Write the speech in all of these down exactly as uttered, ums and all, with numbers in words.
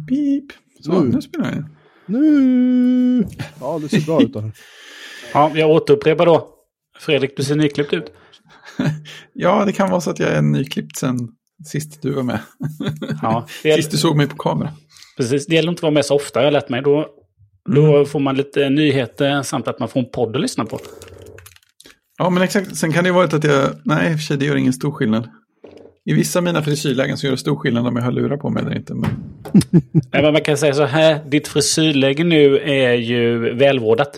Pip. Så, nu, nu spelar jag. Nu! Ja, det ser bra ut då. Ja, jag återupprepar då. Fredrik, du ser nyklippt ut. Ja, det kan vara så att jag är nyklippt sen sist du var med. Ja, det sist du såg mig på kamera. Precis, det gäller inte att vara med så ofta, jag har lärt mig. Då, mm. då får man lite nyheter samt att man får en podd att lyssna på. Ja, men exakt. Sen kan det ju vara att jag... Nej, i och för sig, det gör ingen stor skillnad. I vissa av mina frisyrlägen så gör det stor skillnad om jag har lurat på mig eller inte. Men... Nej, men man kan säga så här, ditt frisyrläge nu är ju välvårdat.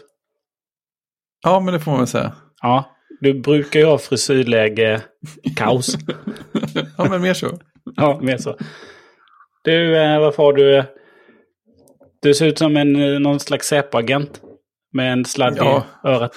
Ja, men det får man väl säga. Ja, du brukar ju ha frisyrläge kaos. Ja, men mer så. Ja, mer så. Du, eh, varför har du... Du ser ut som en någon slags säpoagent med en sladd ja. i örat.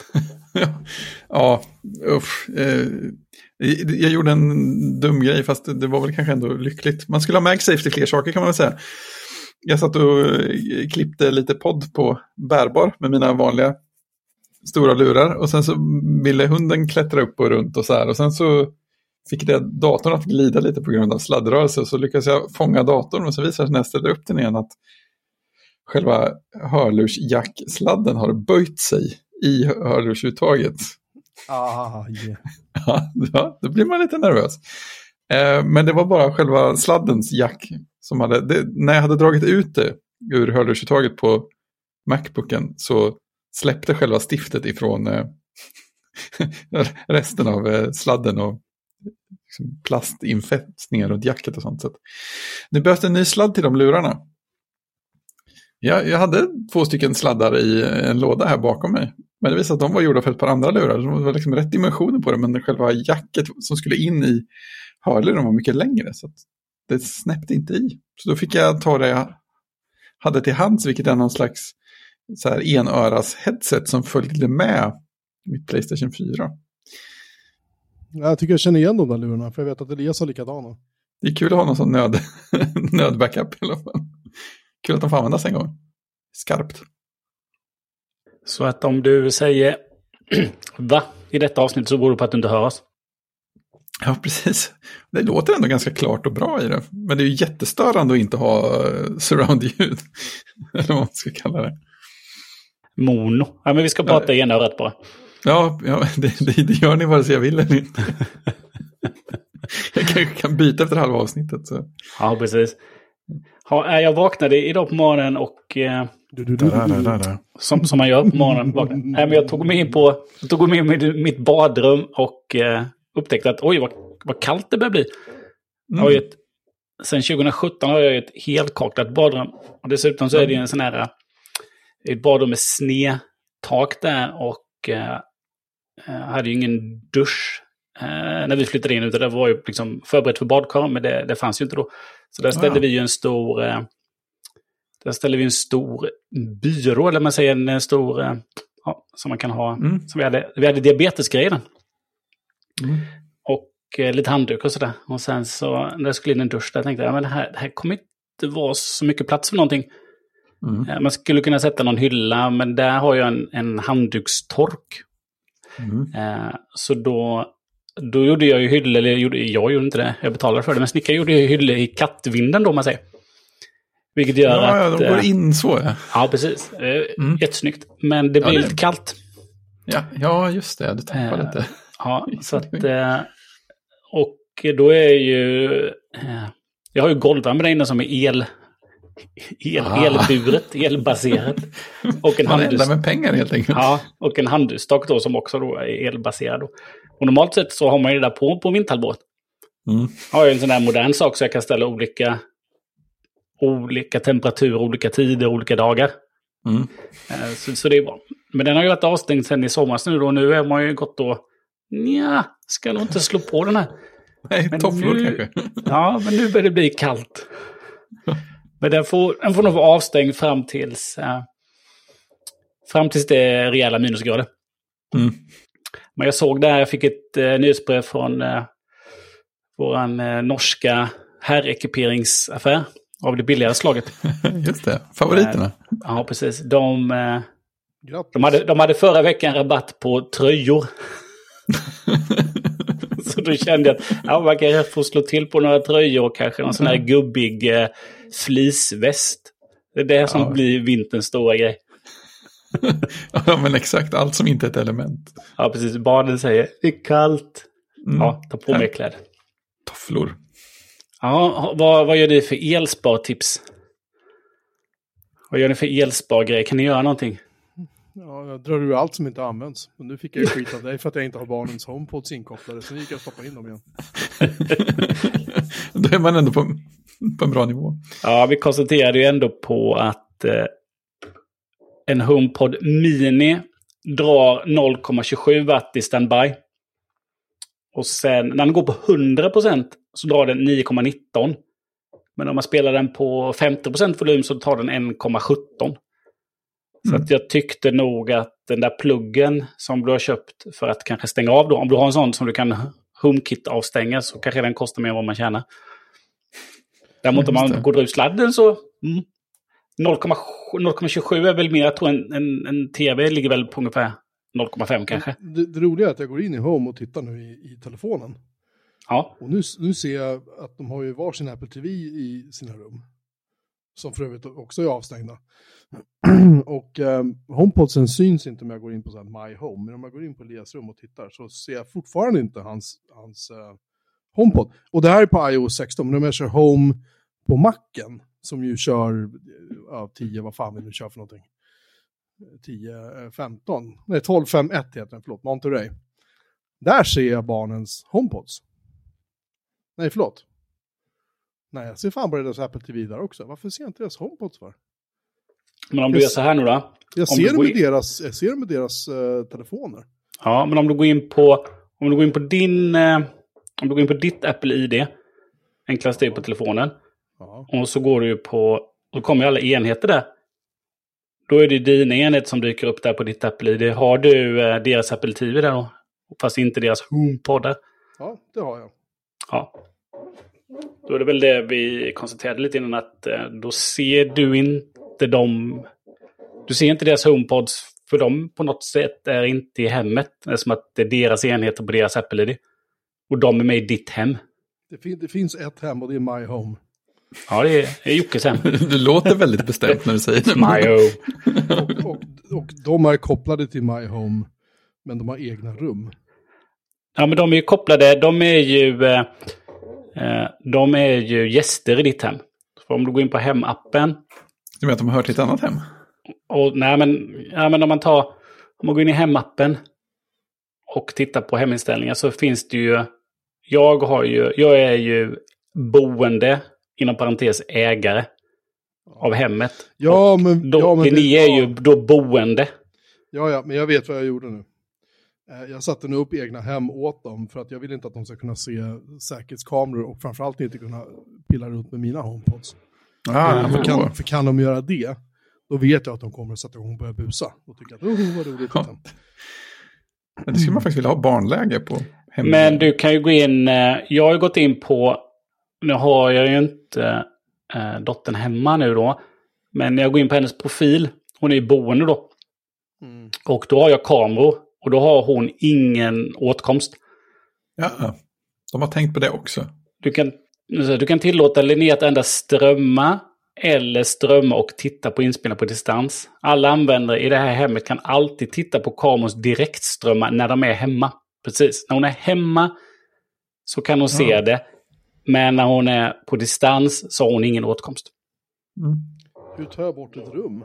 Ja, uff. Eh, jag gjorde en dum grej, fast det var väl kanske ändå lyckligt. Man skulle ha MagSafe till fler saker kan man väl säga. Jag satt och klippte lite podd på bärbar med mina vanliga stora lurar. Och sen så ville hunden klättra upp och runt och så här. Och sen så fick det datorn att glida lite på grund av sladdrörelse. Och så lyckades jag fånga datorn och så visade det sig när jag ställde upp den igen att själva hörlursjacksladden har böjt sig i hörlursuttaget. Ah, yeah. Ja, då blir man lite nervös. Eh, men det var bara själva sladdens jack som hade... Det, när jag hade dragit ut det ur hörlursuttaget på Macbooken så släppte själva stiftet ifrån eh, resten av eh, sladden och liksom plastinfästningar och jacket och sånt. Så det behövs en ny sladd till de lurarna. Jag, jag hade två stycken sladdar i en låda här bakom mig. Men det visade att de var gjorda för ett par andra lurar. Det var liksom rätt dimensioner på det. Men själva jacket som skulle in i hörluren var mycket längre. Så att det snäppte inte i. Så då fick jag ta det jag hade till hands. Vilket är någon slags så här enöras headset som följde med mitt PlayStation fyra. Jag tycker jag känner igen de där lurarna. För jag vet att Elias har likadana. Det är kul att ha någon sån nöd, nödbackup i alla fall. Kul att de får användas en gång. Skarpt. Så att om du säger va i detta avsnitt så beror det på att du inte hör oss. Ja, precis. Det låter ändå ganska klart och bra i det. Men det är ju jättestörande att inte ha surround-ljud. Eller vad man ska kalla det. Mono. Ja, men vi ska prata ja. ena rätt på. Ja, ja det, det, det gör ni vare sig jag vill eller inte. Jag kanske kan byta efter halva avsnittet. Så. Ja, precis. Ja, jag vaknade idag på morgonen och eh, du, du, du, du, du, du, du. Som, som man gör på morgonen. Nej, men jag tog mig in på tog mig in i mitt badrum och eh, upptäckte att oj, vad, vad kallt det börjar bli. Mm. Jag har ett, sen tjugo sjutton har jag ett helkaklat badrum. Och dessutom så är det en sån här ett badrum med snedtak där och eh, hade ju ingen dusch eh, när vi flyttade in. Utan det var ju liksom förberett för badkar, men det, det fanns ju inte då. Så där ställde ja. vi ju en stor eh, där ställde vi en stor byrå, eller man säger en stor eh, ja, som man kan ha mm. som vi hade, vi hade diabetesgrejen. Mm. Och eh, lite handduk och sådär. Och sen så när jag skulle in en dusch där tänkte jag, ja, men det här, det här kommer inte vara så mycket plats för någonting. Mm. Eh, man skulle kunna sätta någon hylla, men där har jag en, en handdukstork. Mm. Eh, så då Då gjorde jag ju hyllor, eller gjorde, jag gjorde inte det, jag betalade för det, men snickare gjorde ju hyllor i kattvinden då, man säger. Vilket gör ja, att... Ja, de går in så, ja. Ja, precis. Mm. Jättesnyggt. Men det blir ja, det... lite kallt. Ja, ja, just det. Du tappar äh, lite. Ja, så att... Och då är ju... Jag har ju golvvärme där inne som är el... El, ah. Elburet, elbaserat. Och en handels... med pengar helt enkelt. Ja, och en handelsstock då som också då är elbaserad. Då. Och normalt sett så har man ju det där på, på vindtallbåt. Mm. Jag har ju en sån där modern sak så jag kan ställa olika olika temperaturer, olika tider, olika dagar. Mm. Så, så det är bra. Men den har ju varit avstängd sedan i somras nu då. Nu är man ju gått då, nja, ska nog inte slå på den här. Nej, tofflor kanske. Ja, men nu börjar det bli kallt. Men den får, den får nog vara avstängd fram tills äh, fram tills det är rejäla minusgrader. Mm. Men jag såg där, jag fick ett äh, nyhetsbrev från äh, våran äh, norska herrekiperingsaffär av det billigare slaget. Just det, favoriterna. Äh, ja, precis. De, äh, de, hade, de hade förra veckan rabatt på tröjor. Så då kände jag att ja, man kan få slå till på några tröjor och kanske någon sån här gubbig... Äh, fleeceväst. Det är det som ja. blir vinterns stora grej. Ja, men exakt. Allt som inte är ett element. Ja, precis. Barnen säger, det är kallt. Mm. Ja, ta på mig kläder. Tofflor. Ja, vad, vad gör du för elspartips? Vad gör ni för elspargrej? Kan ni göra någonting? Ja, jag drar ur allt som inte används. Men nu fick jag skit av dig för att jag inte har barnens HomePods inkopplade. Så gick jag och stoppade in dem igen. Då är man ändå på, på en bra nivå. Ja, vi konstaterade ju ändå på att eh, en HomePod Mini drar noll komma tjugosju watt i standby. Och sen när den går på hundra procent så drar den nio komma nitton. Men om man spelar den på femtio procent volym så tar den en komma sjutton. Så mm. att jag tyckte nog att den där pluggen som du har köpt för att kanske stänga av då. Om du har en sån som du kan HomeKit avstänga så kanske den kostar mer än vad man tjänar. Däremot om man går ur sladden så mm, noll komma tjugosju är väl mer. Jag tror en, en, en tv ligger väl på ungefär noll komma fem kanske. Det, det roliga är att jag går in i Home och tittar nu i, i telefonen. Ja. Och nu, nu ser jag att de har ju varsin Apple T V i sina rum. Som för övrigt också är avstängda. Och um, HomePodsen syns inte om jag går in på så här My Home. Men om jag går in på Elias rum och tittar så ser jag fortfarande inte hans, hans uh, HomePod. Och det här är på iOS sexton. Men om jag kör Home på Macen som ju kör ja, tio, vad fan vill du köra för någonting? tio femton. Nej, tolv fem ett heter den, förlåt. Monterey. Där ser jag barnens HomePods. Nej, förlåt. Nej, jag ser fan bara deras Apple T V där också. Varför ser jag inte deras HomePods för? Men om du gör så här nu då? Jag ser dem med deras, jag ser dem med deras uh, telefoner. Ja, men om du går in på om du går in på din uh, om du går in på ditt Apple I D, enklast är på telefonen. Ja. Och så går du ju på, då kommer alla enheter där. Då är det dina enheter som dyker upp där på ditt Apple I D. Har du uh, deras Apple T V där då? Fast inte deras HomePod. Ja, det har jag. Ja. Då är det väl det vi konstaterade lite innan att uh, då ser du inte dem. Du ser inte deras HomePods för dem på något sätt är inte i hemmet. Det är som att det är deras enheter på deras Apple I D. Och de är med i ditt hem. Det, fin- det finns ett hem och det är My Home. Ja, det är, det är Jockes hem. Du låter väldigt bestämt när du säger det. My Home. och, och, och de är kopplade till My Home. Men de har egna rum. Ja, men de är ju kopplade. De är ju, eh, de är ju gäster i ditt hem. Så om du går in på hemappen. Du menar att de hör till ett annat hem? Och, nej, men, ja, men om man tar, om man går in i hemappen och tittar på heminställningar så finns det ju, jag har ju, jag är ju boende, inom parentes ägare av hemmet. Ja, men, då, ja, men ni är ju då boende. Ja, ja, men jag vet vad jag gjorde nu. Jag satte nu upp egna hem åt dem för att jag vill inte att de ska kunna se säkerhetskameror och framförallt inte kunna pilla runt med mina HomePods. Ah, för, kan, för kan de göra det, då vet jag att de kommer att sätta igång och börja busa. Då tycker jag att oh, vad roligt. Ja. Det skulle man faktiskt vilja ha barnläge på hemma. Men du kan ju gå in, jag har ju gått in på, nu har jag ju inte äh, dottern hemma nu då, men jag går in på hennes profil, hon är ju boende då. Mm. Och då har jag kameror och då har hon ingen åtkomst. Ja, de har tänkt på det också. Du kan, du kan tillåta Linnea att endast strömma eller strömma och titta på inspelningar på distans. Alla användare i det här hemmet kan alltid titta på kamerors direktströmmar när de är hemma. Precis, när hon är hemma så kan hon se ja. det. Men när hon är på distans så har hon ingen åtkomst. Mm. Hur tar jag bort ett rum?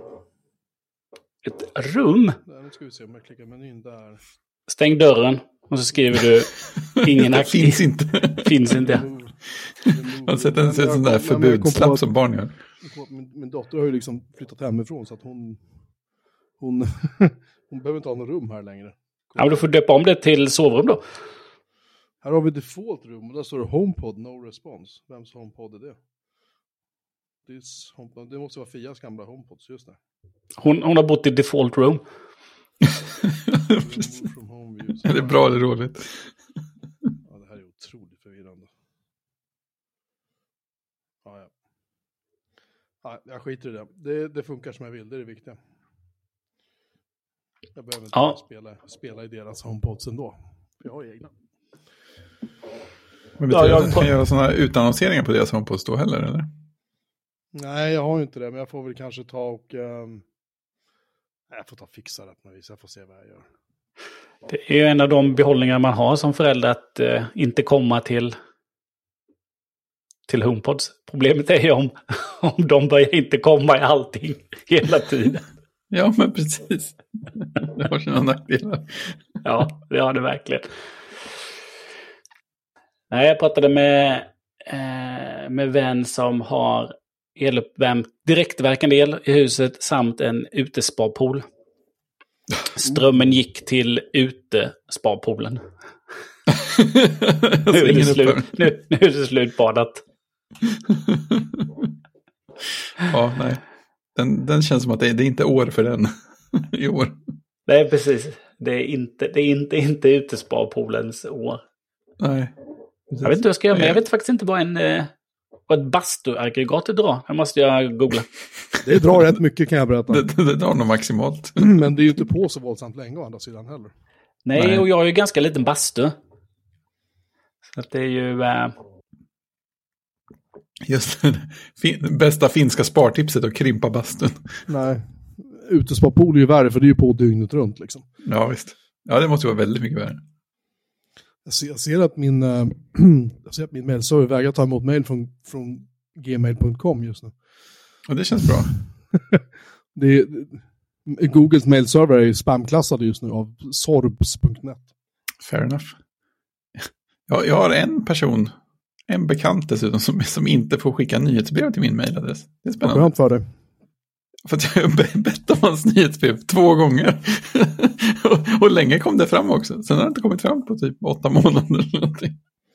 Ett rum? Där, nu ska vi se om jag klickar menyn där. Stäng dörren och så skriver du ingen det finns inte. Finns inte. Man har sett en sån där förbudslapp som barn gör. Min, min dotter har ju liksom flyttat hemifrån så att hon hon, hon behöver inte ha något rum här längre. Ja, men du får döpa om det till sovrum då. Här har vi default rum och där står det HomePod, no response. Vems HomePod är det? HomePod. Det måste vara Fias gamla HomePods, just det. Hon, hon har bott i default room. Är det bra eller dåligt? Ja, det här är otroligt förvirrande. Ja, ja. Ja, jag skiter i det. det. Det funkar som jag vill, det är det viktiga. Jag behöver inte ja. spela, spela i deras HomePods ändå. För jag har egna. Men betyder ja, jag kan göra sådana utannonseringar på deras HomePods då heller, eller? Nej, jag har ju inte det, men jag får väl kanske ta och... Um... Jag får ta och fixa det på något vis, jag får se vad jag gör. Det är ju en av de behållningar man har som förälder att eh, inte komma till till HomePods. Problemet är ju om, om de börjar inte komma i allting hela tiden. Ja, men precis. Det har sina nackdelar. Ja, det har det verkligen. Nej, jag pratade med, eh, med vän som har eluppvärmt direktverkande el i huset samt en utesparpool. Strömmen gick till utesparpoolen. nu, är det slut, nu, nu är det slutbadat. Ja, nej. Den, den känns som att det, det är inte år för den i år. Nej, precis. Det är inte, det är inte, inte utesparpoolens år. Nej. Precis. Jag vet inte vad jag ska göra, men jag vet faktiskt inte vad en... Eh, vad ett bastuaggregat drar. Det måste jag googla. Det drar rätt mycket kan jag berätta. Det, det, det drar nog maximalt. Men det är ju inte på så våldsamt länge å andra sidan heller. Nej, Nej. Och jag är ju ganska liten bastu. Så att det är ju... Eh... Just det. Fin- bästa finska spartipset att krympa bastun. Nej. Utesparpool är ju värre för det är ju på dygnet runt liksom. Ja, visst. Ja, det måste vara väldigt mycket värre. Jag ser, jag ser att min, äh, jag ser att min mailserver vägrar ta emot mail från, från gmail punkt com just nu. Och det känns bra. det är, Googles mailserver är ju spamklassad just nu av sorbs punkt net. Fair enough. Ja, jag har en person, en bekant dessutom, som, som inte får skicka nyhetsbrev till min mailadress. Det är spännande. Skönt för dig. För att jag har bett om hans nyhetsbrev två gånger. och, och länge kom det fram också. Sen har det inte kommit fram på typ åtta månader eller någonting.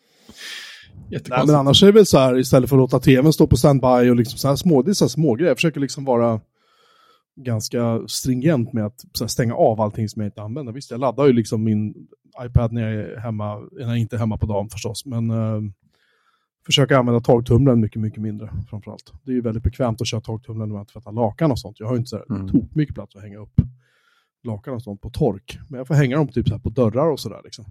Nej, men annars är det väl så här, istället för att låta tvn stå på standby och liksom så här små, det är så här små grejer. Jag försöker liksom vara ganska stringent med att så här, stänga av allting som jag inte använder. Visst, jag laddar ju liksom min iPad när jag är hemma, när jag inte är hemma på dagen förstås, men uh, försöka använda torktumlaren mycket, mycket mindre framförallt. Det är ju väldigt bekvämt att köra torktumlaren när man tvättar lakan och sånt. Jag har ju inte så här mm. tok mycket plats att hänga upp lakan och sånt på tork, men jag får hänga dem typ så här på dörrar och sådär liksom.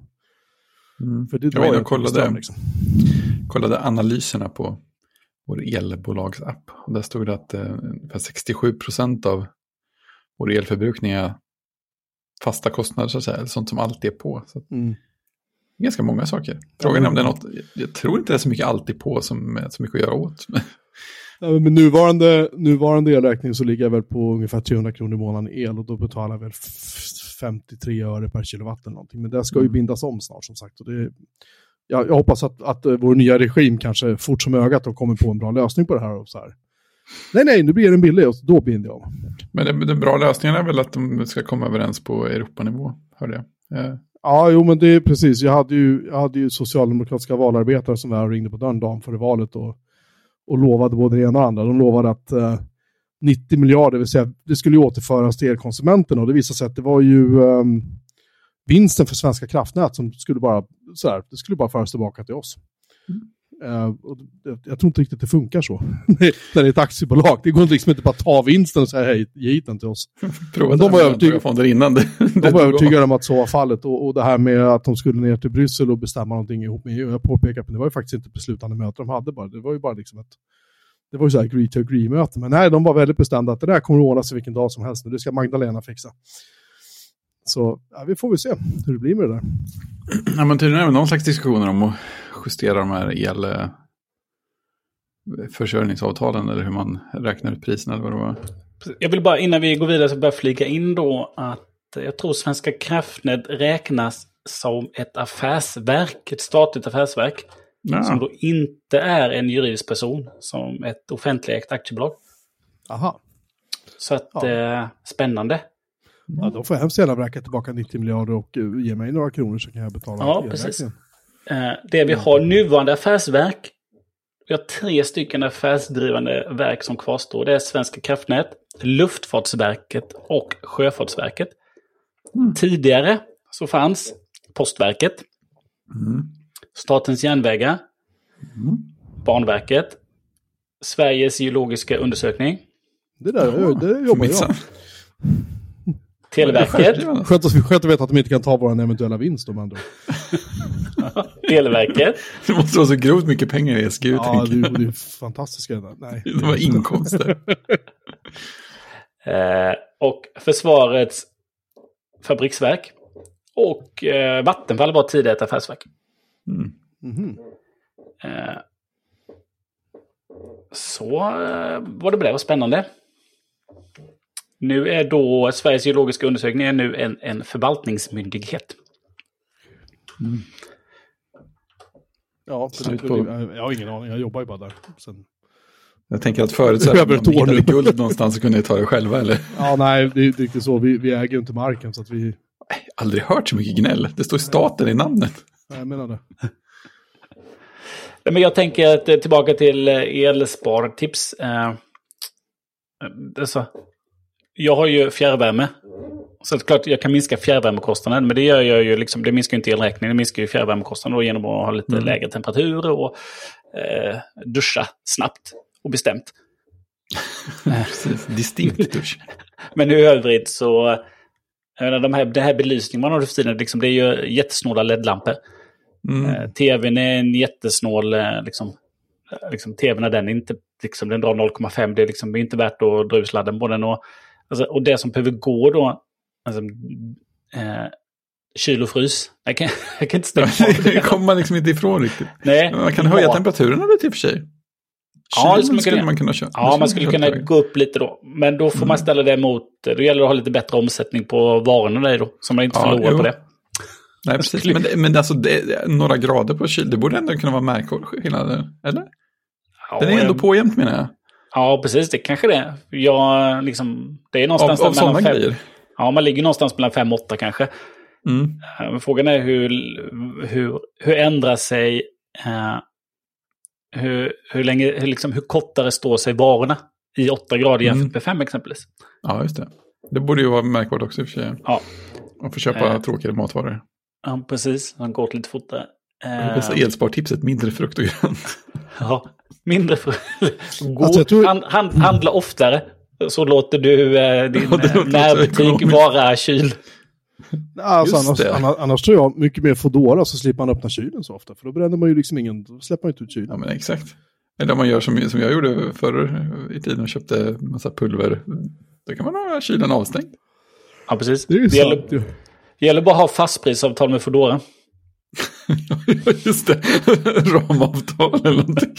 Mm. För det drar jag, jag kollade, ström, liksom. kollade analyserna på vår elbolagsapp. Och där stod det att eh, sextiosju procent av vår elförbrukning är fasta kostnader, så att säga. Sånt som alltid är på. Så att, mm. ganska många saker. Frågan är om det är något, jag tror inte det är så mycket alltid på som är så mycket att göra åt. Ja, med nuvarande, nuvarande elräkning så ligger jag väl på ungefär trehundra kronor i månaden i el och då betalar jag väl femtiotre öre per kilowatt eller någonting. Men det ska ju bindas om snart som sagt. Och det, jag, jag hoppas att, att vår nya regim kanske fort som ögat och kommer på en bra lösning på det här. Och så här. Nej, nej, nu blir den billig och då binder jag om. Men det, den bra lösningen är väl att de ska komma överens på Europanivå, hörde jag. Eh. Ja, jo men det är precis. Jag hade ju, jag hade ju socialdemokratiska valarbetare som var och ringde på dörren dagen före valet och och lovade både det ena och det andra. De lovade att uh, nittio miljarder, det vill säga det skulle ju återföras till elkonsumenterna och det visade sig att det var ju um, vinsten för Svenska kraftnät som skulle bara så här, det skulle bara föras tillbaka till oss. Mm. Uh, och jag, jag tror inte riktigt det funkar så. När det är ett aktiebolag. Det går liksom inte bara ta vinsten och säga hej, ge hit den till oss. Men de var övertygade innan det, de var övertygade om att så var fallet. Och, och det här med att de skulle ner till Bryssel och bestämma någonting ihop med E U. Jag påpekar att det var ju faktiskt inte beslutande möte de hade bara. Det var ju bara liksom ett det var ju så här agree to agree-möte. Men nej, de var väldigt bestämda att det där kommer att ordna sig vilken dag som helst. Men det ska Magdalena fixa. Så ja, vi får väl se hur det blir med det där. Ja, men tydligen är det någon slags diskussioner om att justera de här elförsörjningsavtalen eller hur man räknar ut priserna eller vad det var. Jag vill bara innan vi går vidare så bara flyga in då att jag tror Svenska kraftnät räknas som ett affärsverk, ett statligt affärsverk ja. Som då inte är en juridisk person som ett offentligt aktiebolag. Aha. Så att ja. eh, spännande. Ja, då får jag hemskt gärna vräka tillbaka nittio miljarder och uh, ge mig några kronor så kan jag betala. Ja, precis. Eh, det vi har nuvarande affärsverk, vi har tre stycken affärsdrivande verk som kvarstår. Det är Svenska kraftnät, Luftfartsverket och Sjöfartsverket. Mm. Tidigare så fanns Postverket, mm. Statens järnvägar, mm. Banverket, Sveriges geologiska undersökning. Det där, ja, det jobbar jag. Televerket. Skönt att, skönt att veta att de inte kan ta vår eventuella vinst om andra. Televerket. Det måste vara så grovt mycket pengar i S G U. Ja, det, det är fantastiska. Nej. Det var inkomster. eh, och Försvarets fabriksverk. Och eh, Vattenfall var tidigare ett affärsverk. Mm. Mm-hmm. Eh, så eh, var det det var spännande. Nu är då Sveriges geologiska undersökning är nu en, en förvaltningsmyndighet. Mm. Ja, det, det, jag har ingen aning. Jag jobbar ju bara där. Sen... Jag tänker att förut så att om vi hittade guld någonstans så kunde ni ta det själva, eller? Ja, nej, det, det är inte så. Vi, vi äger ju inte marken, så att vi... Aldrig hört så mycket gnäll. Det står staten i namnet. Nej, jag menar det. Men jag tänker att tillbaka till elspartips. Eh, alltså, jag har ju fjärrvärme. Så det är klart jag kan minska fjärrvärmekostnaden. Men det gör jag ju liksom, det minskar ju inte elräkningen. Det minskar ju fjärrvärmekostnaden då genom att ha lite mm. lägre temperaturer och eh, duscha snabbt och bestämt. Precis, distinkt dusch. Men i övrigt så jag menar, de här, det här belysningen man har för tiden, liksom, det är ju jättesnåla L E D-lampor. Mm. Eh, T V:n är en jättesnål liksom, liksom, T V:n är den inte liksom, den drar noll komma fem, det är liksom det är inte värt att dra ur sladden på den och, alltså, och det som behöver gå då alltså, eh, kyl och frys jag kan, jag kan inte stänga av det. Det kommer man liksom inte ifrån riktigt. Nej, man kan höja ja. temperaturen lite i och för sig. Ja, skulle man skulle kunna, man kunna köra. Ja, man skulle kunna gå upp lite då. Men då får mm. man ställa det mot, då gäller det att ha lite bättre omsättning på varorna där då, så man inte ja, förlorar jo. på det. Nej, precis. Men, det, men alltså, det, några grader på kyl, det borde ändå kunna vara märkskillnader, eller? Ja, den är ändå jag... påjämt, menar jag. Ja, precis, det kanske det är. Jag, liksom, det är någonstans av, av sådana fem, grejer? Ja, man ligger någonstans mellan fem och åtta kanske. Mm. Men frågan är hur, hur, hur ändrar sig... Uh, Hur, hur, länge, hur, liksom, hur kortare står sig varorna i åtta grader jämfört med fem exempelvis. Ja, just det. Det borde ju vara märkbart också i och för sig. Ja. Och få köpa eh. tråkigare matvaror. Ja, precis. Han går lite fortare. Eh. Det är elspartipset, mindre frukt och grönt. Ja, mindre frukt. Gå, alltså, tror... hand, hand, handla oftare. Så låter du eh, din ja, närbutik vara kyl. Alltså, annars, annars, annars tror jag mycket mer Foodora så slipper man öppna kylen så ofta. För då bränner man ju liksom ingen, då släpper man inte ut kylen. Ja, men exakt. Eller om man gör som, som jag gjorde förr i tiden och köpte massa pulver. Då kan man ha kylen avstängd. Ja, precis. Det, det, gäller, det gäller bara att ha fastprisavtal med Foodora. Just det. Ramavtal eller någonting.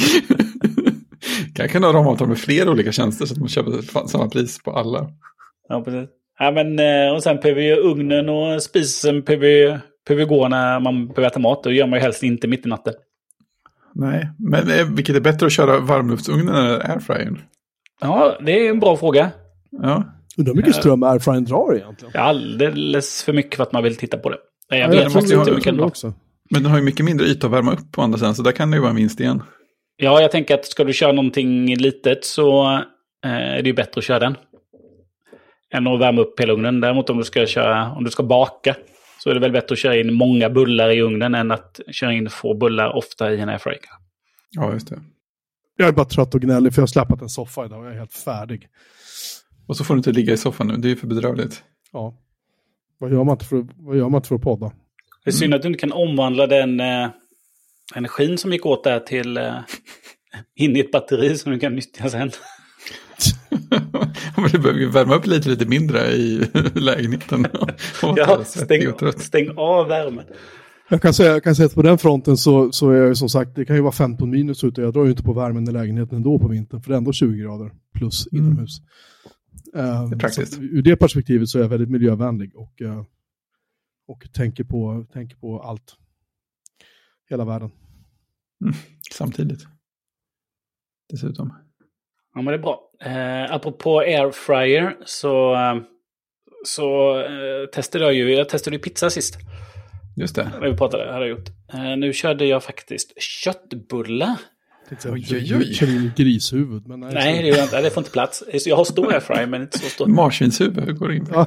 Jag kan ha ramavtal med flera olika tjänster så att man köper samma pris på alla. Ja, precis. Ja, men, och sen behöver ju ugnen och spisen behöver, behöver gå när man behöver äta mat. Då gör man ju helst inte mitt i natten. Nej, men vilket är bättre att köra varmluftsugnen eller airfryern? Ja, det är en bra fråga. Ja. Undrar hur mycket ström airfryern drar egentligen? Ja, alldeles för mycket för att man vill titta på det. Jag ja, vet jag faktiskt inte hur mycket också. Men den har ju mycket mindre yta att värma upp på andra sidan, så där kan det ju vara minst igen. Ja, jag tänker att ska du köra någonting litet så eh, är det ju bättre att köra den. Än att värma upp hela ugnen. Däremot om du ska köra, om du ska baka så är det väl bättre att köra in många bullar i ugnen än att köra in få bullar ofta i en airfryer. Ja, just det. Jag är bara trött och gnällig för jag har släppt en soffa idag och jag är helt färdig. Och så får du inte ligga i soffan nu, det är ju för bedrövligt. Ja. Vad gör man inte för, vad gör man inte för att podda? Det är synd att du inte kan omvandla den eh, energin som gick åt där till eh, in i ett batteri som du kan nyttja sen. Men du behöver ju värma upp lite, lite mindre i lägenheten. Ja, stäng, stäng av värmen. Jag kan säga, jag kan säga att på den fronten så, så är jag som sagt, det kan ju vara femton minus ute. Jag drar ju inte på värmen i lägenheten ändå på vintern. För det är ändå tjugo grader plus mm. inomhus. Um, det är praktiskt. Så, ur det perspektivet så är jag väldigt miljövänlig. Och, uh, och tänker, på, tänker på allt. Hela världen. Mm. Samtidigt. Dessutom. Ja, men det är bra. Eh, apropå airfryer så, eh, så eh, testade jag ju, jag testade ju pizza sist. Just det. När vi pratade, hade jag gjort. Eh, nu körde jag faktiskt köttbullar. Oj, oj, oj. Kör in grishuvud. Men nej, nej det, gör jag inte. Det får inte plats. Jag har stor airfryer men inte så stor. Marsvinshuvud, hur går det in?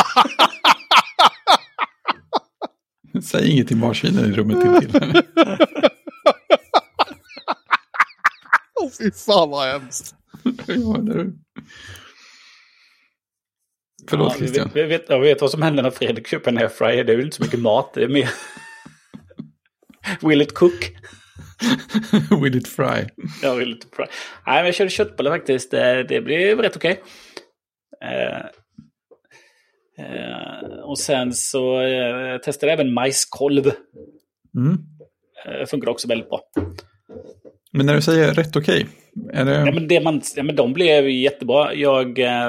Säg inget till marsvinen i rummet till till. Åh, fy fan vad hemskt. Ja, det är... Förlåt ja, Christian. Vi, vi vet, jag vet vad som händer när Fredrik köper en airfryer. Det är väl inte så mycket mat. Det är mer... Will it cook? Will it fry? Ja, will it fry. Nej, men jag körde köttbullar faktiskt. Det, det blev rätt okej. Eh, eh, och sen så eh, testade jag även majskolv. Mm. Eh, funkar också väldigt bra. Men när du säger rätt okej, är det... Ja, men, det man, ja, men de blev jättebra. Jag, eh,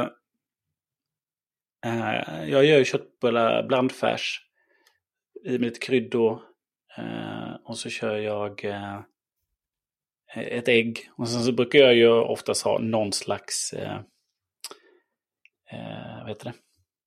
eh, jag gör ju köttbullar blandfärs i med lite kryddor. Eh, och så kör jag eh, ett ägg. Och sen så brukar jag ju oftast ha någon slags eh, eh, vad heter det?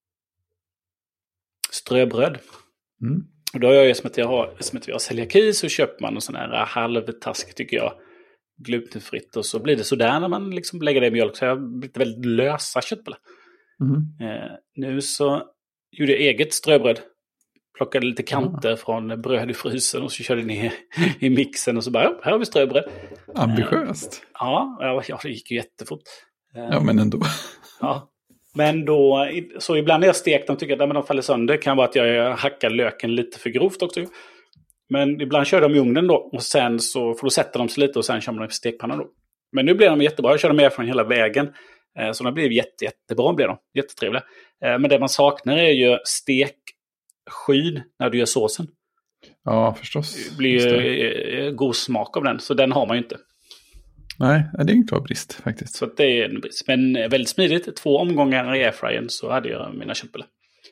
Ströbröd. Mm. Och då har jag ju som att jag har, som att jag har celiaki, så köper man en sån här halvtask tycker jag. Glutenfritt, och så blir det sådär när man liksom lägger det i mjölk. Så jag har blivit väldigt lösa köttbullar. Mm. Eh, nu så gjorde jag eget ströbröd. Plockade lite kanter mm. från bröd i frysen och så körde ner i mixen och så bara, ja, här har vi ströbröd. Ambitiöst. Eh, ja, ja, det gick ju jättefort. Eh, ja, men ändå. Ja. Men då, så ibland när jag stek dem tycker jag att de faller sönder. Kan vara att jag hackar löken lite för grovt också. Men ibland kör de i ugnen då. Och sen så får du sätta dem sig lite och sen kör man dem i stekpannan då. Men nu blir de jättebra. Jag kör dem med från hela vägen. Så de blir jätte, jättebra. Blir de. Jättetrevliga. Men det man saknar är ju stekskyn när du gör såsen. Ja, förstås. Det blir ju god smak av den. Så den har man ju inte. Nej, det är en klar brist faktiskt. Så det är en brist. Men väldigt smidigt. Två omgångar i airfryern så hade jag mina köttbullar.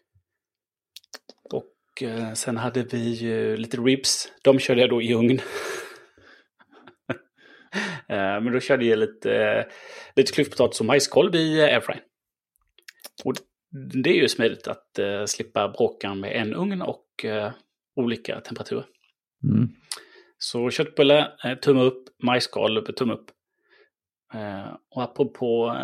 Och eh, sen hade vi eh, lite ribs. De körde jag då i ugn. eh, men då körde jag lite, eh, lite klyftpotatis och majskolv i airfryer. Och det är ju smidigt att eh, slippa bråka med en ugn och eh, olika temperaturer. Mm. Så köttbullar, eh, tumme upp, majskolv, tumme upp. Eh, och apropå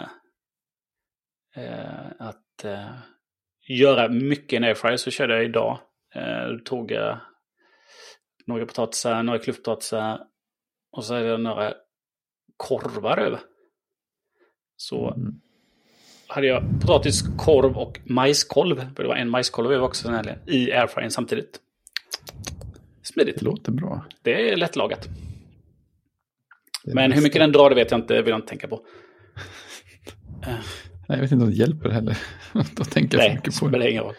eh, att eh, göra mycket i en airfryer så körde jag idag. Eh, då tog jag några potatisar, några klyftpotatisar och så hade jag några korvar över. Så mm. hade jag potatis, korv och majskolv. För det var en majskolv över också i airfryern samtidigt. Smidigt. Det låter bra. Det är lättlagat. Det är Men hur mycket den drar det vet jag inte, vill jag inte tänka på. Nej, jag vet inte om det hjälper heller. Då tänker jag Nej, mycket på det. det. Ingen roll.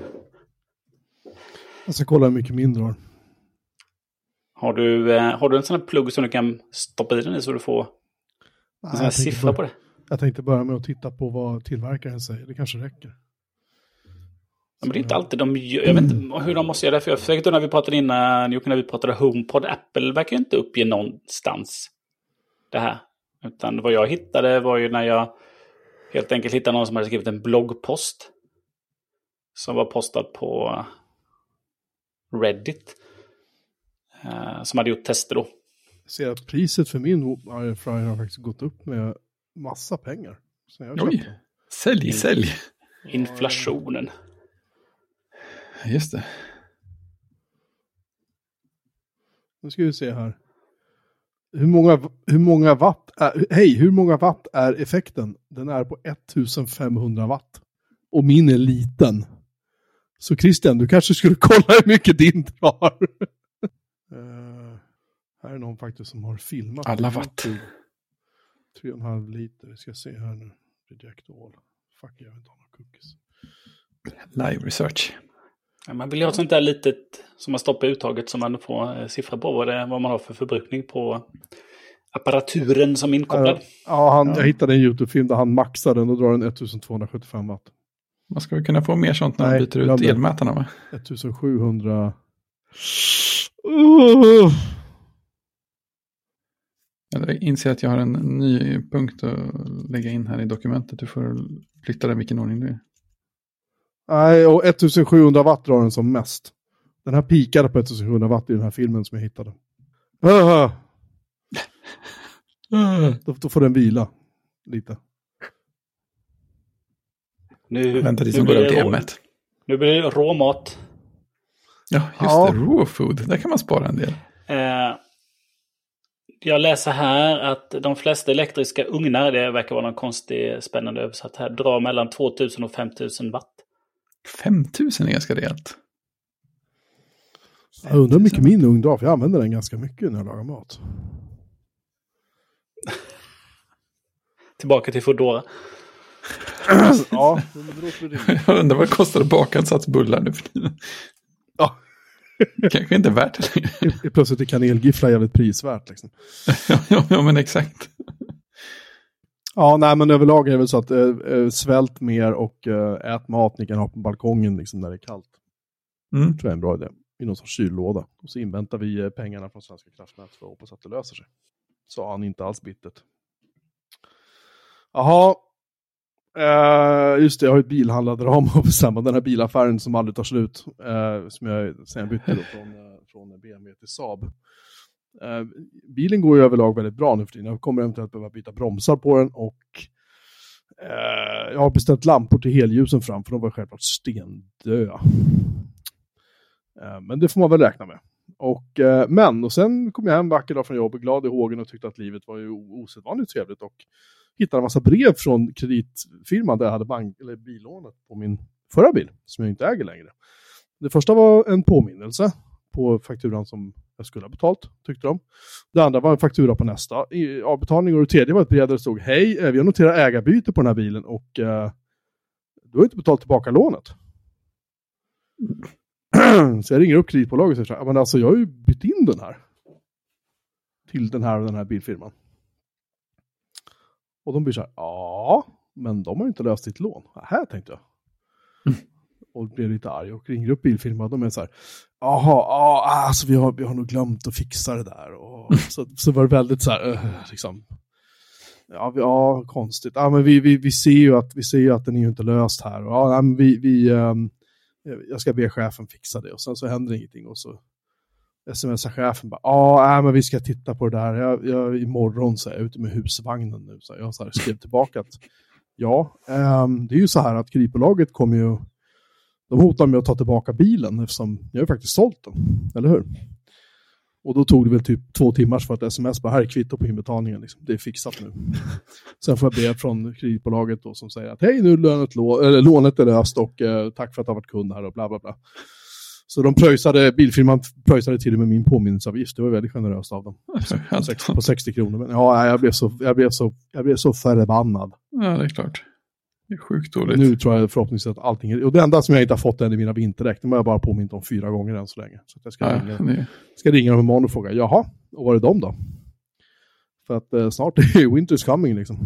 Jag ska kolla hur mycket mindre har. Har du, har du en sån här plugg som du kan stoppa i den i så du får en Nej, sån här siffra på det? Jag tänkte börja med att titta på vad tillverkaren säger. Det kanske räcker. Ja, men det är inte alltid de gör. Jag vet inte hur de måste göra det. För jag försökte när vi pratade innan, när vi pratade HomePod, Apple verkar ju inte uppge någonstans det här. Utan vad jag hittade var ju när jag helt enkelt hittade någon som hade skrivit en bloggpost. Som var postad på Reddit. Uh, som hade gjort tester då. Jag ser att priset för min airfryer har faktiskt gått upp med massa pengar. Så jag Oj, sälj, In- sälj. Inflationen. Just det. Nu ska vi se här. Hur många, hur många watt är, hej, hur många watt är effekten? Den är på femtonhundra watt. Och min är liten. Så Christian, du kanske skulle kolla hur mycket din drar. uh, här är någon faktiskt som har filmat. Alla watt. tre komma fem liter. Vi ska se här nu. Reject all. Fuck, jag vill inte ha några cookies. Live research. Ja, man vill ha ett sånt där litet som man stoppar i uttaget som man får eh, siffra på vad, det, vad man har för förbrukning på apparaturen som är inkopplad. Ja, han, ja. Jag hittade en YouTube-film där han maxar den och drar en twelve watt. Man ska väl kunna få mer sånt när man byter ut glömde. elmätarna, va? sjuttonhundra. Uh. Jag inser att jag har en ny punkt att lägga in här i dokumentet. Du får flytta den vilken ordning det är. Nej, och sjuttonhundra watt drar den som mest. Den här pikade på sjuttonhundra watt i den här filmen som jag hittade. Uh. Uh. Då, då får den vila lite. Nu, Vänta tills den går över till M ett. Nu blir det råmat. Ja, just ja. det. Raw food. Där kan man spara en del. Eh, Jag läser här att de flesta elektriska ugnar, det verkar vara någon konstig spännande översatt här, drar mellan tvåtusen och femtusen watt. femtusen är ganska rejält. Jag undrar hur mycket min ugn drar, för jag använder den ganska mycket när jag lagar mat. Tillbaka till Foodora. Ja, jag undrar vad det kostar att baka en sats bullar nu för tiden. Ja. Kanske inte värt det längre. Plötsligt är kanelgiffla jävligt prisvärt liksom. ja, ja, men exakt. Ja, nej, men överlag är det väl så att äh, svält mer och äh, ät mat ni kan ha på balkongen liksom när det är kallt. Mm. Det tror jag är en bra idé. I någon sorts kyllåda. Och så inväntar vi äh, pengarna från Svenska kraftnät för att hoppas att det löser sig. Sa han inte alls bittert. Jaha. Uh, just det, jag har ett bilhandlardrama att bestämma. Den här bilaffären som aldrig tar slut. Uh, som jag sen bytte då från, uh, från B M W till Saab. Uh, bilen går ju överlag väldigt bra nu för tiden. Jag kommer eventuellt behöva byta bromsar på den. Och uh, jag har beställt lampor till helljusen fram. För de var självklart stendöda. Uh, men det får man väl räkna med. Och, uh, men, och sen kom jag hem vacker dag från jobbet. Glad i hågen och tyckte att livet var ju osedvanligt trevligt. Och hittade en massa brev från kreditfirman där jag hade bank- eller billånet på min förra bil som jag inte äger längre. Det första var en påminnelse på fakturan som jag skulle ha betalt, tyckte de. Det andra var en faktura på nästa i avbetalning och det tredje var ett brev där det stod: hej, vi har noterat ägarbyte på den här bilen och eh, du har inte betalt tillbaka lånet. Så jag ringer upp kreditbolaget och säger: men alltså jag har ju bytt in den här till den här och den här bilfirman. Och de blir så här: ja, men de har inte löst ditt lån. Här tänkte jag. Mm. Och blir lite arg och ringer upp bilfirman. De är så här: jaha, ja, alltså vi har, vi har nog glömt att fixa det där. Och så, så var det väldigt så här, uh, liksom. Ja, vi, ja, konstigt. Ja, men vi, vi, vi ser ju att vi ser ju att den är ju inte löst här. Och, ja, men vi, vi, um, jag ska be chefen fixa det. Och sen så händer ingenting. Och så smsar chefen bara: ja, men vi ska titta på det där. Jag, jag, imorgon så är jag ute med husvagnen nu. Så jag så här skrev tillbaka att ja, um, det är ju så här att kreditbolaget kommer ju, de hotar med att ta tillbaka bilen eftersom jag har faktiskt sålt den, eller hur? Och då tog det väl typ två timmar för att sms bara: här är kvitto på inbetalningen, liksom. Det är fixat nu. Sen får jag brev från kreditbolaget då som säger att hej, nu lönet, lå- eller, lånet är löst och eh, tack för att du har varit kund här och bla bla bla. Så de pröjsade, bilfirman pröjsade till och med min påminnelseavgift. Det var väldigt generöst av dem. På, sex, på sextio kronor. Men ja, jag blev så, jag blev så, jag blev så förbannad. Ja, det är klart. Det är sjukt dåligt. Nu tror jag förhoppningsvis att allting är... Och det enda som jag inte har fått än i mina vinterdäck, det har jag bara påmint om fyra gånger än så länge. Så att jag ska, ja, ringa, det... ska ringa dem imorgon och fråga: jaha, och vad är de då? För att eh, snart är winter's coming liksom.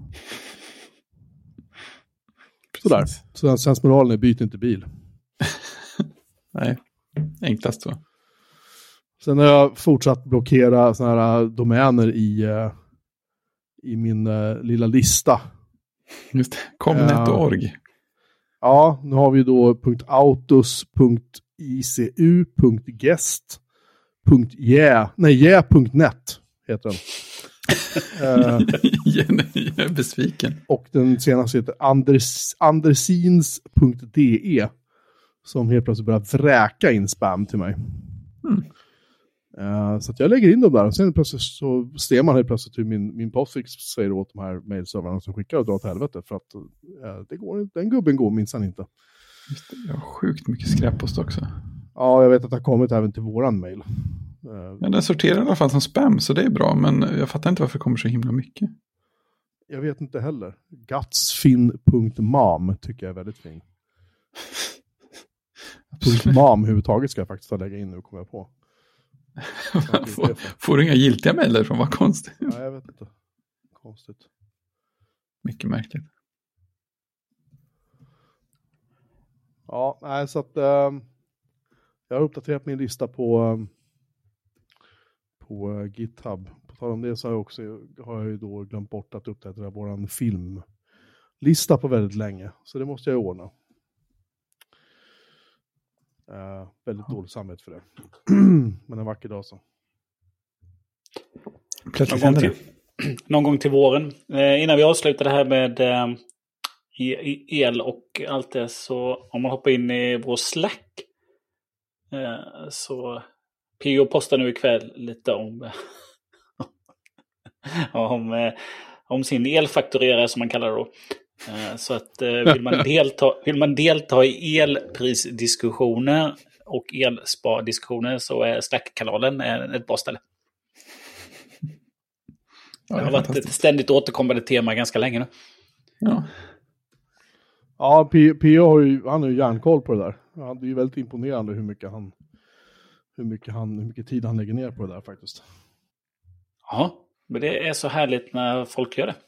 Sådär. Så sen moralen är: byt inte bil. Nej, enklast så. Sen har jag fortsatt blockera såna här domäner i, uh, i min uh, lilla lista. Just det, comnet punkt org. Uh, ja, nu har vi då .autos, .icu, .gest, .yeah, nej, yeah.net heter den. uh, jag är besviken. Och den senaste heter Anders, andersins punkt de. Som helt plötsligt börjar vräka in spam till mig. Mm. Uh, så att jag lägger in dem där. Och sen plötsligt så ser man helt plötsligt hur min, min postfix säger åt de här mailserverna som skickar och drar till helvete. För att uh, det går, den gubben går minsann inte. Just det, jag har sjukt mycket skräppost också. Ja, jag vet att det har kommit även till våran mail. Uh, ja, den sorterar i alla fall som spam, så det är bra. Men jag fattar inte varför det kommer så himla mycket. Jag vet inte heller. gutsfin punkt mam tycker jag är väldigt fin. .mam överhuvudtaget ska jag faktiskt ta lägga in nu, kommer jag på. får, får du inga giltiga mejler från? Vad konstigt. Ja, jag vet inte. Konstigt. Mycket märkligt. Ja, nej, så att um, jag har uppdaterat min lista på um, på uh, GitHub. På tal om det så har jag också har jag ju då glömt bort att uppdatera våran filmlista på väldigt länge. Så det måste jag ordna. Uh, väldigt dålig samhet för det. Men en vacker dag så. Någon gång, till, någon gång till våren. Eh, innan vi avslutar det här med eh, el och allt det, så om man hoppar in i vår Slack eh, så P O postar nu ikväll lite om om, om sin elfakturerare som man kallar det då. Så att vill man delta, vill man delta i elprisdiskussioner och elspardiskussioner så är Slack-kanalen ett bra ställe. Ja, det, det har varit ett ständigt återkommande tema ganska länge nu. Ja, ja P O har ju, han har ju järnkoll på det där. Ja, det är ju väldigt imponerande hur mycket han hur mycket han hur mycket tid han lägger ner på det där faktiskt. Ja, men det är så härligt när folk gör det.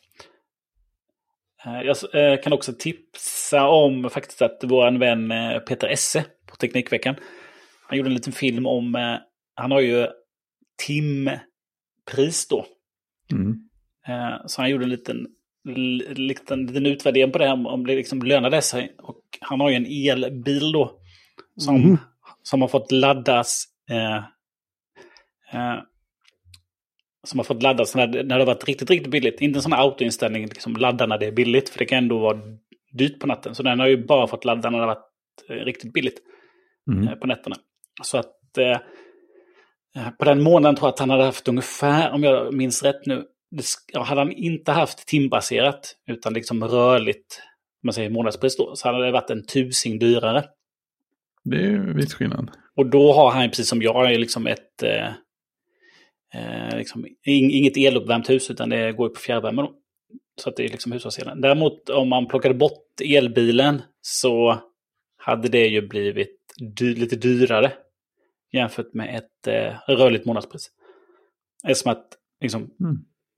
Jag kan också tipsa om faktiskt att vår vän Peter Esse på Teknikveckan, han gjorde en liten film om, han har ju timpris då. Mm. Så han gjorde en liten, liten, liten utvärdering på det här, om det liksom lönade sig. Och han har ju en elbil då som, mm. som har fått laddas eh, eh, som har fått laddas när, när det har varit riktigt, riktigt billigt. Inte en sån här autoinställning, liksom ladda när det är billigt, för det kan ändå vara dyrt på natten. Så den har ju bara fått ladda när det har varit eh, riktigt billigt mm. eh, på nätterna. Så att eh, på den månaden tror jag att han hade haft ungefär, om jag minns rätt nu, det, ja, hade han inte haft timbaserat utan liksom rörligt, om man säger månadspris då, så hade det varit en tusing dyrare. Det är ju vitt skillnad. Och då har han, precis som jag, liksom ett eh, eh, liksom, inget eluppvärmt hus, utan det går ju på fjärrvärme då. Så att det är liksom hushållselen. Däremot om man plockade bort elbilen så hade det ju blivit dy- lite dyrare jämfört med ett eh, rörligt månadspris. Det är som att liksom, mm.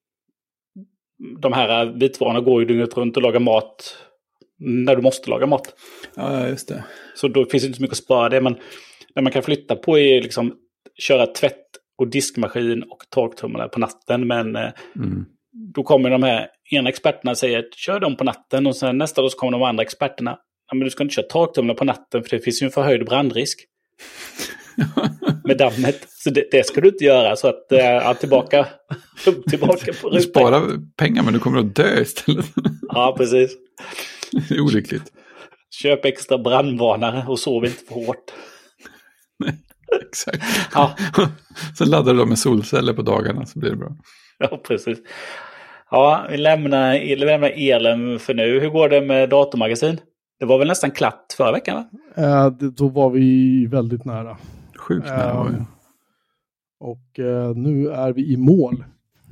de här vitvarorna går ju dygnet runt och lagar mat när du måste laga mat. Ja, just det. Så då finns det inte så mycket att spara. Det man, det man kan flytta på är liksom köra tvätt och diskmaskin och torktumlare på natten. Men eh, mm. då kommer de här ena experterna och säger att kör dem på natten, och sen nästa dag så kommer de andra experterna. Ja, men du ska inte köra torktumlare på natten för det finns ju en förhöjd brandrisk. Med dammet. Så det, det ska du inte göra. Så att äh, tillbaka, tillbaka på du sparar pengar men du kommer att dö istället. Ja, precis. Det är olyckligt. Köp extra brandvarnare och sov inte för hårt. Nej, exakt. Ja. Så laddar du dem med solceller på dagarna så blir det bra. Ja, precis. Ja, vi lämnar, vi lämnar elen för nu. Hur går det med datormagasin? Det var väl nästan klart förra veckan, va? Eh, det, då var vi väldigt nära. Sjukt nära var eh, Och eh, nu är vi i mål.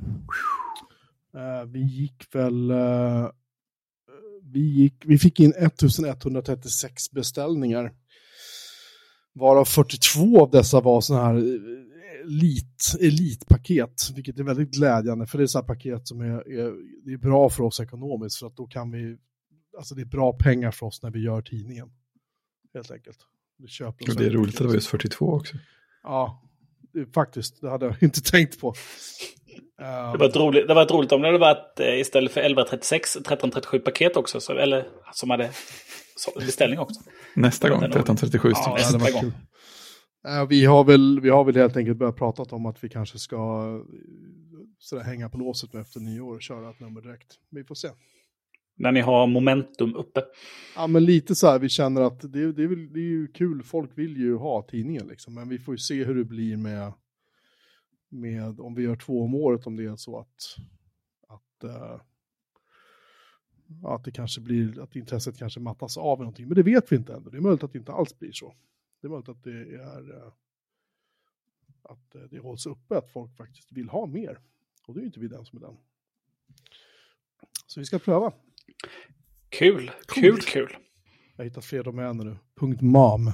Eh, vi gick väl... Eh, vi, gick, vi fick in ettonhundratrettiosex beställningar. Varav fyrtiotvå av dessa var sådana här elit, elitpaket. Vilket är väldigt glädjande. För det är så här paket som är, är, det är bra för oss ekonomiskt. För att då kan vi... Alltså det är bra pengar för oss när vi gör tidningen. Helt enkelt. Vi köper och det är roligt att det var just fyrtiotvå också. Ja, det, faktiskt. Det hade jag inte tänkt på. Det var ett roligt, det var ett roligt om det hade varit eh, istället för elva trettiosex, tretton trettiosju paket också. Så, eller som hade så, beställning också. Nästa gång, tretton trettiosju. Ja, nästa det gång. Äh, vi, har väl, vi har väl helt enkelt börjat prata om att vi kanske ska sådär, hänga på låset med efter nyår och köra ett nummer direkt. Vi får se. När ni har momentum uppe. Ja, men lite så här, vi känner att det, det, är, väl, det är ju kul, folk vill ju ha tidningen liksom, men vi får ju se hur det blir med, med om vi gör två om året, om det är så att att, uh, att det kanske blir, att intresset kanske mattas av eller någonting, men det vet vi inte ännu. Det är möjligt att det inte alls blir så. Det är möjligt att det är uh, att uh, det hålls uppe, att folk faktiskt vill ha mer, och det är ju inte vi den som är den. Så vi ska pröva. Kul, kul, kul. Jag har hittat fler domäner nu. .mam.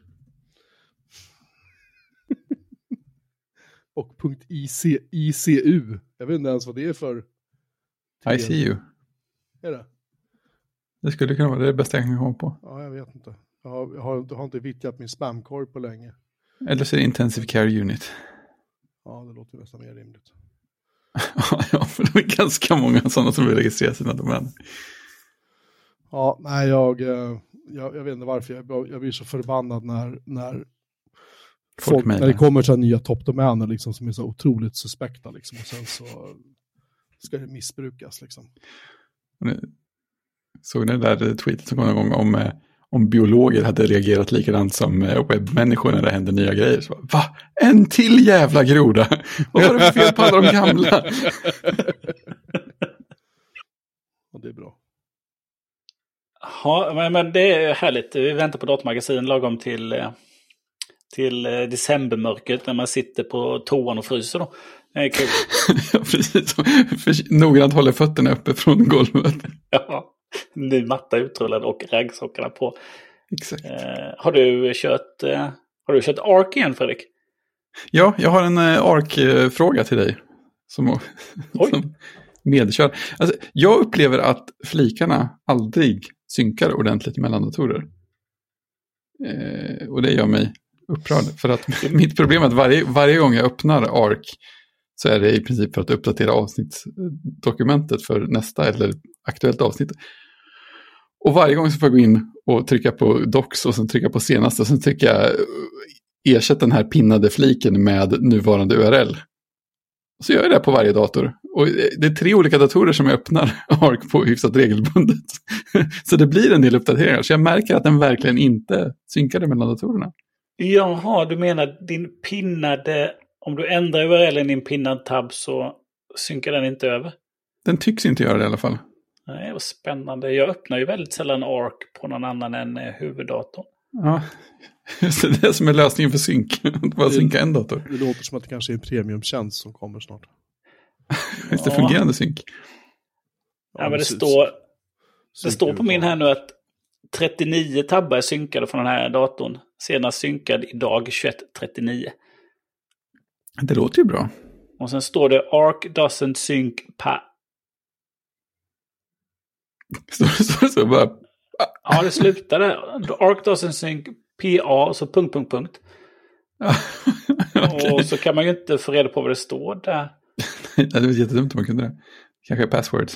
Och .ic, .icu. Jag vet inte ens vad det är för. I C U. Är det? Det skulle kunna vara det, det bästa jag kan komma på. Ja, jag vet inte. Jag har, jag har, jag har inte vittjat min spamkorg på länge. Eller så är det Intensive Care Unit. Ja, det låter nästan mer rimligt. Ja, för det är ganska många sådana som vill registrera sina domäner. Ja, nej, jag, jag, jag vet inte varför. Jag, jag blir så förbannad när, när, folk, folk när det kommer så nya toppdomäner liksom, som är så otroligt suspekta. Liksom, och sen så ska det missbrukas. Liksom. Såg ni det där tweetet som kom en gång om, om biologer hade reagerat likadant som webbmänniskor när det händer nya grejer. Så, va? En till jävla groda! Vad var det för fel på alla de gamla? Och det är bra. Ja, men, men det är härligt. Vi väntar på Datamagasin lagom till, till decembermörkret när man sitter på toan och fryser då. Det är kul. Ja, precis. För, noggrant håller fötterna uppe från golvet. Ja, ny matta utrullad och raggsockorna på. Exakt. Eh, har du kört eh, har du kört Ark igen, Fredrik? Ja, jag har en eh, Ark-fråga till dig. Som, som medkör. Alltså, jag upplever att flikarna aldrig synkar ordentligt mellan datorer. Eh, och det gör mig upprörd. För att mitt problem är att varje, varje gång jag öppnar Ark så är det i princip för att uppdatera avsnittsdokumentet för nästa eller aktuellt avsnitt. Och varje gång så får jag gå in och trycka på docs och sen trycka på senaste och sen trycker jag ersätta den här pinnade fliken med nuvarande U R L. Så gör jag det på varje dator. Och det är tre olika datorer som jag öppnar Ark på hyfsat regelbundet. Så det blir en del uppdateringar. Så jag märker att den verkligen inte synkade mellan datorerna. Jaha, du menar din pinnade... Om du ändrar U R L i din pinnad tab så synkar den inte över? Den tycks inte göra det i alla fall. Nej, vad spännande. Jag öppnar ju väldigt sällan Ark på någon annan än huvuddatorn. Ja, just det, det är som är lösningen för synk. Att bara synka en dator. Det låter som att det kanske är en premiumtjänst som kommer snart. Just det, fungerande synk. Ja, ja men det står, det står på min här nu att trettionio tabbar är synkade från den här datorn. Senast synkad idag tjugoett trettionio. Det låter ju bra. Och sen står det Ark doesn't sync pa. Står det så, så bara... Ja, det slutade. Ark doesn't sync P A och så punkt, punkt, punkt. Okay. Och så kan man ju inte få reda på vad det står där. Nej, det var jättedumt om man kunde det. Kanske passwords.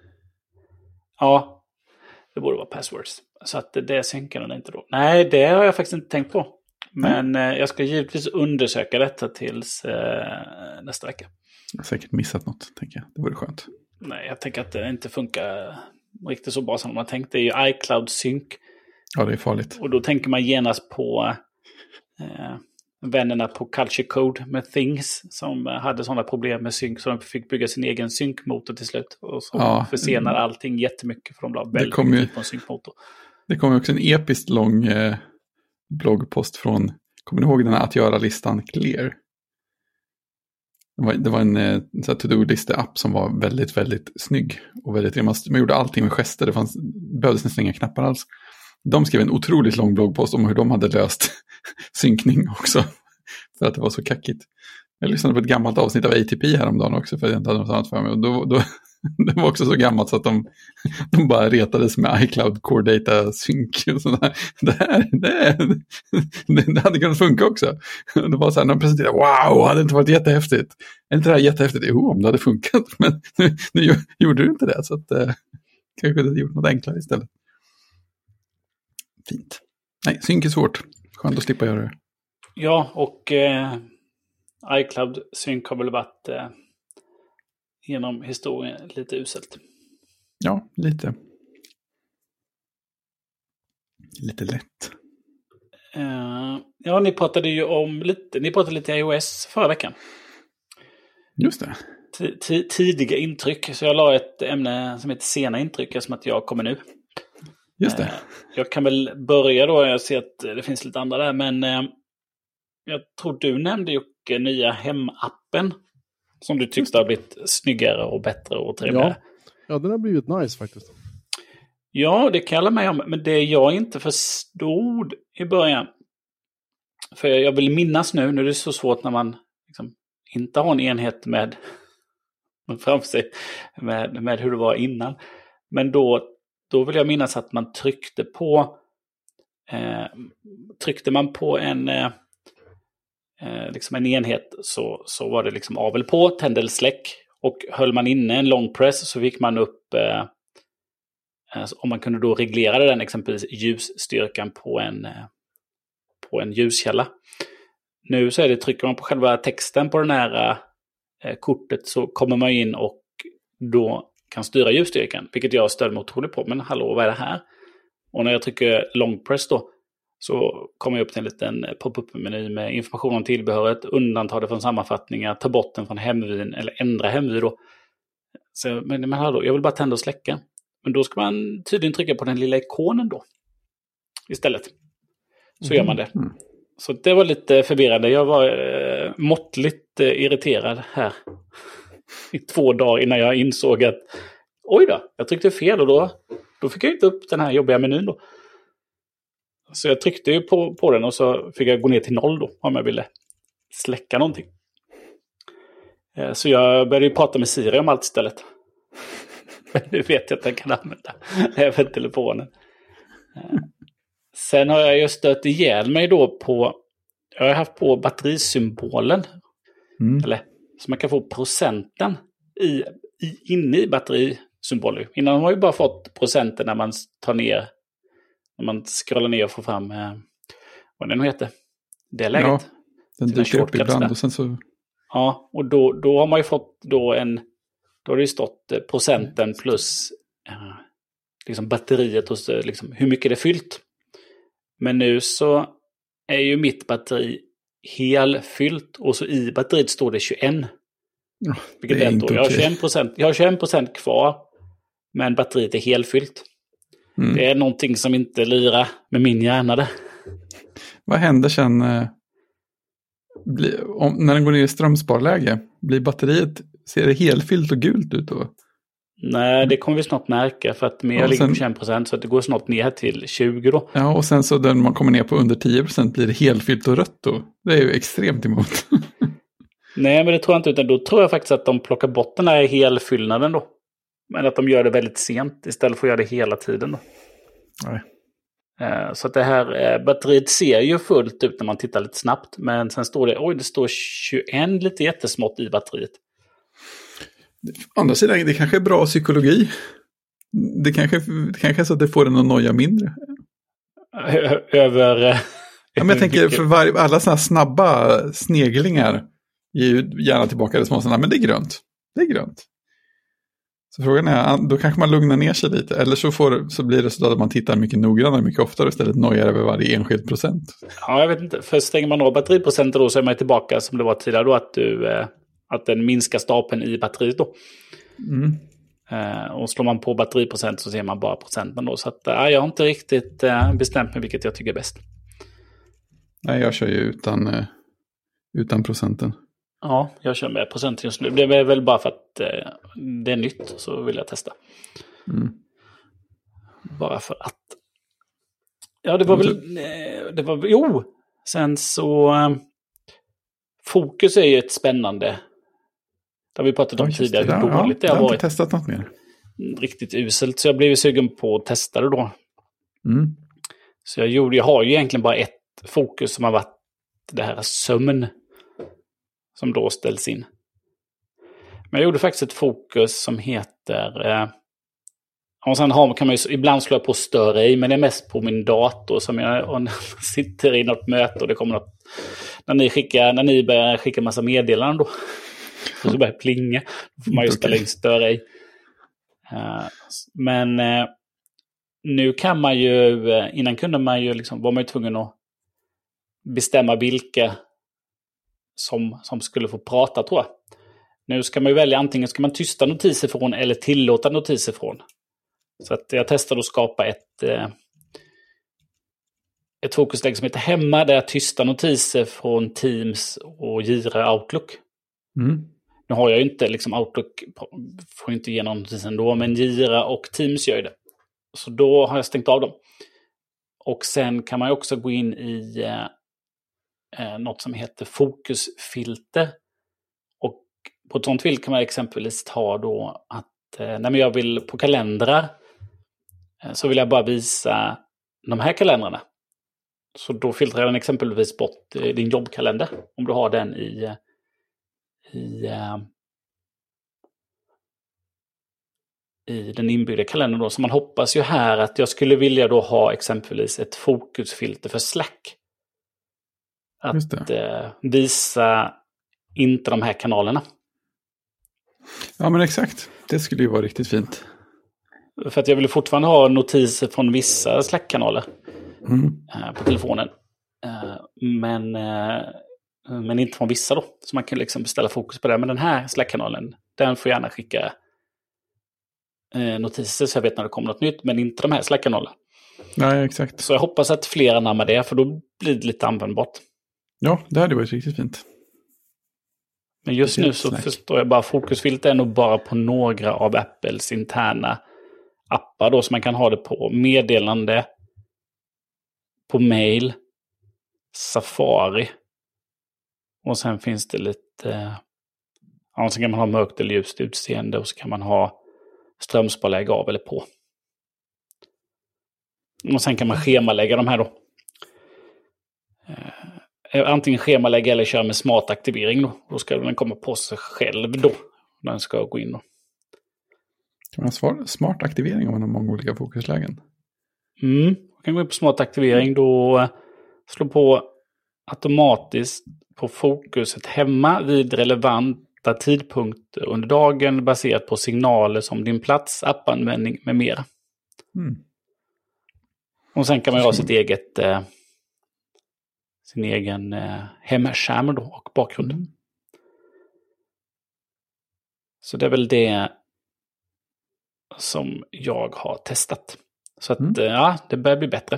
Ja, det borde vara passwords. Så att det, det synkar den inte då. Nej, det har jag faktiskt inte tänkt på. Men mm. eh, jag ska givetvis undersöka detta tills eh, nästa vecka. Jag har säkert missat något, tänker jag. Det vore skönt. Nej, jag tänker att det inte funkar riktigt så bra som man tänkte. Det är ju iCloud Sync. Ja, det är farligt. Och då tänker man genast på eh, vännerna på Culture Code med Things som hade sådana problem med synk så de fick bygga sin egen synkmotor till slut. Och så ja, försenar allting jättemycket för de la väldigt mycket tid på en synkmotor. Det kommer också en episkt lång eh, bloggpost från, kommer ni ihåg den här att göra-listan Clear? Det var, det var en, en to-do-liste-app som var väldigt, väldigt snygg. Och väldigt, man, man gjorde allting med gester, det fanns, behövdes nästan inga knappar alls. De skrev en otroligt lång bloggpost om hur de hade löst synkning också. För att det var så kackigt. Jag lyssnade på ett gammalt avsnitt av A T P häromdagen också för att jag inte hade något annat för mig. Och då, då, det var också så gammalt så att de, de bara retades med iCloud Core Data Sync. Och sådär. Det, här, det, det, det hade kunnat funka också. Det var så här, när de presenterade, wow, hade inte varit jättehäftigt. Är inte det här jättehäftigt? Jo, om det hade funkat. Men nu, nu gjorde du inte det. Så att, eh, kanske hade gjort något enklare istället. Fint. Nej, synk är svårt. Skönt att slippa göra det. Ja, och eh, iCloud synk har väl varit eh, genom historien lite uselt. Ja, lite. Lite lätt. Uh, ja, ni pratade ju om lite, ni pratade lite iOS förra veckan. Just det. T- t- tidiga intryck. Så jag la ett ämne som heter sena intryck som att jag kommer nu. Just det. Uh, jag kan väl börja då. Jag ser att det finns lite andra där. Men uh, jag tror du nämnde Jocke nya hemappen. Som du tyckte har blivit snyggare och bättre och trevligare. Ja. ja, den har blivit nice faktiskt. Ja, det kan jag hålla med om. Men det jag inte förstod i början. För jag vill minnas nu. Nu är det så svårt när man liksom inte har en enhet med framför sig. Med, med hur det var innan. Men då, då vill jag minnas att man tryckte på. Eh, tryckte man på en... Eh, liksom en enhet så, så var det liksom av eller på, tänd eller släck. Och höll man inne en long press så fick man upp eh, om man kunde då reglera den exempelvis ljusstyrkan på en, eh, på en ljuskälla. Nu så är det, trycker man på själva texten på den här eh, kortet så kommer man in och då kan styra ljusstyrkan. Vilket jag stöd mig otroligt på. Men hallå, vad är det här? Och när jag trycker long press då så kommer jag upp till en liten pop-up-meny med information om tillbehöret, undanta det från sammanfattningar, ta bort den från hemvyn eller ändra hemvy då. Så, men, men hallå, jag vill bara tända och släcka. Men då ska man tydligen trycka på den lilla ikonen då istället. Så gör man det. Mm. Så det var lite förvirrande. Jag var eh, måttligt eh, irriterad här i två dagar innan jag insåg att oj då, jag tryckte fel och då, då fick jag inte upp den här jobbiga menyn då. Så jag tryckte ju på, på den och så fick jag gå ner till noll då om jag ville släcka någonting. Eh, så jag började ju prata med Siri om allt istället. Men nu vet jag att jag kan använda även telefonen. Eh, sen har jag ju stött ihjäl mig då på, jag har haft på batterisymbolen. Mm. Eller så man kan få procenten i, i, inne i batterisymboler. Innan har man ju bara fått procenten när man tar ner, när man scrollar ner och får fram, eh, vad det nu heter. Det läget. Ja, den dyker upp ibland och sen så... Ja, och då, då har man ju fått då en, då har det ju stått eh, procenten plus eh, liksom batteriet och så, liksom, hur mycket det är fyllt. Men nu så är ju mitt batteri helfyllt och så i batteriet står det tjugoett. Ja, vilket det är är inte då. Jag har okej. tjugoett procent, jag har tjugoett procent kvar, men batteriet är helfyllt. Mm. Det är någonting som inte lirar med min hjärna där. Vad händer sen eh, bli, om, när den går ner i strömsparläge? Blir batteriet, ser det helfyllt och gult ut då? Nej, det kommer vi snart märka för att med Ja, jag ligger på sen- tjugoett procent så att det går snart ner till tjugo då. Ja, och sen så när man kommer ner på under tio procent blir det helfyllt och rött då. Det är ju extremt emot. Nej, men det tror jag inte, utan då tror jag faktiskt att de plockar bort den här helfyllnaden då. Men att de gör det väldigt sent istället för att göra det hela tiden då. Nej. Eh, Så att det här eh, batteriet ser ju fullt ut när man tittar lite snabbt. Men sen står det, oj det står tjugoett lite jättesmått i batteriet. Å andra sidan, det kanske är bra psykologi. Det kanske, det kanske är så att det får en att noja mindre. Ö- Över... eh, Ja, men jag tänker för varje, alla sådana snabba sneglingar ger ju gärna tillbaka det små sådana, men det är grönt. Det är grönt. Så frågan är, då kanske man lugnar ner sig lite. Eller så, får, så blir det så att man tittar mycket noggrannare, mycket oftare och istället nojar över varje enskild procent. Ja, jag vet inte. För stänger man av batteriprocenten då så är man tillbaka som det var tidigare då. Att, du, eh, att den minskar stapeln i batteriet då. Mm. Eh, och slår man på batteriprocent så ser man bara procenten då. Så att, eh, jag har inte riktigt eh, bestämt mig vilket jag tycker är bäst. Nej, jag kör ju utan, eh, utan procenten. Ja, jag kör med procent just nu. Det är väl bara för att eh, det är nytt så vill jag testa. Mm. Bara för att. Ja, det var väl... eh, Det var, jo! Sen så... Eh, fokus är ju ett spännande... Det har vi pratat om Ja, just tidigare. det. Hur Ja, dåligt det jag har har varit. inte testat något mer. Riktigt uselt. Så jag blev ju sugen på att testa det då. Mm. Så jag gjorde... Jag har ju egentligen bara ett fokus som har varit det här sömn. Som då ställs in. Men jag gjorde faktiskt ett fokus som heter... Eh, och sen har, kan man ju ibland slå på större i, men det är mest på min dator som jag och när jag sitter i något möte och det kommer något... När ni, skickar, när ni börjar skicka massa meddelanden då. Och så börjar det plinga. Då får man ju ställa in större i. Uh, men uh, nu kan man ju... Uh, innan kunde man ju liksom... Var man ju tvungen att bestämma vilka... Som, som skulle få prata, tror jag. Nu ska man ju välja, antingen ska man tysta notiser från eller tillåta notiser från. Så att jag testade att skapa ett, eh, ett fokuslägg som heter hemma, där jag tystar notiser från Teams och Jira Outlook. Mm. Nu har jag ju inte, liksom Outlook får inte ge någon notis ändå, men Jira och Teams gör ju det. Så då har jag stängt av dem. Och sen kan man ju också gå in i... Eh, Eh, något som heter fokusfilter. Och på ett sånt filter kan man exempelvis ta då att eh, när jag vill på kalendrar eh, så vill jag bara visa de här kalendrarna. Så då filtrerar den exempelvis bort eh, din jobbkalender om du har den i i, eh, i den inbyggda kalendern då. Så man hoppas ju här att jag skulle vilja då ha exempelvis ett fokusfilter för Slack. Att eh, visa inte de här kanalerna. Ja, men exakt. Det skulle ju vara riktigt fint. För att jag vill fortfarande ha notiser från vissa Slack-kanaler Mm. på telefonen. Men, men inte från vissa då. Så man kan liksom beställa fokus på det. Men den här Slack-kanalen, den får gärna skicka notiser så jag vet när det kommer något nytt. Men inte de här Slack-kanalerna. Nej, exakt. Så jag hoppas att fler anammar det, för då blir det lite användbart. Ja, det hade varit riktigt fint. Men just nu så Slack. Förstår jag bara, fokusfilter är nog bara på några av Apples interna appar då, så man kan ha det på meddelande, på mail, Safari. Och sen finns det lite, ja, så kan man ha mörkt eller ljust utseende, och så kan man ha strömsparlägg av eller på. Och sen kan man schemalägga de här då. Antingen schemalägga eller köra med smart aktivering då. Då ska den komma på sig själv då. Den ska gå in då. Kan man ha smart aktivering om man har många olika fokuslägen? Mm, man kan gå in på smart aktivering då. Slå på automatiskt på fokuset hemma vid relevanta tidpunkter under dagen baserat på signaler som din plats, appanvändning med mera. Mm. Och sen kan man ha sitt eget eh, sin egen eh, hemskärm då och bakgrund. Mm. Så det är väl det som jag har testat. Så att mm. eh, ja, det börjar bli bättre.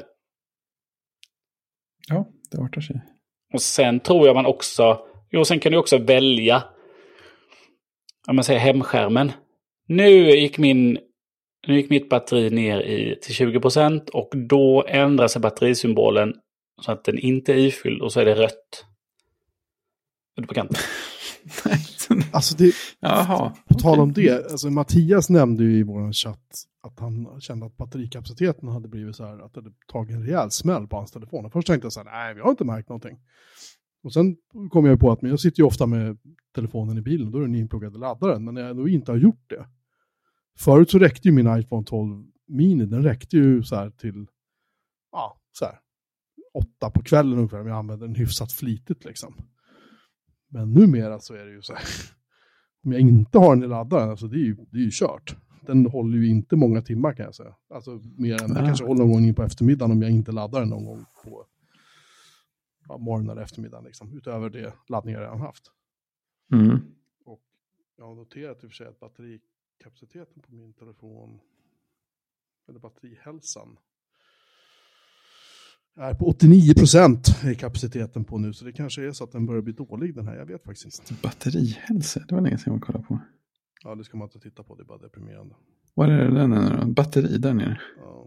Ja, det vartar sig. Och sen tror jag man också, jo sen kan du också välja, om man säger hemskärmen. Nu gick min Nu gick mitt batteri ner i, till tjugo procent och då ändrar sig batterisymbolen så att den inte är ifylld och så är det rött. Är du på kanten? Alltså det, Jaha, på tal om det, alltså Mattias nämnde ju i vår chatt att han kände att batterikapaciteten hade blivit så här, att det hade tagit en rejäl smäll på hans telefon. Och först tänkte jag så här, nej vi har inte märkt någonting. Och sen kom jag på att men jag sitter ju ofta med telefonen i bilen, då är den inpluggad i laddaren, men när jag då inte har gjort det. Förut så räckte ju min iPhone tolv mini, den räckte ju så här till ja, så här åtta på kvällen ungefär, om jag använder den hyfsat flitigt liksom. Men numera så är det ju så här, om jag inte har den i laddaren, alltså det är ju, det är ju kört. Den håller ju inte många timmar kan jag säga. Alltså mer än, den kanske håller någon gång in på eftermiddagen om jag inte laddar den någon gång på ja, morgon eller eftermiddagen liksom, utöver det laddningar jag redan haft. Mm. Och jag har noterat i och för sig att batterikapaciteten på min telefon, eller batterihälsan, är på åttionio procent i kapaciteten på nu, så det kanske är så att den börjar bli dålig den här, jag vet faktiskt inte. Batterihälsa, det var länge sedan jag kollade på. Ja, det ska man inte titta på, det är bara deprimerande. Vad är det där då? Batteri där nere? Ja.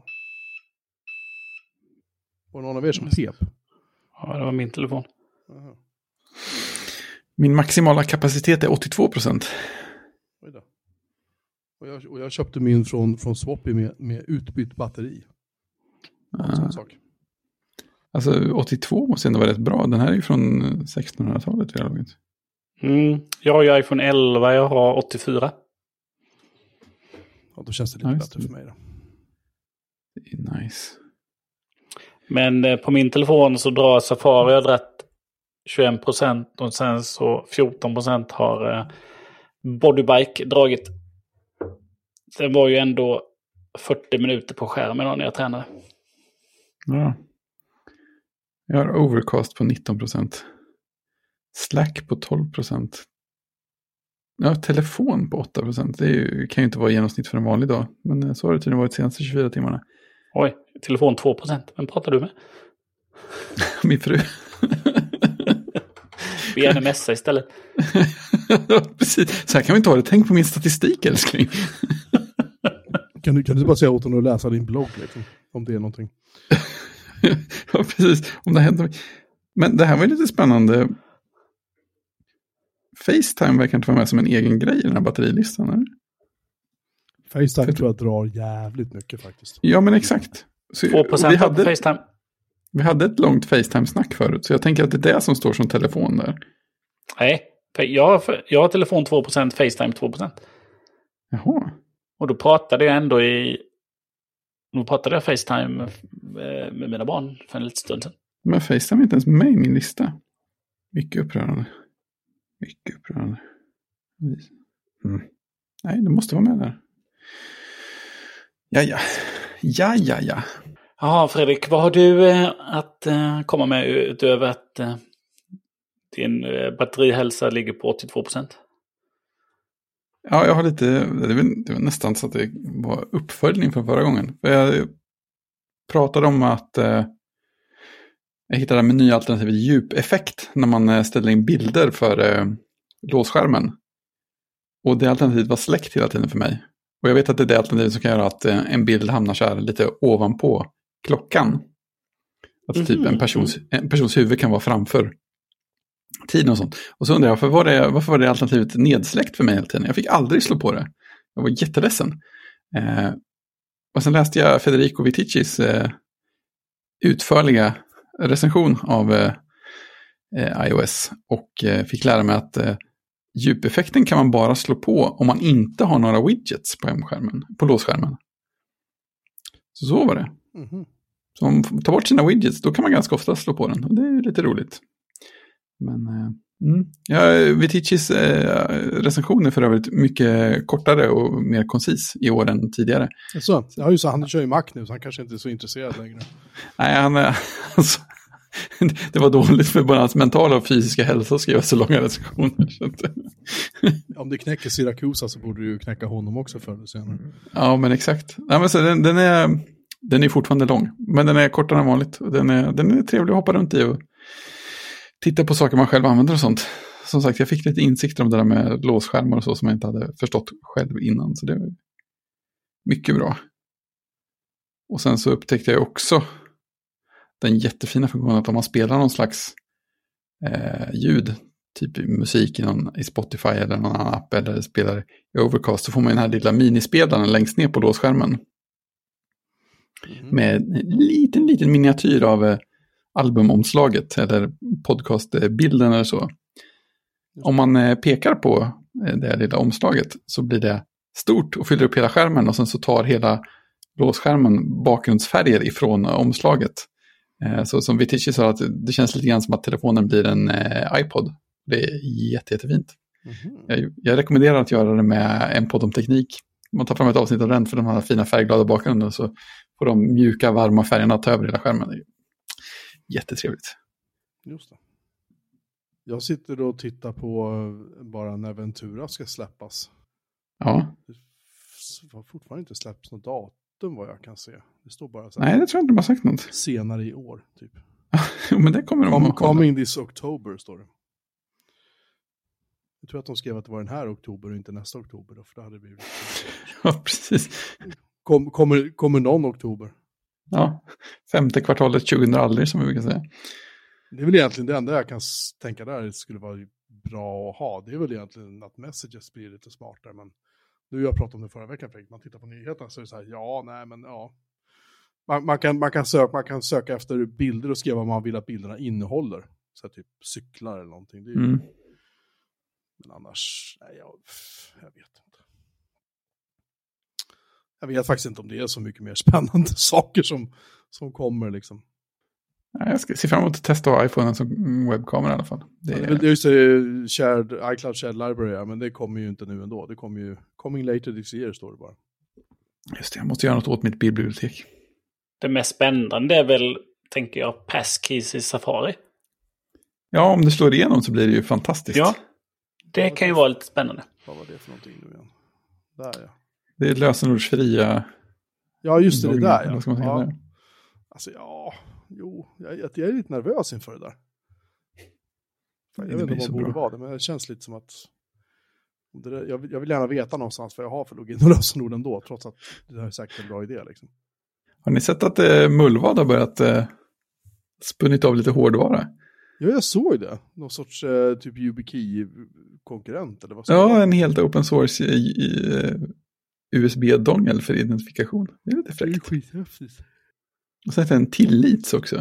Var det någon av er som pep? Ja, det var min telefon. Aha. Min maximala kapacitet är åttiotvå procent. Oj då. Och jag, och jag köpte min från, från Swappy med, med utbytt batteri. Ah. Sån sak. Alltså åttiotvå måste ändå vara rätt bra. Den här är ju från sextonhundratalet vi har lagat. Mm, jag har ju iPhone elva, jag har åttiofyra. Ja, då känns det lite nice. Bättre för mig då. Det är nice. Men eh, på min telefon så drar Safari har dratt tjugoen procent och sen så fjorton procent har eh, Bodybike dragit. Det var ju ändå fyrtio minuter på skärmen när jag tränade. Ja. Jag har Overcast på nitton procent. Slack på tolv procent. Ja, telefon på åtta procent. Det är ju, kan ju inte vara genomsnitt för en vanlig dag. Men så har det tydligen varit de senaste tjugofyra timmarna. Oj, telefon två procent. Vem pratar du med? Min fru. Vi gärna mässa istället. Ja, precis. Så här kan vi inte ha det. Tänk på min statistik, älskling. Kan du, kan du bara säga åt honom att läsa din blogg liksom, om det är någonting? Ja, precis. Om det händer. Men det här var ju lite spännande. FaceTime verkar inte vara med som en egen grej i den här batterilistan, eller? FaceTime tror jag drar jävligt mycket faktiskt. Ja, men exakt. Så två procent vi hade, på FaceTime. Vi hade ett långt FaceTime-snack förut, så jag tänker att det är det som står som telefon där. Nej, jag har, jag har telefon två procent, FaceTime två procent. Jaha. Och då pratade jag ändå i... Då pratade jag FaceTime med mina barn för en liten stund sedan. Men FaceTime är inte ens med i min lista. Mycket upprörande. Mycket upprörande. Mm. Nej, det måste vara med där. Ja, ja. Ja, ja, ja. Ja, Fredrik, vad har du eh, att eh, komma med utöver att eh, din eh, batterihälsa ligger på åttiotvå procent? Ja, jag har lite, det var, det var nästan så att det var uppföljning från förra gången. Jag pratade om att eh, jag hittade med nya alternativet djupeffekt när man eh, ställer in bilder för eh, låsskärmen. Och det alternativet var släckt hela tiden för mig. Och jag vet att det är det alternativet som kan göra att eh, en bild hamnar så här lite ovanpå klockan. Alltså typ en persons, en persons huvud kan vara framför tiden och sånt. Och så undrar jag, varför var det, varför var det alternativet nedsläckt för mig hela tiden? Jag fick aldrig slå på det. Jag var jätteledsen. Eh, och sen läste jag Federico Viticis eh, utförliga recension av eh, eh, iOS. Och eh, fick lära mig att eh, djupeffekten kan man bara slå på om man inte har några widgets på hemskärmen, på låsskärmen. Så så var det. Mm-hmm. Så om man tar bort sina widgets, då kan man ganska ofta slå på den. Och det är lite roligt. Men eh, mm. ja, Viticis eh, recension är för övrigt mycket kortare och mer koncis i år än tidigare. Så, ja, just så, han kör ju Mac nu så han kanske inte är så intresserad längre. Nej, han är... Alltså, det var dåligt för både hans mentala och fysiska hälsa att skriva så långa recensioner. Om det knäcker Siracusa så borde du ju knäcka honom också förr eller senare. Ja, men exakt. Nej, men så den, den, är, den är fortfarande lång, men den är kortare än vanligt. Och den, är, den är trevlig att hoppa runt i och titta på saker man själv använder och sånt. Som sagt, jag fick lite insikter om det där med låsskärmar och så som jag inte hade förstått själv innan. Så det var mycket bra. Och sen så upptäckte jag också den jättefina funktionen att om man spelar någon slags eh, ljud, typ musik i, någon, i Spotify eller någon annan app eller spelar i Overcast, så får man den här lilla minispelaren längst ner på låsskärmen. Mm. Med en liten, liten miniatyr av eh, albumomslaget eller podcastbilden eller så. Om man eh, pekar på eh, det lilla omslaget så blir det stort och fyller upp hela skärmen och sen så tar hela låsskärmen bakgrundsfärger ifrån eh, omslaget. Så som Vitici sa, att det känns lite grann som att telefonen blir en eh, iPod. Det är jätte, jättefint. Mm-hmm. Jag, jag rekommenderar att göra det med en podd om teknik. Man tar fram ett avsnitt av den för de här fina färgglada bakgrunden så får de mjuka, varma färgerna att ta över hela skärmen. Det är jättetrevligt. Just det. Jag sitter och tittar på bara när Ventura ska släppas. Ja. Det har fortfarande inte släppts något datum vad jag kan se. Det står bara så här. Nej, det tror jag inte de har sagt något. Senare i år, typ. Jo, men det kommer de Com- Coming this October, står det. Jag tror att de skrev att det var den här oktober och inte nästa oktober. Då, för det hade blivit... Ja, precis. Kom, kommer, kommer någon oktober? Ja, femte kvartalet tjugo aldrig som vi brukar säga. Det är väl egentligen det enda jag kan tänka där skulle vara bra att ha. Det är väl egentligen att messages blir lite smartare, men nu jag pratade om det förra veckan, för man tittar på nyheterna så är det så här, ja, nej, men ja. Man, man, kan, man, kan söka, man kan söka efter bilder och skriva vad man vill att bilderna innehåller. Så här, typ cyklar eller någonting. Det är ju... mm. Men annars, nej, jag, jag vet inte. Jag vet faktiskt inte om det är så mycket mer spännande saker som, som kommer liksom. Jag ska se fram emot att testa iPhone som webbkamera i alla fall. Det är, ja, det är just det, shared, iCloud Shared Library, ja, men det kommer ju inte nu ändå. Det kommer ju, coming later this year står det bara. Just det, jag måste göra något åt mitt bibliotek. Det mest spännande är väl, tänker jag, passkeys i Safari. Ja, om det slår igenom så blir det ju fantastiskt. Ja, det kan ju vara lite spännande. Vad var det för någonting nu igen? Där, ja. Det är lösenordsfria. Ja, just det, det där, ja. ja. ja. Alltså, ja... Jo, jag, jag är lite nervös inför det där. Jag vet inte vad det borde vara det, men det känns lite som att det där, jag, vill, jag vill gärna veta någonstans vad jag har för login och lösenord ändå, trots att det är säkert en bra idé. Liksom. Har ni sett att eh, Mullvad har börjat eh, spunnit av lite hårdvara? Ja, jag såg det. Någon sorts eh, typ YubiKey-konkurrent eller vad som Ja, en helt open source i, i, uh, U S B-dongel för identifikation. Det är lite fräckt. Det är skithäftigt. Och så heter det en tillits också.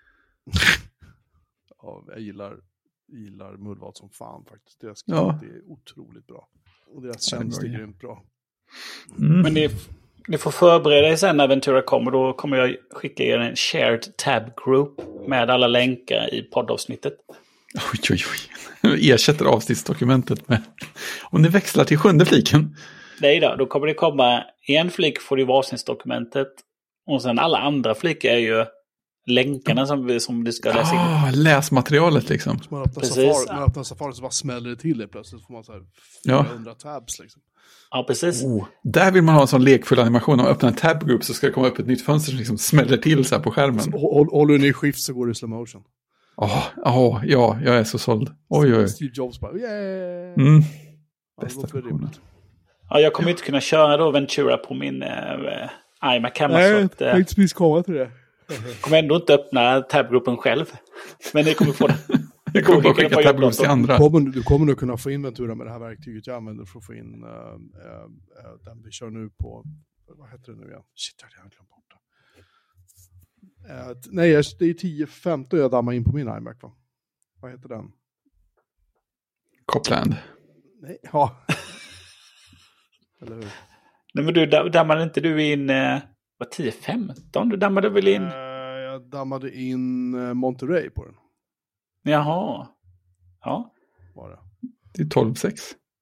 Ja, jag gillar, gillar Mullvad som fan faktiskt. Deras ja. Det är otroligt bra. Och deras tjänst är grymt bra. Mm. Men ni, ni får förbereda er sen när Ventura kommer. Då kommer jag skicka er en shared tab group med alla länkar i poddavsnittet. Oj, oj, oj. Ersätter avsnittsdokumentet med... Om ni växlar till sjunde fliken. Nej då, då kommer det komma en flik för det varsinsdokumentet och sen alla andra flikar är ju länkarna som, som du ska läsa in. Ah, läsmaterialet liksom. Så man öppnar Precis. Safari, man öppnar Safari så bara smäller det till det plötsligt. Så får man så här fyrahundra ja. tabs liksom. Ja, precis. Oh, där vill man ha en sån lekfull animation. Om man öppnar en tab-group så ska det komma upp ett nytt fönster som liksom smäller till så här på skärmen. Håll, håller du i skift så går det i slow motion. Ja, oh, oh, ja, jag är så såld. Oj, oj. Steve Jobs bara, yeah! Mm. Ja, Bästa funktionen. Ja, jag kommer inte kunna köra då Ventura på min äh, iMac hemma. Nej, så att, äh, jag tänkte precis komma till det. Jag kommer ändå inte öppna tabgruppen själv. Men ni kommer få det. Jag kommer bara skicka tabgroups till andra. Du kommer, du kommer nog kunna få in Ventura med det här verktyget jag använder för att få in uh, uh, uh, den vi kör nu på, vad heter det nu igen? Shit, jag har glömt bort det. Uh, nej, det är tio femton jag dammar in på min iMac, va? Vad heter den? Copland. Nej, ja. Eller hur? Nej, men du dammade inte du in... Uh... Vad tio femton? Du dammade väl in? Uh, jag dammade in uh, Monterey på den. Jaha. Ja. Var det? Det är tolv sex.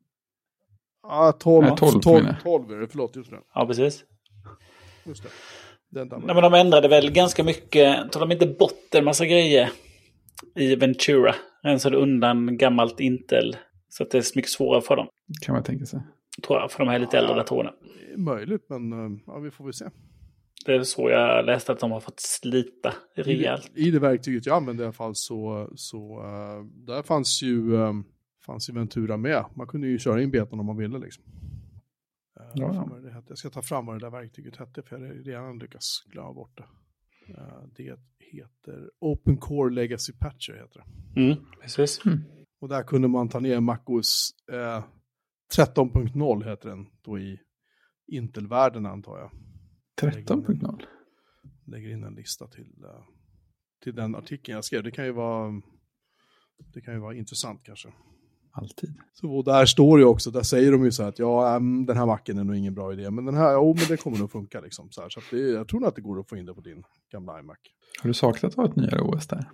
Ja, tolv, Nej, tolv, tolv, tolv är det. Förlåt, just det. Ja, precis. Just det. Den dammade. Nej, men de ändrade väl ganska mycket. Tog de inte bort en massa grejer i Ventura? Rensade undan gammalt Intel. Så att det är mycket svårare för dem. Kan man tänka sig. Tror jag, för de här lite äldre datorerna. Det är möjligt, men ja, vi får väl se. Det är så jag läste att de har fått slita rejält. I det, i det verktyget jag använde i alla fall så, så uh, där fanns ju, um, fanns ju Ventura med. Man kunde ju köra in betan om man ville liksom. Uh, ja. det jag ska ta fram vad det där verktyget hette för jag har redan lyckats glömma bort det. Uh, det heter Open Core Legacy Patcher heter det. Mm, precis. Mm. Och där kunde man ta ner MacOS uh, tretton punkt noll heter den då i Intel-världen antar jag. tretton punkt noll? Lägger in en lista till, uh, till den artikeln jag skrev. Det kan ju vara, det kan ju vara intressant kanske. Alltid. Så där står det också, där säger de ju så här att ja, um, den här macken är nog ingen bra idé. Men den här, jo men det kommer nog funka liksom. Så, här, så att det, jag tror nog att det går att få in det på din gamla iMac. Har du saknat att ha ett nyare O S där?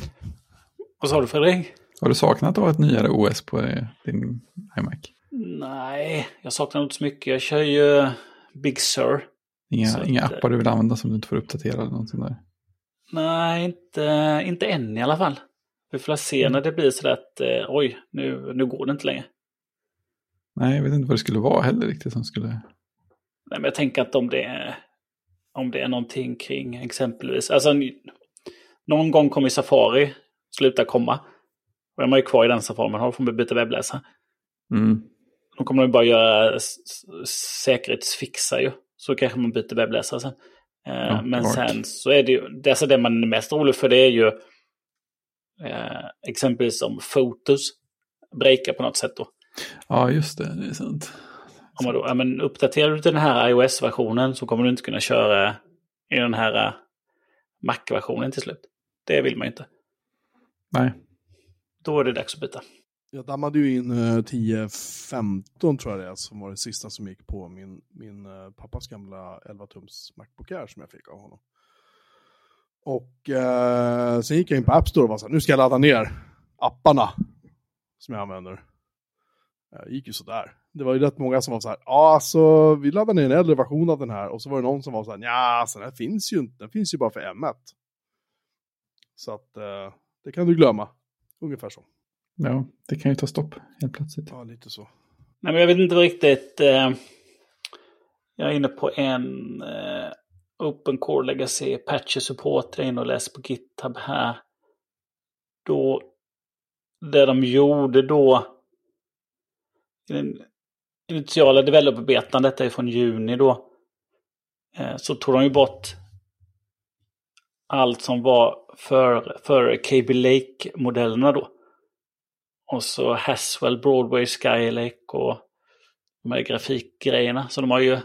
Vad sa du Fredrik? Har du saknat att ha ett nyare O S på din iMac? Nej, jag saknar inte så mycket. Jag kör ju Big Sur. Inga, inga appar du vill använda som du inte får uppdatera eller någonting där? Nej, inte, inte än i alla fall. Vi får se när det blir så att eh, oj, nu, nu går det inte längre. Nej, jag vet inte vad det skulle vara heller riktigt som skulle... Nej, men jag tänker att om det är, om det är någonting kring exempelvis... Alltså, någon gång kommer Safari sluta komma. Och är man ju kvar i den Safari, man har får man byta webbläsare. Mm. Då kommer de bara göra säkerhetsfixar ju. Så kanske man byter webbläsare sen. Ja, men klart. Sen så är det ju, det, alltså det man är mest rolig för det är ju eh, exempelvis om fotos breakar på något sätt då. Ja, just det, det är sant. Om man då, ja, men uppdaterar du den här iOS-versionen så kommer du inte kunna köra i den här uh, Mac-versionen till slut. Det vill man ju inte. Nej. Då är det dags att byta. Jag dammade ju in uh, tio femton tror jag det är, som var det sista som gick på min, min uh, pappas gamla elva tums MacBook Air som jag fick av honom. Och uh, sen gick jag in på App Store och var så här, nu ska jag ladda ner apparna som jag använder. Det uh, gick ju sådär. Det var ju rätt många som var så här, ja alltså vi laddar ner en äldre version av den här. Och så var det någon som var så här, ja alltså den här finns ju inte, den finns ju bara för M ett. Så att uh, det kan du glömma. Ungefär så. Ja, det kan ju ta stopp helt plötsligt. Ja, lite så. Nej, men jag vet inte riktigt. Eh, jag är inne på en eh, Open Core Legacy Patcher Support. Jag är inne och läser på GitHub här. Då, det de gjorde då i den initiala developer-betan, detta är från juni då, eh, så tog de ju bort allt som var för, för Kaby Lake-modellerna då. Och så Haswell, Broadway, Skylake och de här grafikgrejerna. Så de har ju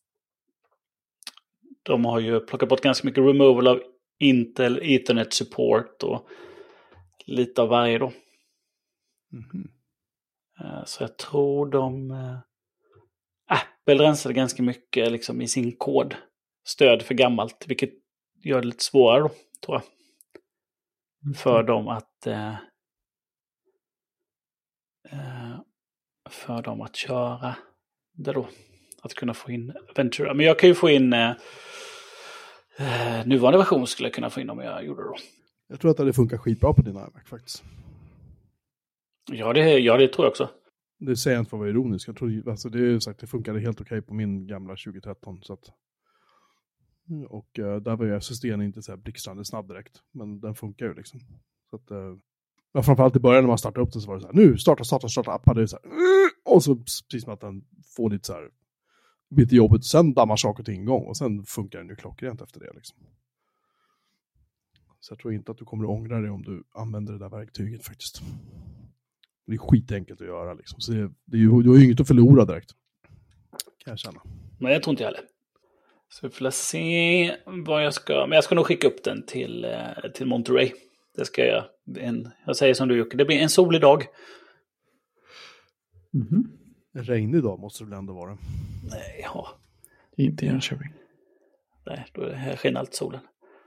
de har ju plockat bort ganska mycket removal av Intel, Ethernet support och lite av varje då. Mm-hmm. Så jag tror de Apple rensade ganska mycket liksom i sin kod. Stöd för gammalt, vilket gör det lite svårare då, tror jag. Mm-hmm. För dem att för dem att köra det då. Att kunna få in Ventura. Men jag kan ju få in eh, eh, nuvarande version skulle jag kunna få in om jag gjorde det då. Jag tror att det funkar skitbra på din iMac faktiskt. Ja, det, ja, det tror jag också. Det säger jag inte för att vara ironisk. Jag tror, alltså det är sagt, det funkade helt okej på min gamla tjugo tretton. Så att, och uh, där var ju S S D:n inte så här blixtrande snabb direkt. Men den funkar ju liksom. Så att, uh, ja, framförallt i början när man startade upp den så var det så här, nu starta, starta, starta appar. Det är så här, uh, och så precis som att den får lite så här, lite jobbigt. Sen dammar saker till ingång och sen funkar den ju klockrent efter det liksom. Så jag tror inte att du kommer att ångra dig om du använder det där verktyget faktiskt. Det är skitenkelt att göra liksom. Så det, det är ju, du har ju inget att förlora direkt. Kan jag känna. Men jag tror inte jag heller. Så vi får se vad jag ska... Men jag ska nog skicka upp den till, till Monterey. Det ska jag. En, jag säger som du Jocke, det blir en solig dag. Mm-hmm. En regnig dag måste det väl ändå vara. Nej, ja. Inte i Jönköping. Nej, då är det här skiner allt solen.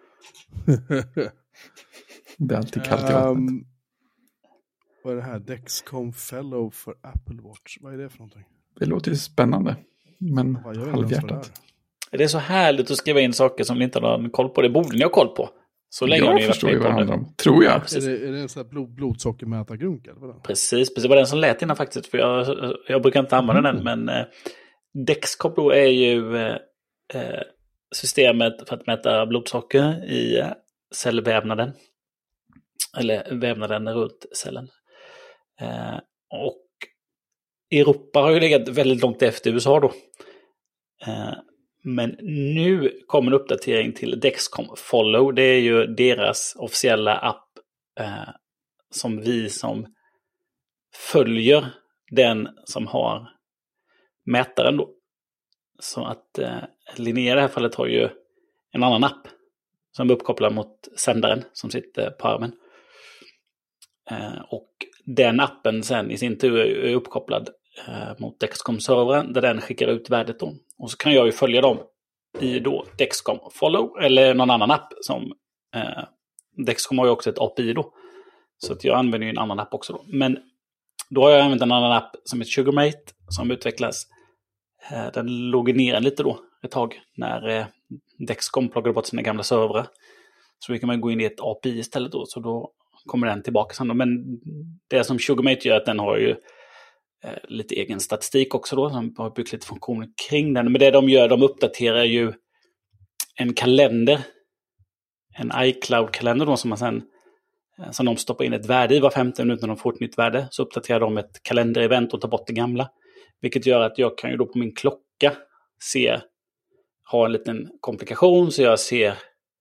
Det är alltid kallt i vattnet. Um, vad är det här? Dexcom Fellow för Apple Watch. Vad är det för någonting? Det låter ju spännande. Men halvhjärtat. Det är så härligt att skriva in saker som ni inte har koll på. Det borde ni ha koll på. Så länge jag har ni förstår ju vad det handlar om. Tror jag. Ja, är, det, är det en sån här blod, blodsockermätargrunk? Eller vad? Precis, precis. Det var den som lät innan faktiskt. För jag, jag brukar inte använda mm. den. Men eh, Dexcom då är ju eh, systemet för att mäta blodsocker i eh, cellvävnaden. Eller vävnaden runt cellen. Eh, och Europa har ju legat väldigt långt efter U S A då. Eh, men nu kommer en uppdatering till Dexcom Follow. Det är ju deras officiella app eh, som vi som följer den som har mätaren då. Så att eh, Linnea i det här fallet har ju en annan app som är uppkopplad mot sändaren som sitter på armen. Eh, och den appen sen i sin tur är uppkopplad eh, mot Dexcom-servern där den skickar ut värdet då. Och så kan jag ju följa dem i då Dexcom Follow eller någon annan app som eh, Dexcom har ju också ett A P I då. Så att jag använder ju en annan app också då. Men då har jag använt en annan app som heter Sugarmate som utvecklas. Eh, den låg ner lite då ett tag när eh, Dexcom plockade bort sina gamla servrar. Så då kan man gå in i ett A P I istället då. Så då kommer den tillbaka sen då. Men det som Sugarmate gör är att den har ju eh, lite egen statistik också då. De har byggt lite funktioner kring den. Men det de gör, de uppdaterar ju en kalender. En iCloud-kalender då som man sen eh, som de stoppar in ett värde i var femton minut när de får ett nytt värde. Så uppdaterar de ett kalenderevent och tar bort det gamla. Vilket gör att jag kan ju då på min klocka se, ha en liten komplikation så jag ser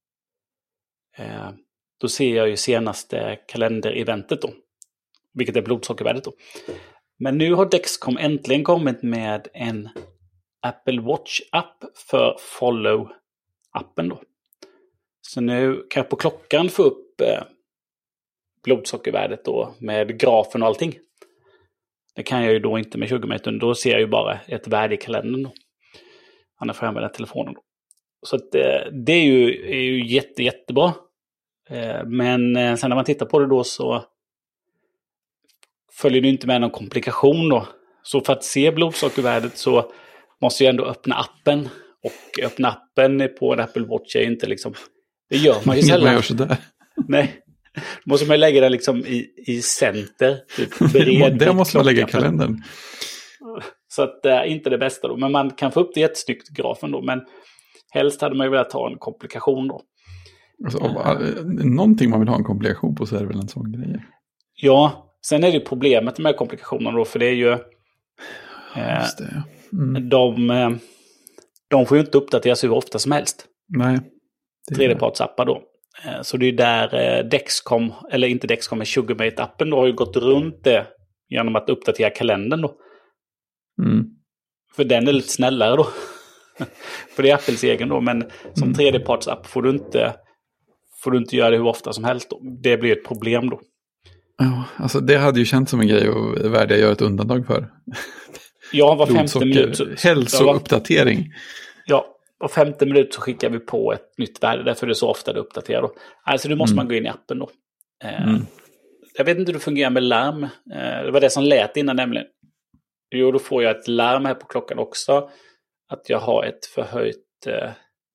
eh, då ser jag ju senaste kalendereventet då. Vilket är blodsockervärdet då. Men nu har Dexcom äntligen kommit med en Apple Watch-app för Follow-appen då. Så nu kan jag på klockan få upp eh, blodsockervärdet då med grafen och allting. Det kan jag ju då inte med Sugarmate. Då ser jag ju bara ett värde i kalendern då. Annars får jag använda telefonen då. Så att, eh, det är ju, är ju jätte, jättebra. Eh, men eh, sen när man tittar på det då så följer det inte med någon komplikation då. Så för att se blodsockervärdet så måste jag ändå öppna appen. Och öppna appen på en Apple Watch är inte liksom... Det gör man ju sällan. Man gör sådär. Nej. Då måste man lägga den liksom i, i center. Typ bred det måste man lägga i kalendern. Så att det är inte det bästa då. Men man kan få upp det jättesnyggt grafen då. Men helst hade man ju velat ha en komplikation då. Alltså, uh, någonting man vill ha en komplikation på så är det väl en sån grej. Ja, sen är det problemet med komplikationen då. För det är ju... Eh, Just det. Mm. De, eh, de får ju inte uppdateras hur ofta som helst. Nej. Tredjepartsappar då. Så det är där Dexcom, eller inte Dexcom, men Sugarmate-appen då har ju gått runt det genom att uppdatera kalendern då. Mm. För den är lite snällare då. För det är Apples egen då, men som mm. tredjepartsapp får du inte får du inte göra det hur ofta som helst då. Det blir ett problem då. Ja, alltså det hade ju känts som en grej och värde jag gör ett undantag för. Ja, var femte minut. Hälsouppdatering. Ja. Och femte minut så skickar vi på ett nytt värde. Därför är det så ofta det uppdaterar då. Alltså nu måste mm. man gå in i appen då. Eh, mm. Jag vet inte hur det fungerar med larm. Eh, det var det som lät innan nämligen. Jo, då får jag ett larm här på klockan också. Att jag har ett förhöjt eh,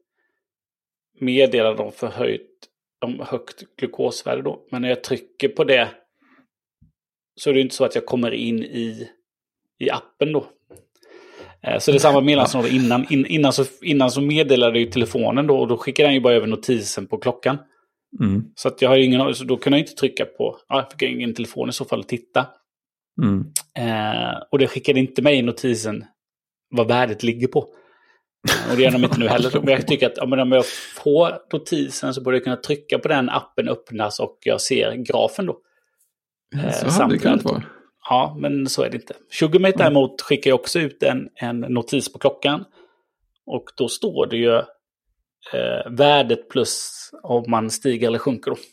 meddelande om förhöjt om högt glukosvärde då. Men när jag trycker på det så är det inte så att jag kommer in i, i appen då. Eh, så det är samma meddelande som innan. In, innan, så, innan så meddelade ju telefonen då och då skickar den ju bara över notisen på klockan. Mm. Så att jag har ingen, så då kan jag inte trycka på, ja, jag fick ingen telefon i så fall att titta. Mm. Eh, och det skickade inte mig notisen vad värdet ligger på. Eh, och det gör de inte nu heller. Men jag tycker att ja, men om jag får notisen så borde jag kunna trycka på den, appen öppnas och jag ser grafen då. Eh, så hade det kunnat vara. Ja, men så är det inte. Sugarmate däremot skickar jag också ut en, en notis på klockan. Och då står det ju eh, värdet plus om man stiger eller sjunker då.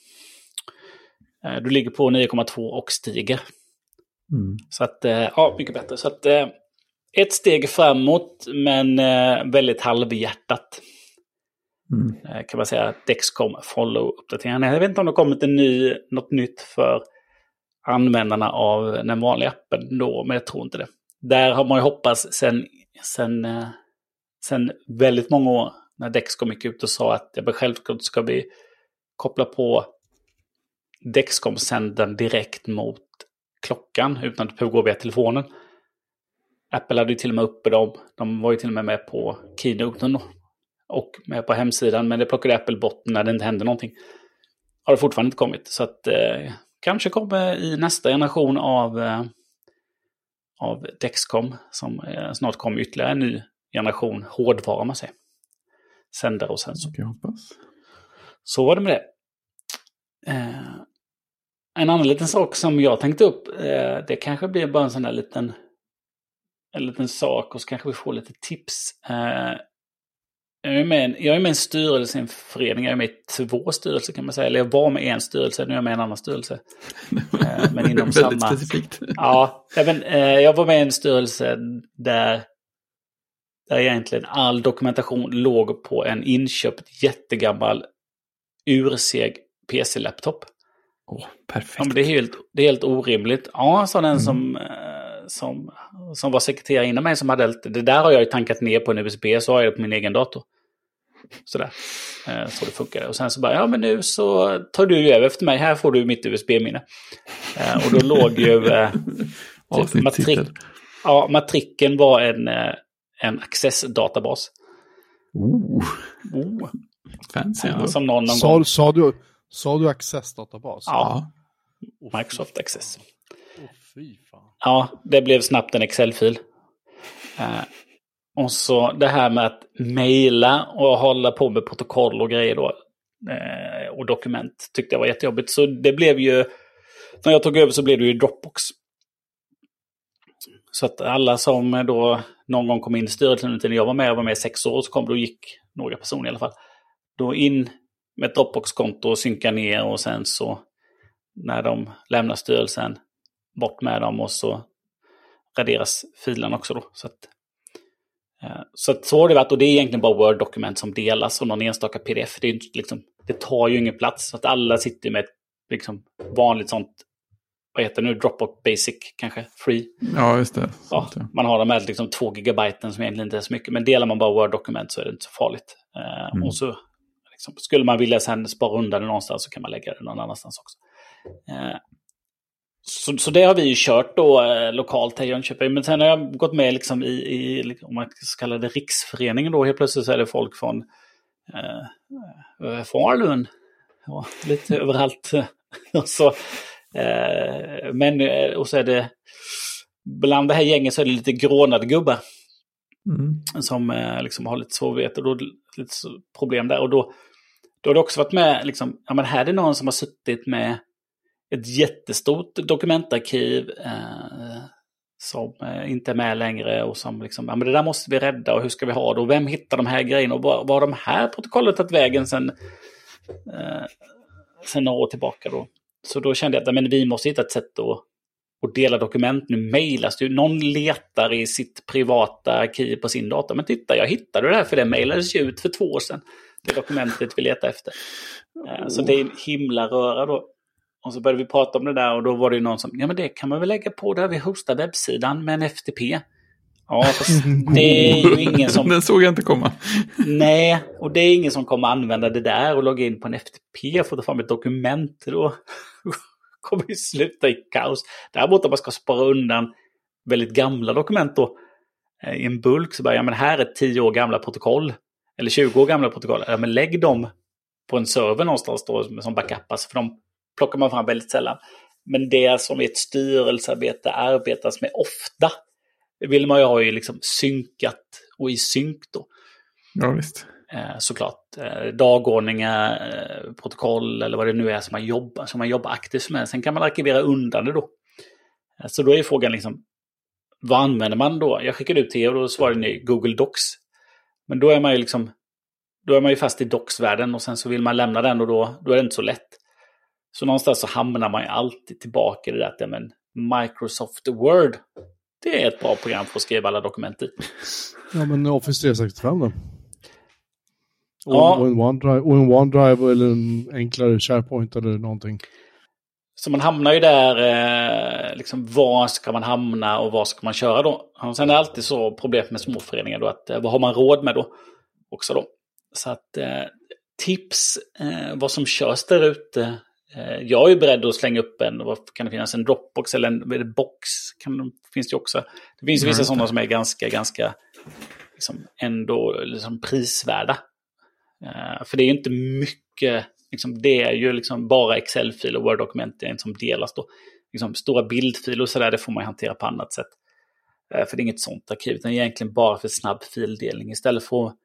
Eh, du ligger på nio komma två och stiger. Mm. Så att, eh, ja, mycket bättre. Så att eh, ett steg framåt, men eh, väldigt halvhjärtat. Mm. Eh, kan man säga Dexcom follow-uppdateringen. Jag vet inte om det kommit en ny, något nytt för användarna av den vanliga appen då, men jag tror inte det. Där har man ju hoppats sen, sen, eh, sen väldigt många år när Dexcom gick ut och sa att jag självklart ska vi koppla på Dexcom-sändaren direkt mot klockan utan att behöva gå via telefonen. Apple hade ju till och med uppe dem. De var ju till och med med på keynoten då, och med på hemsidan, men det plockade Apple bort när det inte hände någonting. Har det fortfarande inte kommit. Så att eh, kanske kommer i nästa generation av, eh, av Dexcom som eh, snart kommer ytterligare en ny generation hårdvara man säger. Sändare och sensor. Jag hoppas. Så var det med det. Eh, en annan liten sak som jag tänkte upp, eh, det kanske blir bara en sån här liten en liten sak och så kanske vi får lite tips. Eh, jag, är med, jag är med i en styrelse i en förening, jag är med i två styrelser kan man säga, eller jag var med i en styrelse, nu är jag med i en annan styrelse. Eh, men inom väldigt samma, specifikt. Ja, även, eh, jag var med i en styrelse där där egentligen all dokumentation låg på en inköpt jättegammal urseg P C-laptop. Åh, perfekt. Ja, men det är helt, det är helt orimligt. Ja, sa den mm. som, eh, som, som var sekreterare innan mig som hade allt. Det där har jag ju tankat ner på en U S B, så har jag det på min egen dator. Sådär. Eh, så det funkar. Och sen så bara, ja men nu så tar du över efter mig. Här får du mitt U S B-minne. Eh, och då låg ju eh, typ matrik, ja, matriken var en, eh, en Access-databas. Oh. Oh. Fancy. Ja, som någon, någon sa, gång. Sa du... Sa du Access-databas? Ja, Microsoft Access. Oh, fy fan. Ja, det blev snabbt en Excel-fil. Eh, och så det här med att mejla och hålla på med protokoll och grejer då. Eh, och dokument tyckte jag var jättejobbigt. Så det blev ju, när jag tog över så blev det ju Dropbox. Så att alla som då någon gång kom in i styrelsen när jag var med, jag var med i sex år, så kom då gick några personer i alla fall. Då in med ett Dropbox-konto och synka ner och sen så när de lämnar styrelsen bort med dem och så raderas filen också då. Så att, eh, så, att så har det varit, och det är egentligen bara Word-dokument som delas och någon enstaka P D F. Det, är inte, liksom, det tar ju ingen plats, så att alla sitter med ett liksom, vanligt sånt, vad heter det nu, Dropbox Basic kanske, free. Ja, just det. Ja, man har de här liksom två gigabyten som egentligen inte är så mycket, men delar man bara Word-dokument så är det inte så farligt. Eh, mm. Och så liksom, skulle man vilja sen spara undan det någonstans så kan man lägga det någon annanstans också. Eh, så, så det har vi ju kört då eh, lokalt här i Jönköping. Men sen har jag gått med liksom i, i om man ska kalla det riksföreningen då. Helt plötsligt så är det folk från eh, Falun. Ja, lite överallt. och, så, eh, men, och så är det bland det här gänget så är det lite grånade gubbar. Mm. Som eh, liksom har lite svårigheter och då lite problem där. Och då, då har det också varit med, liksom, ja men här är det någon som har suttit med ett jättestort dokumentarkiv eh, som eh, inte är med längre och som liksom, ja men det där måste vi rädda och hur ska vi ha det och vem hittar de här grejerna och var, var de här protokollet tagit vägen sen, eh, sen några år tillbaka då. Så då kände jag att men vi måste hitta ett sätt att och dela dokument. Nu mejlas det ju. Någon letar i sitt privata arkiv på sin dator. Men titta, jag hittade det här för det mejlades ju ut för två år sedan. Det dokumentet vi letar efter. Oh. Så det är en himla röra då. Och så började vi prata om det där och då var det ju någon som, ja men det kan man väl lägga på där vi hostar webbsidan med en F T P. Ja, fast det är ju ingen som... Den såg jag inte komma. Nej, och det är ingen som kommer använda det där och logga in på en F T P för att ta fram ett dokument. Då kommer vi sluta i kaos. Däremot om man ska spara undan väldigt gamla dokument då i en bulk så bara, ja men här är tio år gamla protokoll. Eller tjugo år gamla protokoll. Ja men lägg dem på en server någonstans då som backupas. För de plockar man fram väldigt sällan. Men det som är ett styrelsearbete arbetas med ofta vill man ju ha ju liksom synkat och i synk då. Ja visst. Eh, såklart. Eh, dagordningar, eh, protokoll eller vad det nu är som man jobbar, som man jobbar aktivt med. Sen kan man arkivera undan det då. Eh, så då är frågan liksom, vad använder man då? Jag skickade ut till er och då svarade ni Google Docs. Men då är man ju liksom, då är man ju fast i Docs-världen och sen så vill man lämna den och då, då är det inte så lätt. Så någonstans så hamnar man ju alltid tillbaka i det där, men Microsoft Word, det är ett bra program för att skriva alla dokument i. Ja, men Office tre sextiofem då? Och, ja. och, en OneDrive, och en OneDrive eller en enklare SharePoint eller någonting. Så man hamnar ju där, eh, liksom var ska man hamna och vad ska man köra då? Och sen är det alltid så problem med småföreningar då, att eh, vad har man råd med då? Också då. Så att eh, tips, eh, vad som körs där ute. Eh, jag är ju beredd att slänga upp en, vad kan det finnas, en Dropbox eller en, en box? Kan, finns det ju också. Det finns ju vissa mm. sådana som är ganska, ganska liksom, ändå liksom prisvärda. Uh, för det är ju inte mycket, liksom, det är ju liksom bara Excel-filer och Word-dokument som delas då. Liksom, stora bildfiler och sådär, det får man hantera på annat sätt. Uh, för det är inget sånt arkiv, utan egentligen bara för snabb fildelning. Istället för att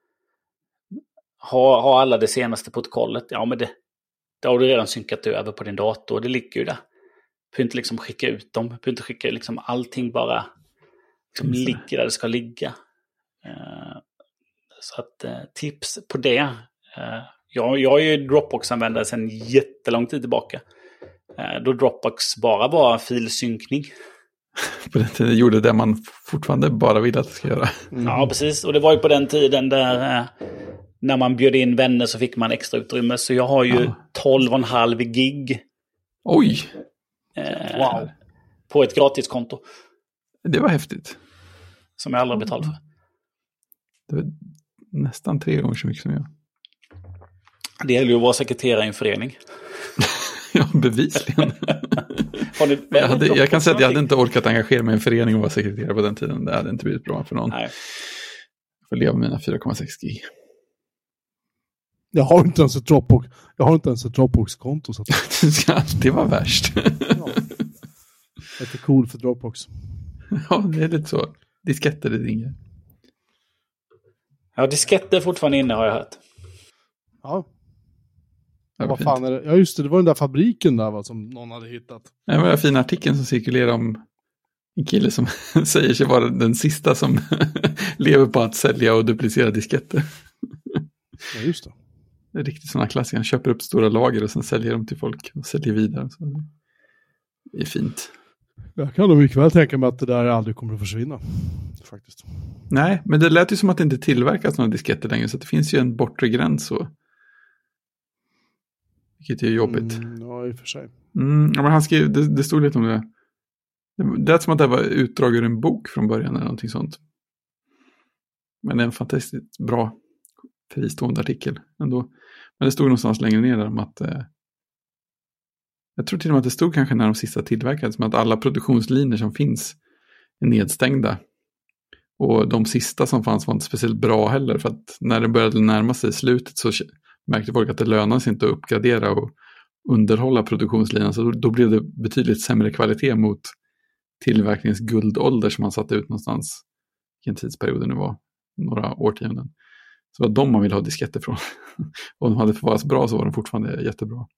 ha, ha alla det senaste protokollet, ja men det, det har du redan synkat över på din dator, det ligger ju där. Du behöver inte liksom skicka ut dem, du behöver inte skicka liksom allting bara liksom ligger där det ska ligga. Uh, Så att eh, tips på det. Eh, jag, jag är ju Dropbox-användare sedan jättelång tid tillbaka. Eh, då Dropbox bara var filsynkning. På den tiden gjorde det man fortfarande bara vill att det ska göra. Mm. Ja, precis. Och det var ju på den tiden där eh, när man bjöd in vänner så fick man extra utrymme. Så jag har ju ja. tolv komma fem gig. Oj! Eh, wow. På ett gratiskonto. Det var häftigt. Som jag aldrig betalt för. Det var nästan tre gånger så mycket som jag. Det gäller ju att vara sekreterare i en förening. Ja, bevisligen. Har ni, jag, hade, jag kan säga att jag hade inte orkat engagera mig i en förening och vara sekreterare på den tiden. Det hade inte blivit bra för någon. Nej. Jag får leva med mina fyra komma sex gig. Jag har inte ens ett Dropbox. Jag har inte ens ett Dropbox-konto. Så att... det var värst. Ja. Det är cool för Dropbox. Ja, det är lite så. Disketter är inget. Ja, disketter fortfarande inne har jag hört. Ja. Ja, vad fan är det? Ja, just det. Det var den där fabriken där va, som någon hade hittat. Ja, det var den fina artikeln som cirkulerar om en kille som säger sig vara den sista som lever på att sälja och duplicera disketter. Ja, just det. Det är riktigt sådana klassiker. Han köper upp stora lager och sen säljer dem till folk och säljer vidare. Så det är fint. Jag kan nog mycket väl tänka mig att det där aldrig kommer att försvinna. Faktiskt. Nej, men det lät ju som att det inte tillverkas några disketter längre. Så det finns ju en bortre gräns. Så. Vilket är jobbigt. Mm, ja, i och för sig. Mm, ja, men han skrev, det, det stod lite om det. Det, det är som att det var utdrag ur en bok från början eller någonting sånt. Men det är en fantastiskt bra fristående artikel ändå. Men det stod någonstans längre ner där om att eh, jag tror till och med att det stod kanske när de sista tillverkades som att alla produktionslinjer som finns är nedstängda. Och de sista som fanns var inte speciellt bra heller för att när det började närma sig slutet så märkte folk att det lönar sig inte att uppgradera och underhålla produktionslinjen. Så då, då blev det betydligt sämre kvalitet mot tillverkningens guldålder som man satte ut någonstans i en tidsperiod det nu var, några årtionden. Så det var de man ville ha disketter från. Och om de hade förvarats bra så var de fortfarande jättebra.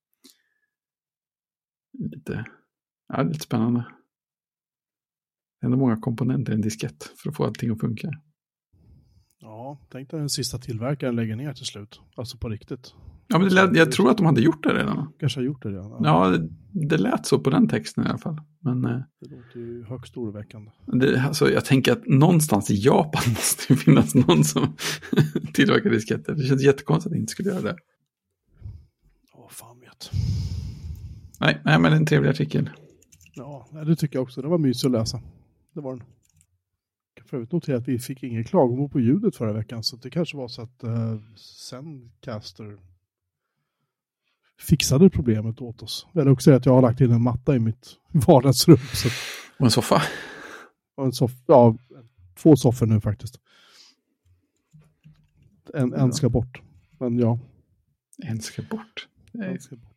Lite, ja, lite spännande. Det är ändå många komponenter i en diskett för att få allting att funka. Ja, tänk dig den sista tillverkaren lägger ner till slut. Alltså på riktigt. Ja, men det lät, jag tror att de hade gjort det redan. Kanske har gjort det redan. Ja, ja det, det lät så på den texten i alla fall. Men, det låter ju högst oroväckande. Det, alltså, jag tänker att någonstans i Japan måste det finnas någon som tillverkar disketter. Det känns jättekonstigt att det inte skulle göra det. Åh, fan vet. Nej, nej, men en trevlig artikel. Ja, det tycker jag också. Det var mysigt att läsa. Det var den. Jag kan för övrigt notera att vi fick ingen klagomål på ljudet förra veckan, så det kanske var så att uh, Zencaster fixade problemet åt oss. Eller också att jag har lagt in en matta i mitt vardagsrum. Så. Och en soffa? Och en soffa, ja, två soffor nu faktiskt. En, en ska bort. Men ja. En ska bort. Nej. En ska bort.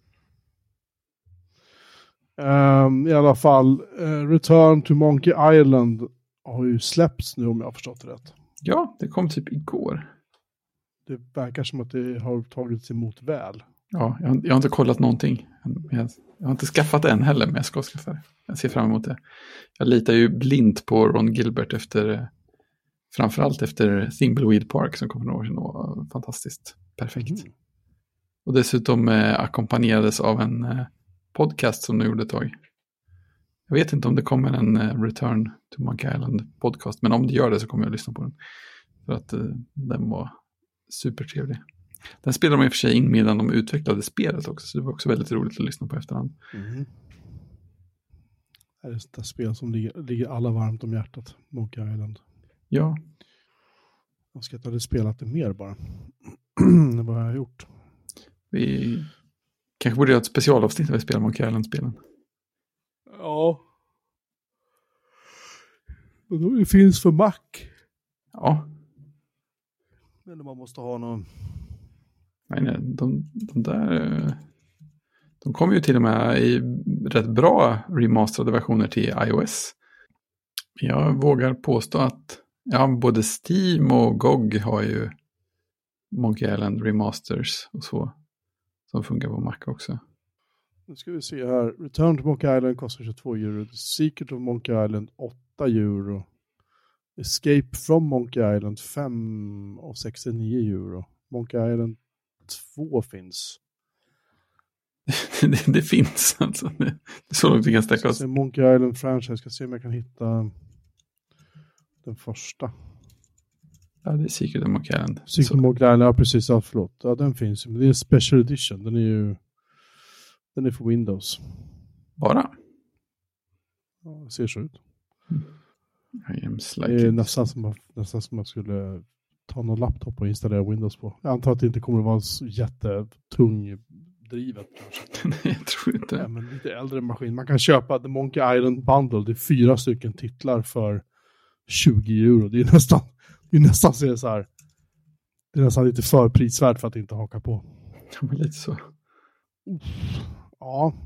Um, I alla fall, uh, Return to Monkey Island har ju släppts nu om jag har förstått det rätt. Ja, det kom typ igår. Det verkar som att det har tagits emot väl. Ja, jag har, jag har inte kollat någonting. Jag, jag har inte skaffat det än heller, men jag ska skaffa det. Jag ser fram emot det. Jag litar ju blint på Ron Gilbert efter, framförallt efter Thimbleweed Park som kom för några år sedan och var fantastiskt perfekt. Mm. Och dessutom eh, ackompanjerades av en eh, podcast som de gjorde ett tag. Jag vet inte om det kommer en eh, Return to Monkey Island podcast, men om det gör det så kommer jag att lyssna på den. För att eh, den var supertrevlig. Den spelade de i och för sig in medan de utvecklade spelet också, så det var också väldigt roligt att lyssna på efterhand. Mm. Det är ett spel som ligger, ligger alla varmt om hjärtat, Monkey Island. Ja. Jag ska inte ha spelat det mer bara. Det var jag har gjort. Vi kanske borde göra ett specialavsnitt där vi spelar Monkey Island-spelen. Ja. Men då det finns för Mac. Ja. Eller man måste ha någon... Nej, nej, de, de där... De kommer ju till och med i rätt bra remasterade versioner till iOS. Jag vågar påstå att ja, både Steam och G O G har ju Monkey Island remasters och så. Som funkar på Mac också. Nu ska vi se här. Return to Monkey Island kostar tjugotvå euro. The Secret of Monkey Island åtta euro. Escape from Monkey Island fem och sextionio euro. Monkey Island två finns. det, det finns alltså. Det, det är så långt vi kan sträcka oss. Monkey Island franchise. Ska se om jag kan hitta den första. Ja, det är Secret of Monkey Island. Secret of Monkey Island, ja precis. Ja, förlåt. Ja, den finns. Men det är en special edition. Den är ju den är för Windows. Bara? Ja, det ser så ut. Mm. Det är nästan som, nästan som man skulle ta någon laptop och installera Windows på. Jag antar att det inte kommer att vara så jättetung drivet kanske. Nej, jag tror inte. Ja, men lite äldre maskin. Man kan köpa The Monkey Island Bundle. Det är fyra stycken titlar för tjugo euro. Det är nästan, det är nästan så här. Det är nästan lite för prisvärt för att inte haka på. Ja, men lite så. Ja.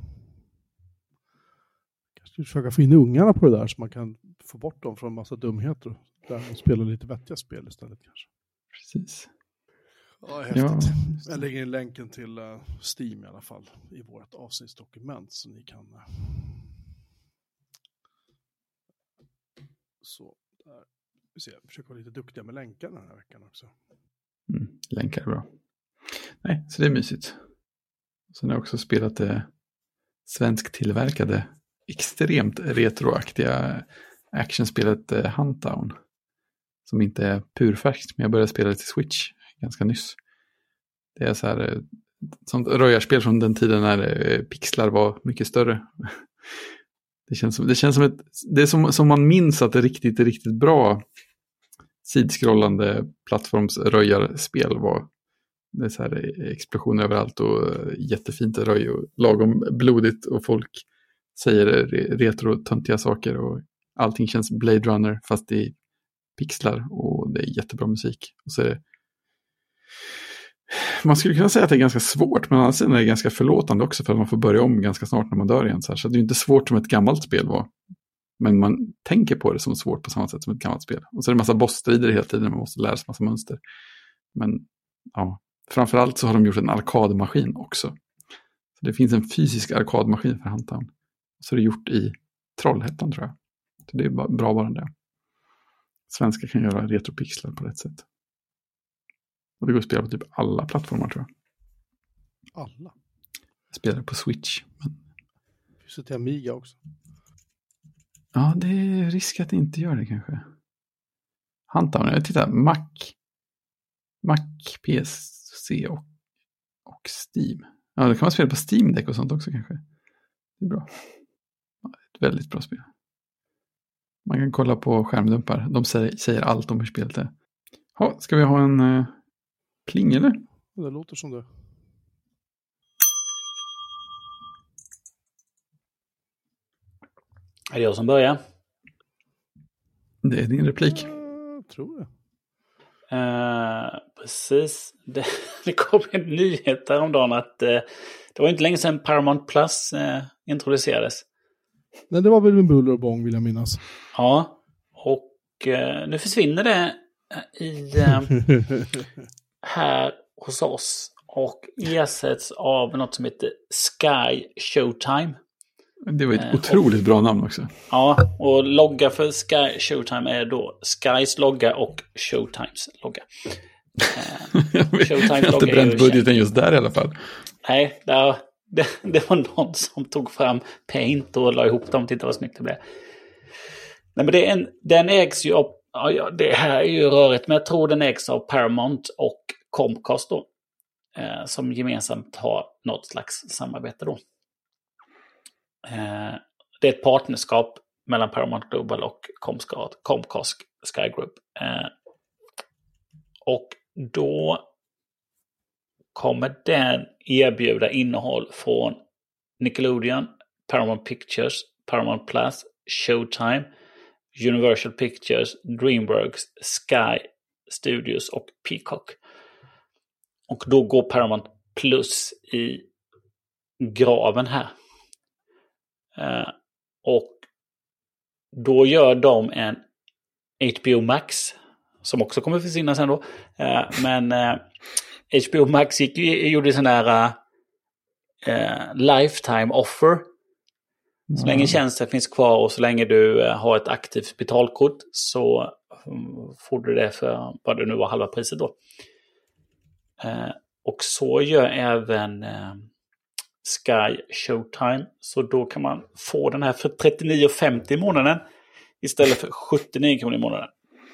Kanske försöka få in ungarna på det där så man kan få bort dem från en massa dumheter. Där de spelar lite vettiga spel istället kanske. Precis. Ja, häftigt. Ja. Jag lägger in länken till uh, Steam i alla fall i vårt avsnittsdokument så ni kan uh... så där. Vi ser, försöker vara lite duktiga med länkar den här veckan också. Mm, länkar är bra. Nej, så det är mysigt. Sen har jag också spelat det svensktillverkade extremt retroaktiga actionspelet uh, Huntdown. Som inte är purfärskt, men jag började spela det till Switch ganska nyss. Det är så här sånt röjarspel från den tiden när pixlar var mycket större. Det känns som, det känns som ett, det är som, som man minns att det riktigt, riktigt bra sidskrollande plattformsröjarspel var. Det är så här explosioner överallt och jättefint röj och lagom blodigt och folk säger retro-töntiga saker och allting känns Blade Runner fast i pixlar och det är jättebra musik. Och så är det... Man skulle kunna säga att det är ganska svårt, men å andra sidan är det ganska förlåtande också för att man får börja om ganska snart när man dör igen. Så, här. Så det är inte svårt som ett gammalt spel var. Men man tänker på det som svårt på samma sätt som ett gammalt spel. Och så är det en massa bossstrider hela tiden, man måste lära sig massa mönster. Men ja, framförallt så har de gjort en arkadmaskin också. Så det finns en fysisk arkadmaskin för Huntdown. Så det är gjort i Trollhättan tror jag. Så det är bra bara det. Svenskar kan göra retropixlar på rätt sätt. Och det går att spela på typ alla plattformar tror jag. Alla? Jag spelar på Switch. Men... Finns det till Amiga också? Ja, det är risk att det inte gör det kanske. Huntdown, jag tittar. Mac. Mac, P C och, och Steam. Ja, det kan man spela på Steam Deck och sånt också kanske. Det är bra. Ja, ett väldigt bra spel. Man kan kolla på skärmdumpar. De säger, säger allt om hur spelet är. Ja, ska vi ha en uh, pling eller? Det låter som det. Är det jag som börjar? Det är din replik. Jag tror det. Uh, precis. Det, det kom en nyhet häromdagen att uh, det var inte länge sedan Paramount Plus uh, introducerades. Nej, det var väl en buller och bång vill jag minnas. Ja, och uh, nu försvinner det i uh, här hos oss och ersätts av något som heter Sky Showtime. Det var ett uh, otroligt och, bra namn också. Ja, och logga för Sky Showtime är då Skys logga och Showtimes logga. Uh, Showtimes jag har inte bränt budgeten just där i alla fall. Nej, där, det, det var någon som tog fram Paint och la ihop dem. Titta vad snyggt det blev. Nej, men det är en, den ägs ju av, ja, det här är ju rörigt, men jag tror den ägs av Paramount och Comcast då. Eh, som gemensamt har något slags samarbete då. Eh, det är ett partnerskap mellan Paramount Global och Comcast, Comcast Sky Group. Eh, och då kommer den erbjuda innehåll från Nickelodeon, Paramount Pictures, Paramount Plus, Showtime, Universal Pictures, DreamWorks, Sky Studios och Peacock. Och då går Paramount Plus i graven här. Uh, och då gör de en H B O Max som också kommer försvinna sen då. Uh, men uh, H B O Max gick, gjorde sån där uh, lifetime offer. Så länge tjänsten finns kvar och så länge du uh, har ett aktivt betalkort så um, får du det för vad det nu var halva priset då. Uh, och så gör även uh, Sky Showtime. Så då kan man få den här för trettionio femtio i månaden istället för sjuttionio kronor i månaden.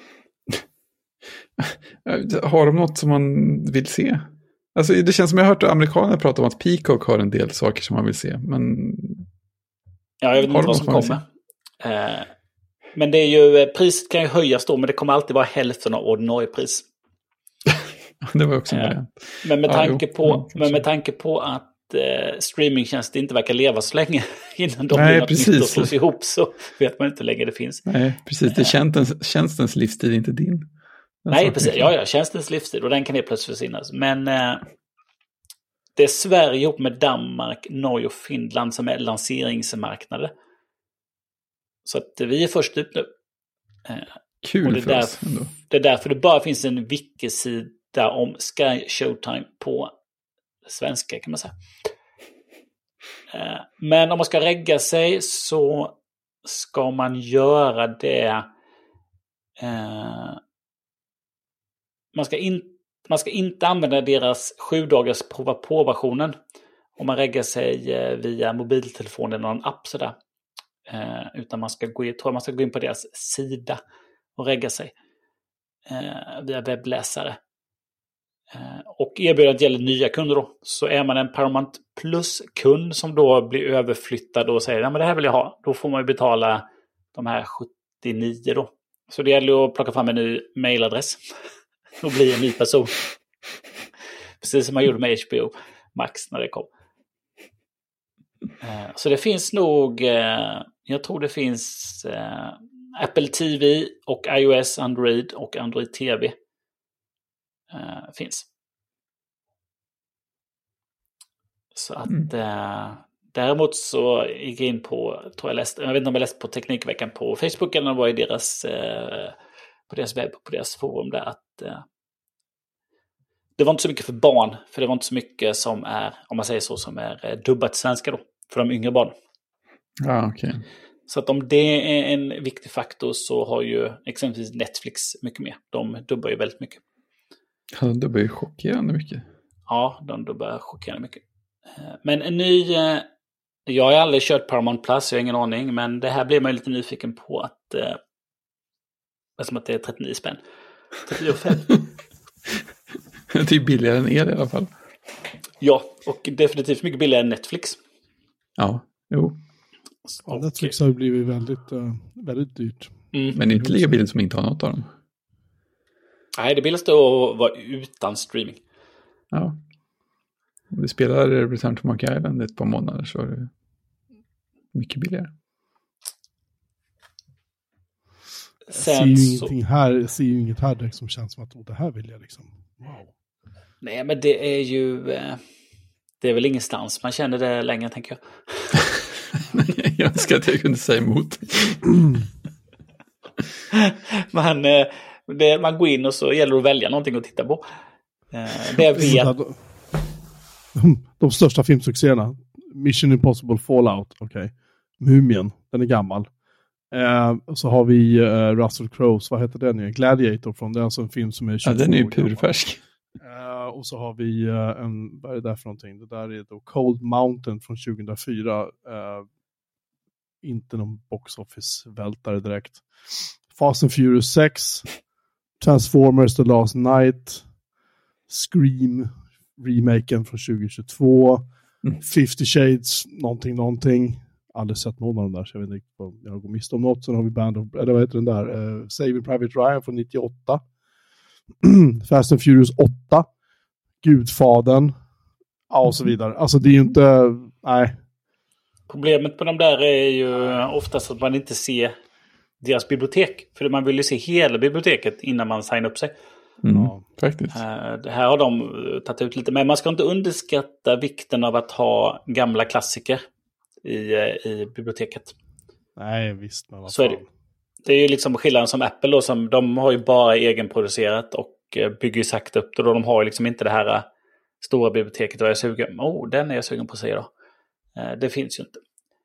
Har de något som man vill se? Alltså det känns som jag har hört amerikaner prata om att Peacock har en del saker som man vill se. Men ja, jag vet inte vad som kommer. Eh, men det är ju, priset kan ju höjas då, men det kommer alltid vara hälften av ordinarie pris. Det var också en eh, men, med tanke ja, på, men med tanke på att eh, streamingtjänster inte verkar leva så länge innan de blir något nytt och slås ihop så vet man inte hur länge det finns. Nej, precis. Det är tjänstens, tjänstens livstid, inte din. Den Nej, precis. Ja, ja, tjänstens livstid och den kan helt plötsligt försvinna. Men eh, det är Sverige ihop med Danmark, Norge och Finland som är lanseringsmarknader. Så att vi är först ut nu. Eh, Kul och det är för därför, oss ändå. Det är därför det bara finns en wiki-sida om Sky Showtime på svenska kan man säga. Eh, men om man ska regga sig så ska man göra det eh, man ska, in, man ska inte använda deras sju dagars prova på-versionen om man reggar sig eh, via mobiltelefonen eller någon app sådär. Eh, utan man ska, gå in, tror man ska gå in på deras sida och regga sig eh, via webbläsare. Eh, och erbjudandet gäller nya kunder då. Så är man en Paramount Plus-kund som då blir överflyttad och säger ja, men det här vill jag ha. Då får man ju betala de här sjuttionio då. Så det gäller att plocka fram en ny mailadress och bli en ny person. Precis som man gjorde med H B O Max när det kom. Eh, så det finns nog, eh, jag tror det finns eh, Apple T V och iOS, Android och Android T V eh, finns. Så att Mm. eh, däremot så gick jag in på, tror jag läste, jag vet inte om jag läste på Teknikveckan på Facebook eller vad i deras eh, på deras webb, på deras forum där att eh, det var inte så mycket för barn, för det var inte så mycket som är, om man säger så, som är eh, dubbat svenska då, för de yngre barn. Ja, okej. Okay. Så att om det är en viktig faktor så har ju exempelvis Netflix mycket mer. De dubbar ju väldigt mycket. Ja, de dubbar ju chockerande mycket. Ja, de dubbar chockerande mycket. Men en ny, jag har aldrig kört Paramount Plus, jag har ingen aning, men det här blir man lite nyfiken på att, eh, som att det är trettionio spänn. trettionio fem Det är billigare än er i alla fall. Ja, och definitivt mycket billigare än Netflix. Ja, jo. Ja, Netflix har ju blivit väldigt, uh, väldigt dyrt. Mm. Men inte lika billigt som inte har något av dem. Nej, det billigaste är att vara utan streaming. Ja. Om du spelar Return to Monkey Island ett par månader så är det mycket billigare. Sen jag ser ju så... ingenting här, jag ser ju inget här direkt som känns som att oh, det här vill jag liksom. Wow. Nej, men det är ju eh, det är väl ingenstans man känner det längre, tänker jag. Jag önskar att jag kunde säga emot. man, eh, det, man går in och så gäller det att välja någonting att titta på. Eh, det jag vet... de, de största filmsuccéerna. Mission Impossible Fallout, okej. Okay. Mumien, den är gammal. Eh, och så har vi uh, Russell Crowes, vad heter den nu? Gladiator från, det är alltså en film som är tjugo Ja, den är ju purfärsk. Uh, och så har vi uh, en, vad är det där för någonting? Det där är då Cold Mountain från tjugohundrafyra. Uh, inte någon box office-vältare direkt. Fast and Furious sex. Transformers The Last Night. Scream, remaken från tjugohundratjugotvå. Mm. Fifty Shades, någonting, någonting. Aldrig sett någon av dem där, så jag vet inte om jag går miste om något. Sen har vi Band of, eller vad heter den där? Uh, Saving Private Ryan från nittioåtta. Fast and Furious åtta. Gudfadern. Ja, och så vidare. Alltså det är ju inte, nej. Problemet på de där är ju oftast att man inte ser deras bibliotek. För man vill ju se hela biblioteket innan man signar upp sig. Mm, ja, faktiskt. Det här har de tagit ut lite. Men man ska inte underskatta vikten av att ha gamla klassiker i, i biblioteket. Nej, visst. Men så är det. Det är ju liksom skillnaden som Apple då, som de har ju bara egenproducerat och bygger ju sakta upp det då. De har ju liksom inte det här stora biblioteket och jag är sugen. Oh, den är jag sugen på att se då. Det finns ju inte.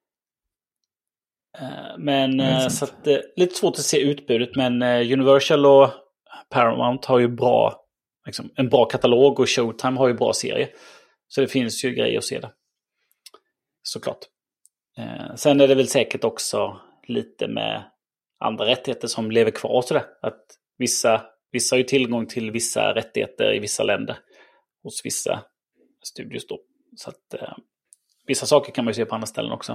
Men så att det är lite svårt att se utbudet, men Universal och Paramount har ju bra liksom, en bra katalog och Showtime har ju bra serie. Så det finns ju grejer att se där. Såklart. Sen är det väl säkert också lite med andra rättigheter som lever kvar sådär. Att vissa, vissa har ju tillgång till vissa rättigheter i vissa länder hos vissa studios då. Så att eh, vissa saker kan man ju se på andra ställen också.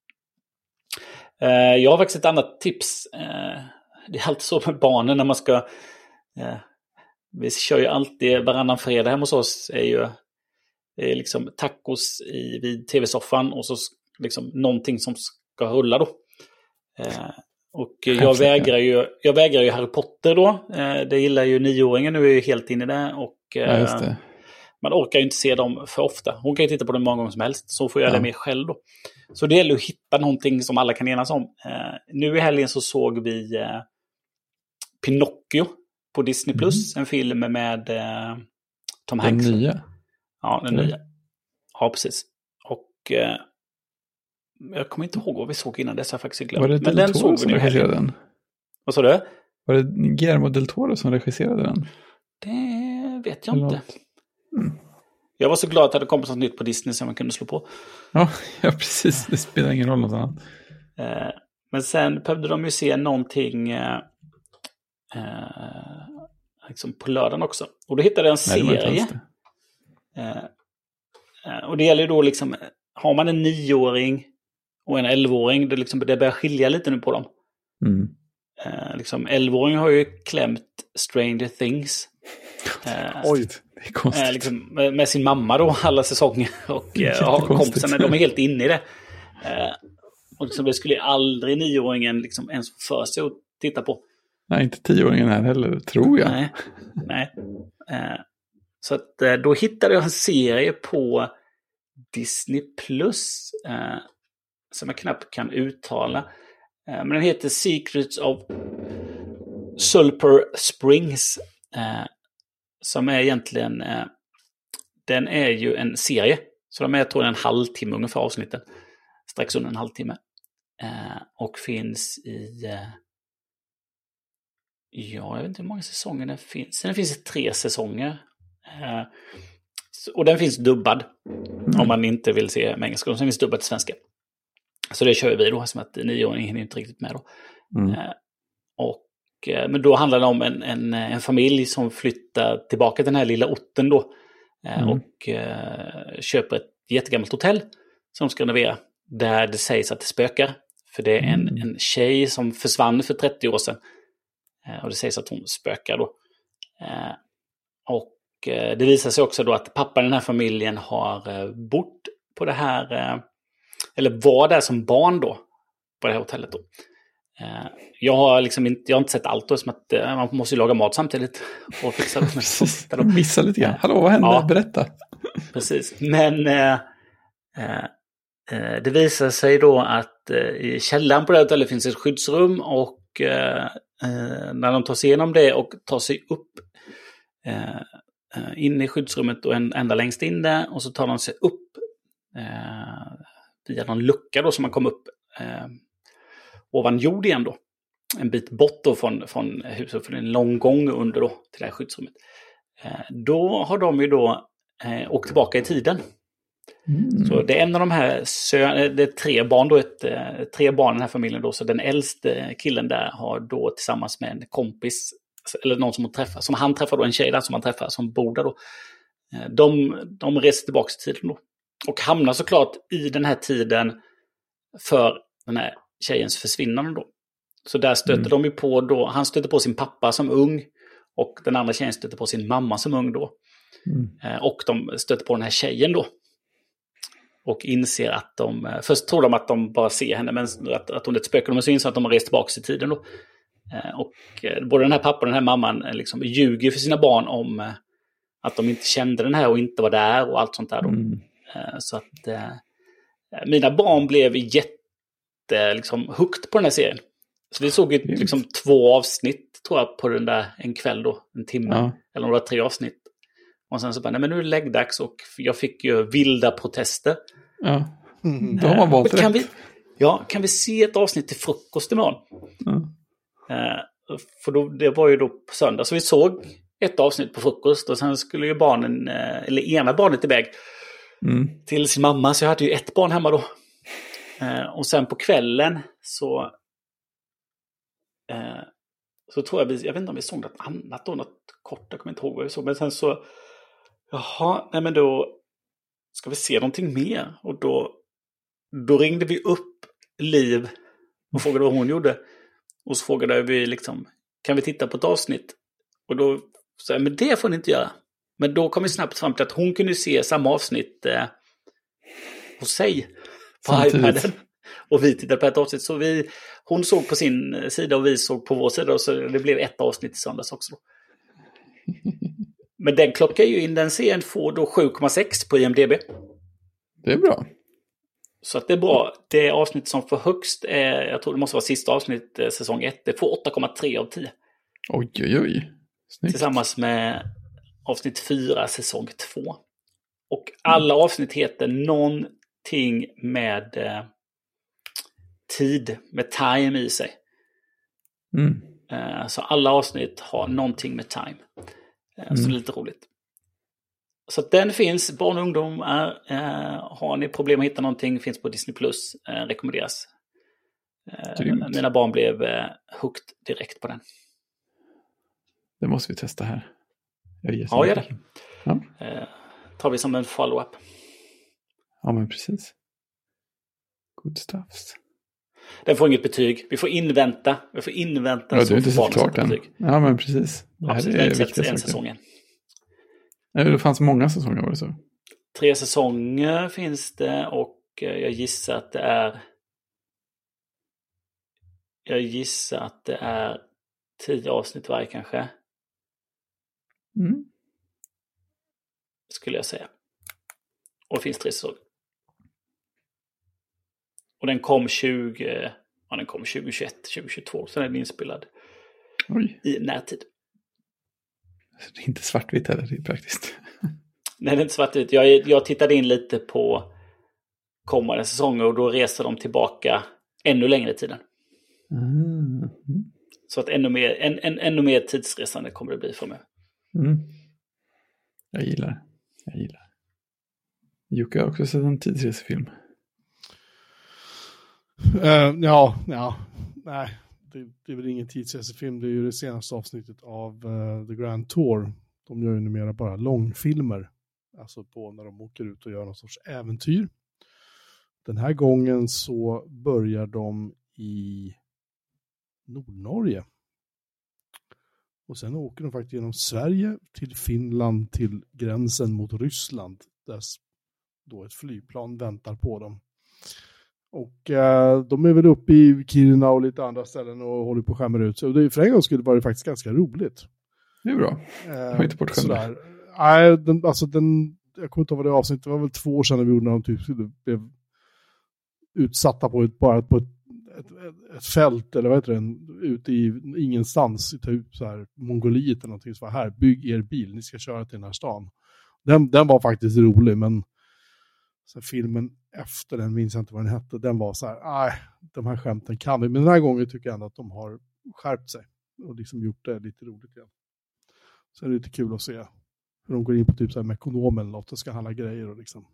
Eh, jag har faktiskt ett annat tips. Eh, det är alltid så med barnen när man ska... Eh, vi kör ju alltid varannan fredag hemma hos oss. är ju är liksom tacos i, vid tv-soffan och så liksom någonting som ska rulla då. Eh, Och jag vägrar ju, jag vägrar ju Harry Potter då. Eh, det gillar ju nioåringen, nu är ju helt inne i det. Och eh, ja, det. Man orkar ju inte se dem för ofta. Hon kan ju titta på dem många gånger som helst. Så får jag ja. det med själv då. Så det gäller att hitta någonting som alla kan enas om. Eh, nu i helgen så såg vi eh, Pinocchio på Disney plus. Mm. En film med eh, Tom Hanks. Den nya? Ja, den mm. nya. Ja, precis. Och... Eh, jag kommer inte ihåg vad vi såg innan dess, jag faktiskt glömt. Var det Del Men Toro som regisserade den? Vad sa du? Var det Guillermo del Toro som regisserade den? Det vet jag inte. Mm. Jag var så glad att det hade kommit något nytt på Disney som man kunde slå på. Ja, ja precis. Det spelar ingen roll något annat. Eh, men sen behövde de ju se någonting eh, eh, liksom på lördagen också. Och då hittade jag en serie. Eh, eh, och det gäller ju då liksom, har man en nioåring och en elvaåring, det, liksom, det börjar skilja lite nu på dem. Mm. Eh, liksom, elvaåringen har ju klämt Stranger Things. Eh, Oj, det är konstigt. Eh, liksom, med, med sin mamma då, alla säsonger. Och eh, kompisarna, de är helt inne i det. Eh, och liksom, det skulle aldrig nioåringen liksom ens för sig att titta på. Nej, inte tioåringen här heller, tror jag. Nej, nej. Eh, så att, eh, då hittade jag en serie på Disney plus eh, som jag knappt kan uttala. Eh, men den heter Secrets of Sulphur Springs. Eh, som är egentligen eh, den är ju en serie. Så de är, jag tror, en halvtimme ungefär avsnitten. Strax under en halvtimme. Eh, och finns i eh, ja, jag vet inte hur många säsonger det finns. Den finns i tre säsonger. Eh, och den finns dubbad. Mm. Om man inte vill se med engelska. Sen finns dubbad till svenska. Så det kör vi då. Som att nioåringen är inte riktigt med då. Mm. Eh, och, eh, men då handlar det om en, en, en familj som flyttar tillbaka till den här lilla orten då. Eh, Mm. Och eh, köper ett jättegammalt hotell som de ska renovera. Där det sägs att det spökar. För det är en, Mm. en tjej som försvann för trettio år sedan. Eh, och det sägs att hon spökar då. Eh, och eh, det visar sig också då att pappan i den här familjen har eh, bott på det här, eh, eller var där som barn då, på det här hotellet då. Eh, jag har liksom inte, jag har inte sett allt då, som att eh, man måste ju laga mat samtidigt. Och fixa Precis, de missar lite grann. Hallå, vad hände? Ja. Berätta. Precis, men eh, eh, eh, det visar sig då att eh, i källaren på det här hotellet finns ett skyddsrum och eh, eh, när de tar sig igenom det och tar sig upp eh, in i skyddsrummet och en, ända längst in där och så tar de sig upp eh, via någon lucka då som man kom upp eh, ovan jord igen då. En bit bort då från, från huset, för en lång gång under då till det här skyddsrummet. Eh, då har de ju då eh, åkt tillbaka i tiden. Mm. Så det är en av de här, sö- det är tre barn då, ett, eh, tre barn i den här familjen då, så den äldste killen där har då tillsammans med en kompis, eller någon som hon träffar, som han träffar då, en tjej där som han träffar, som bor där då. Eh, de, de reser tillbaka till tiden då. Och hamnar såklart i den här tiden för den här tjejens försvinnande då. Så där stöter mm. de ju på då, han stöter på sin pappa som ung och den andra tjejen stöter på sin mamma som ung då. Mm. Eh, och de stöter på den här tjejen då. Och inser att de, först tror de att de bara ser henne, men att, att hon är ett spöke, men så inser att de har rest tillbaka i tiden då. Eh, och eh, både den här pappan och den här mamman eh, liksom ljuger för sina barn om eh, att de inte kände den här och inte var där och allt sånt där då. Mm. Eh, så att eh, mina barn blev jätte liksom hooked på den här serien. Så vi såg ju liksom två avsnitt tror jag på den där en kväll då, en timme, Ja. eller om det var tre avsnitt. Och sen så bara, nej men nu är det läggdags och jag fick ju vilda protester. Ja, då har man valt kan rätt. vi, ja, kan vi se ett avsnitt till frukost imorgon? Ja. Eh, för då, det var ju då på söndag, så vi såg ett avsnitt på frukost och sen skulle ju barnen, eh, eller ena barnet iväg Mm. till sin mamma, så jag hade ju ett barn hemma då. Eh, och sen på kvällen så eh, så tror jag vi, jag vet inte om vi såg något annat då, något kort, jag kommer inte ihåg vad vi såg, men sen så jaha, nej men då ska vi se någonting mer. Och då, då ringde vi upp Liv och frågade vad hon gjorde. Och så frågade vi liksom, kan vi titta på ett avsnitt? Och då sa jag, men det får ni inte göra. Men då kom vi snabbt fram till att hon kunde se samma avsnitt eh, hos sig på iPaden. Och vi tittade på ett avsnitt. Så vi, hon såg på sin sida och vi såg på vår sida. Och så det blev ett avsnitt i söndags också då. Men den klockar ju in, den serien får då sju komma sex på I M D B. Det är bra. Så att det är bra. Det avsnitt som får högst är, jag tror det måste vara sista avsnitt, säsong ett. Det får åtta komma tre av tio. Oj, oj, oj. Snyggt. Tillsammans med avsnitt fyra, säsong två. Och alla avsnitt heter någonting med eh, tid, med time i sig. Mm. Eh, så alla avsnitt har någonting med time. Eh, Mm. Så det är lite roligt. Så att den finns, barn och ungdomar, eh, har ni problem att hitta någonting, finns på Disney Plus, eh, rekommenderas. Eh, mina barn blev eh, hooked direkt på den. Det måste vi testa här. Jag ger ja, gör det. Ja. Eh, tar vi som en follow-up. Ja, men precis. Good stuffs. Den får inget betyg. Vi får invänta. Vi får invänta. Ja, du har inte sett klart den. Betyg. Ja, men precis. Det här Absolut, är inte viktiga en saker. säsongen. Det fanns många säsonger, var det så? Tre säsonger finns det och jag gissar att det är jag gissar att det är tio avsnitt varje kanske. Mm. Skulle jag säga. Och det finns tre säsonger. Och den kom tjugo ja, den kom tjugohundratjugoett tjugohundratjugotvå, så den är inspelad Oj. i närtid. Det är inte svartvitt heller, det är praktiskt. Nej, det är inte svartvitt. Jag, jag tittade in lite på kommande säsonger och då reser de tillbaka ännu längre i tiden. Mm. Så att ännu mer, en, en, ännu mer tidsresande kommer det bli för mig. Mm. Jag gillar. Jag gillar. Jocke har också sett en tidsresefilm. Uh, ja, ja. Nej, det, det är väl ingen tidsresefilm. Det är ju det senaste avsnittet av uh, The Grand Tour. De gör ju numera bara långfilmer. Alltså på när de åker ut och gör någon sorts äventyr. Den här gången så börjar de i Nordnorge. Och sen åker de faktiskt genom Sverige till Finland till gränsen mot Ryssland. Där då ett flygplan väntar på dem. Och eh, de är väl uppe i Kiruna och lite andra ställen och håller på att skämma ut sig. Och det, för en gång skulle det vara faktiskt ganska roligt. Det är bra. Jag har inte bortskämda. Nej, den, alltså den, jag kommer inte ihåg vad det avsnittet, det var väl två år sedan när vi gjorde när de typ blev utsatta på ett, bara på ett, ett, ett, ett fält, eller vad heter det, ute i ingenstans, typ så här Mongoliet eller någonting, så var här, bygg er bil, ni ska köra till den här stan. Den, den var faktiskt rolig, men så filmen efter den, minns jag inte vad den hette, den var så här, nej, de här skämten kan vi, men den här gången tycker jag ändå att de har skärpt sig och liksom gjort det lite roligt igen. Så är det lite kul att se hur de går in på typ så här Mekonomen eller något och ska handla grejer och liksom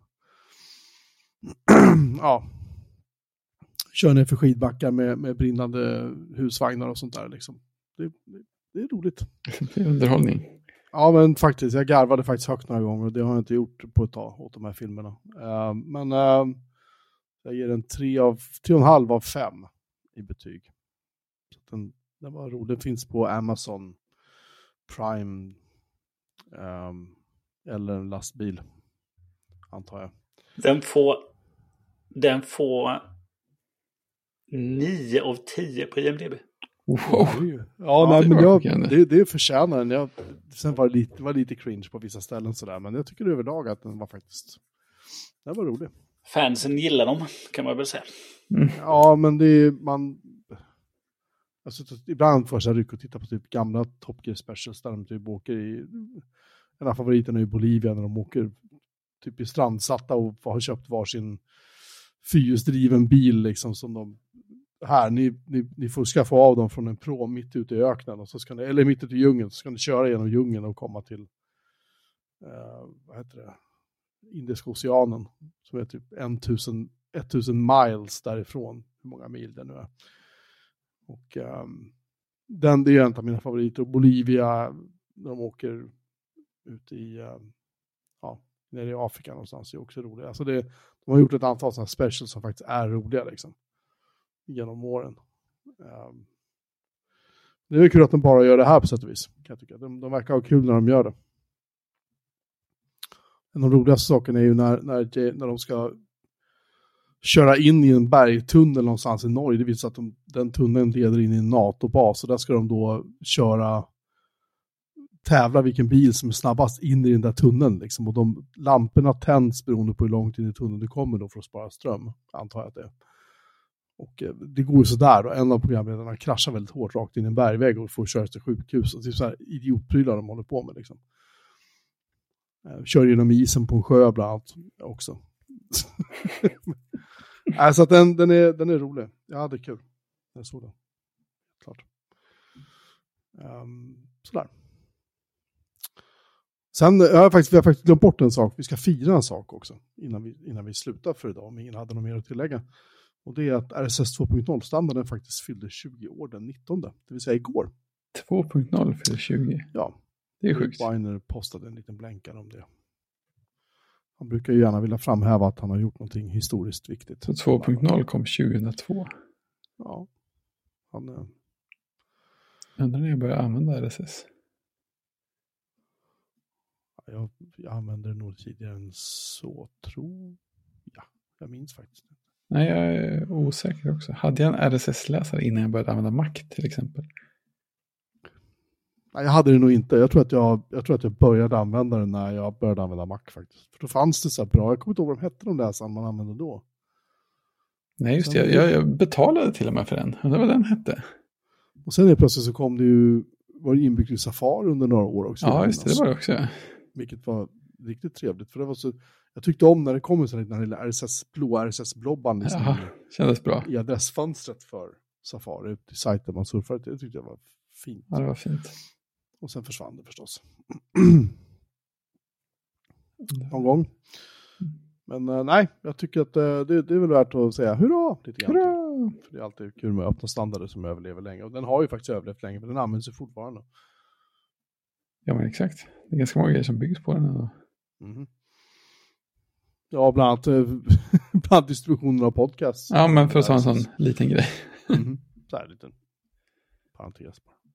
ja, kör ner för skidbackar med, med brinnande husvagnar och sånt där liksom. Det, det, det är roligt. Det är underhållning. Ja, men faktiskt, jag garvade faktiskt högt några gånger och det har jag inte gjort på ett tag åt de här filmerna. Uh, men uh, jag ger en tre av tre och en halv av fem i betyg. Så den, den var rolig. Den finns på Amazon Prime um, eller en lastbil, antar jag. Den får den får nio av tio på I M D B. Wow. Ja, ja, nej, men jag, det, det förtjänar den. Jag, sen var det lite, var lite cringe på vissa ställen sådär, men jag tycker överlag att den var faktiskt, den var rolig. Fansen gillar dem, kan man väl säga. Mm. Ja, men det är, man, alltså, ibland får jag ryck och titta på typ gamla Top Gear Specials där de typ åker i, en av favoriterna är i Bolivia när de åker typ i strandsatta och har köpt varsin fyrhjulsdriven bil liksom som de här, ni, ni, ni får skaffa av dem från en prom mitt ute i öknen och så ska ni, eller mitt ute i djungeln, så ska ni köra genom djungeln och komma till uh, vad heter det, Indiska oceanen som är typ tusen miles därifrån, hur många mil det nu är. Och um, den, det är en av mina favoriter. Och Bolivia, när de åker ut i uh, ja, nere i Afrika någonstans, är också roligt. Alltså det, de har gjort ett antal sådana specials som faktiskt är roliga liksom genom åren. Um, det är kul att de bara gör det här på sätt och vis, kan jag tycka. De, de verkar ha kul när de gör det. En av de roligaste sakerna är ju när, när, när de ska köra in i en bergtunnel någonstans i Norge. Det visar att de, den tunneln leder in i en NATO-bas och där ska de då köra, tävla vilken bil som är snabbast in i den där tunneln. Liksom. Och de lamporna tänds beroende på hur långt in i tunneln du kommer då för att spara ström, antar jag att det är. Och det går ju sådär och en av programledarna kraschar väldigt hårt rakt in i en bergvägg och får köra till sjukhus. Och det är så här idiotprylar de håller på med liksom. Kör genom isen på en sjö bland annat också. Alltså att den, den, är, den är rolig. Ja, det är kul. Jag såg det. Klart. Um, sådär. Sen jag har faktiskt, vi har faktiskt glömt bort en sak. Vi ska fira en sak också innan vi, innan vi slutar för idag. Om ingen hade något mer att tillägga. Och det är att R S S två punkt noll-standarden faktiskt fyllde tjugo år den nittonde. Det vill säga igår. två punkt noll fyller tjugo. Ja. Det är sjukt. Weiner postade en liten blänkare om det. Han brukar ju gärna vilja framhäva att han har gjort någonting historiskt viktigt. Så två punkt noll kom tjugohundratvå. Ja. Han... Äh... Undrar när jag börjar använda R S S. Jag, jag använder det nog tidigare än så, tror jag. Jag minns faktiskt. Nej, jag är osäker också. Hade jag en R S S-läsare innan jag började använda Mac till exempel? Nej, jag hade det nog inte. Jag tror att jag, jag, tror att jag började använda det när jag började använda Mac faktiskt. För då fanns det så här bra. Jag kommer inte ihåg vad de hette de läsarna man använde då. Nej, just det. Jag, jag betalade till och med för den. Det var den hette. Och sen är plötsligt så kom det ju, var det inbyggt i Safari under några år också. Ja, just det. Det var det också. Vilket var riktigt trevligt. För det var så, jag tyckte om när det kom en sån här lilla R S S, blå R S S-blobban. Liksom, ja, kändes bra. I adressfönstret för Safari, ut i sajten man surfade. Det tyckte jag var fint. Ja, det var fint. Och sen försvann det förstås. Någon gång. Men uh, nej, jag tycker att uh, det, det är väl värt att säga hurra lite grann. Hurra! För det är alltid kul med öppna standarder som överlever länge. Och den har ju faktiskt överlevt länge, men den används ju fortfarande. Ja, men exakt. Det är ganska många grejer som byggs på den. Mm. Ja, bland annat, bland annat distributionen av podcast. Ja, men för att ta en sån liten grej. Mm-hmm. Så här liten parentes bara.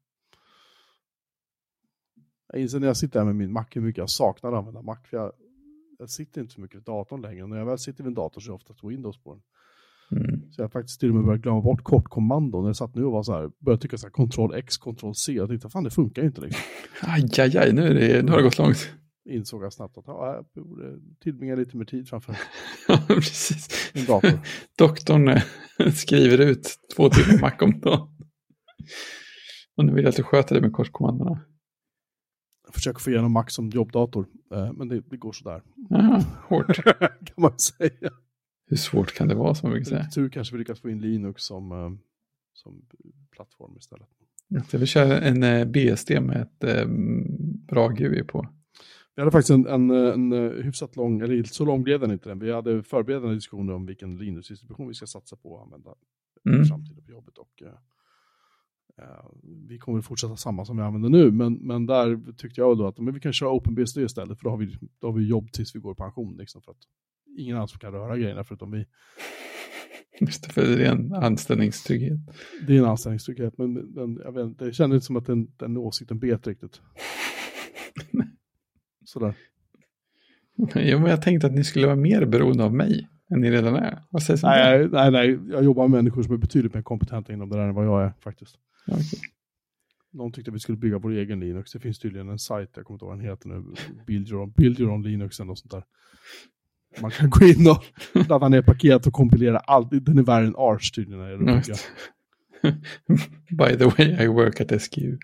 Jag inser när jag sitter här med min Mac hur mycket jag saknar att använda Mac. För jag, jag sitter inte så mycket vid datorn längre. När jag väl sitter vid en dator så är det oftast Windows på den. Mm. Så jag har faktiskt till och med börjat glömma bort kortkommandon. När jag satt nu och var så här, började tycka så här, Ctrl X, Ctrl C. Jag tänkte, fan det funkar ju inte liksom. Aj, aj, aj, nu, är det, nu har det gått långt. Insåg jag snabbt att ja, jag borde tillbringa lite mer tid framför Ja, precis. en dator. Doktorn skriver ut två timmar Mac om dagen. Och nu vill jag att du sköter det med kortkommandona. Jag försöker få igenom Mac som jobbdator, men det, det går sådär. Aha, hårt. Kan man säga. Hur svårt kan det vara, som vi säga? Tur kanske vi lyckas få in Linux som, som plattform istället. Jag vill köra en B S D med ett um, bra G U I på. Vi hade faktiskt en, en, en hyfsat lång, eller så lång blev den inte den. Vi hade förberedande diskussioner om vilken Linux-distribution vi ska satsa på att använda mm. samtidigt på jobbet. Och uh, vi kommer att fortsätta samma som vi använder nu. Men, men där tyckte jag då att men vi kan köra OpenBSD istället. För då har vi, då har vi jobb tills vi går i pension. Liksom, för att ingen annan som kan röra grejerna förutom vi. Just det, för det är en anställningstrygghet. Det är en anställningstrygghet. Men, men jag vet inte, det kändes som att den, den åsikten bet riktigt. Sådär. Jo, men jag tänkte att ni skulle vara mer beroende av mig än ni redan är. Vad sägs om nej, det? nej, nej. Jag jobbar med människor som är betydligt mer kompetenta inom det där än vad jag är faktiskt. Okay. Någon tyckte att vi skulle bygga vår egen Linux. Det finns tydligen en sajt, jag kommer inte ihåg vad den heter nu. Build your own, Build your own Linux eller något sånt där. Man kan gå in och ladda ner paket och kompilera allt. Den är värre än Arch tydligen. Är det Just. By the way, I work at S Q U.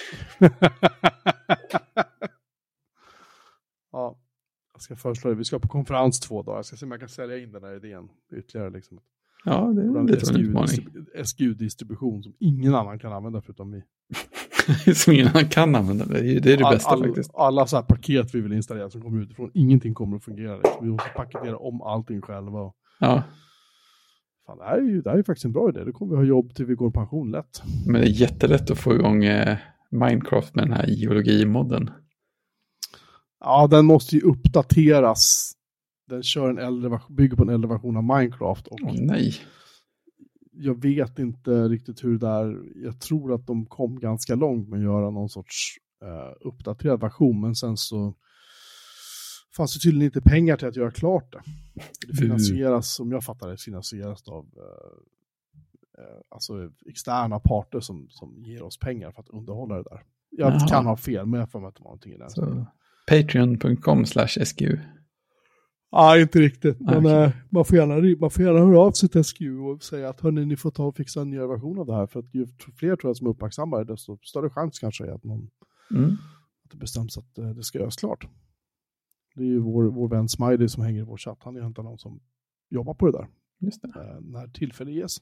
Ja, jag ska föreslå det. Vi ska på konferens två dagar. Jag ska se om jag kan sälja in den här idén ytterligare. Liksom. Ja, det är lite en utmaning. S Q U-distribution som ingen annan kan använda förutom vi. Som ingen annan kan använda. Det är det, är det all, bästa all, faktiskt. Alla så här paket vi vill installera som kommer utifrån. Ingenting kommer att fungera. Liksom. Vi måste paketera om allting själva. Ja. Fan, det här är ju det här är faktiskt en bra idé. Då kommer vi ha jobb till vi går i pension lätt. Men det är jättelätt att få igång eh, Minecraft med den här geologimodden. Ja, den måste ju uppdateras. Den kör en äldre, bygger på en äldre version av Minecraft. Och oh, nej. Jag vet inte riktigt hur det är. Jag tror att de kom ganska långt med att göra någon sorts uh, uppdaterad version. Men sen så fanns det tydligen inte pengar till att göra klart det. Det finansieras, som jag fattar det, finansieras av uh, uh, alltså externa parter som, som ger oss pengar för att underhålla det där. Jag Jaha. kan ha fel, men jag får inte någonting i den. Så patreon punkt com slash S Q U. Ja, inte riktigt. Men okay. äh, man, får gärna, man får gärna höra av sig till S Q U och säga att hörni, ni får ta och fixa en ny version av det här. För att ju fler tror jag som är uppmärksammade, desto större chans kanske är att, någon, mm. att det bestäms att äh, det ska göras klart. Det är ju vår, vår vän Smiley som hänger i vår chatt. Han är inte någon som jobbar på det där. Just det. Äh, när tillfälle ges.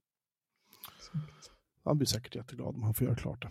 Han blir säkert jätteglad om han får göra klart det.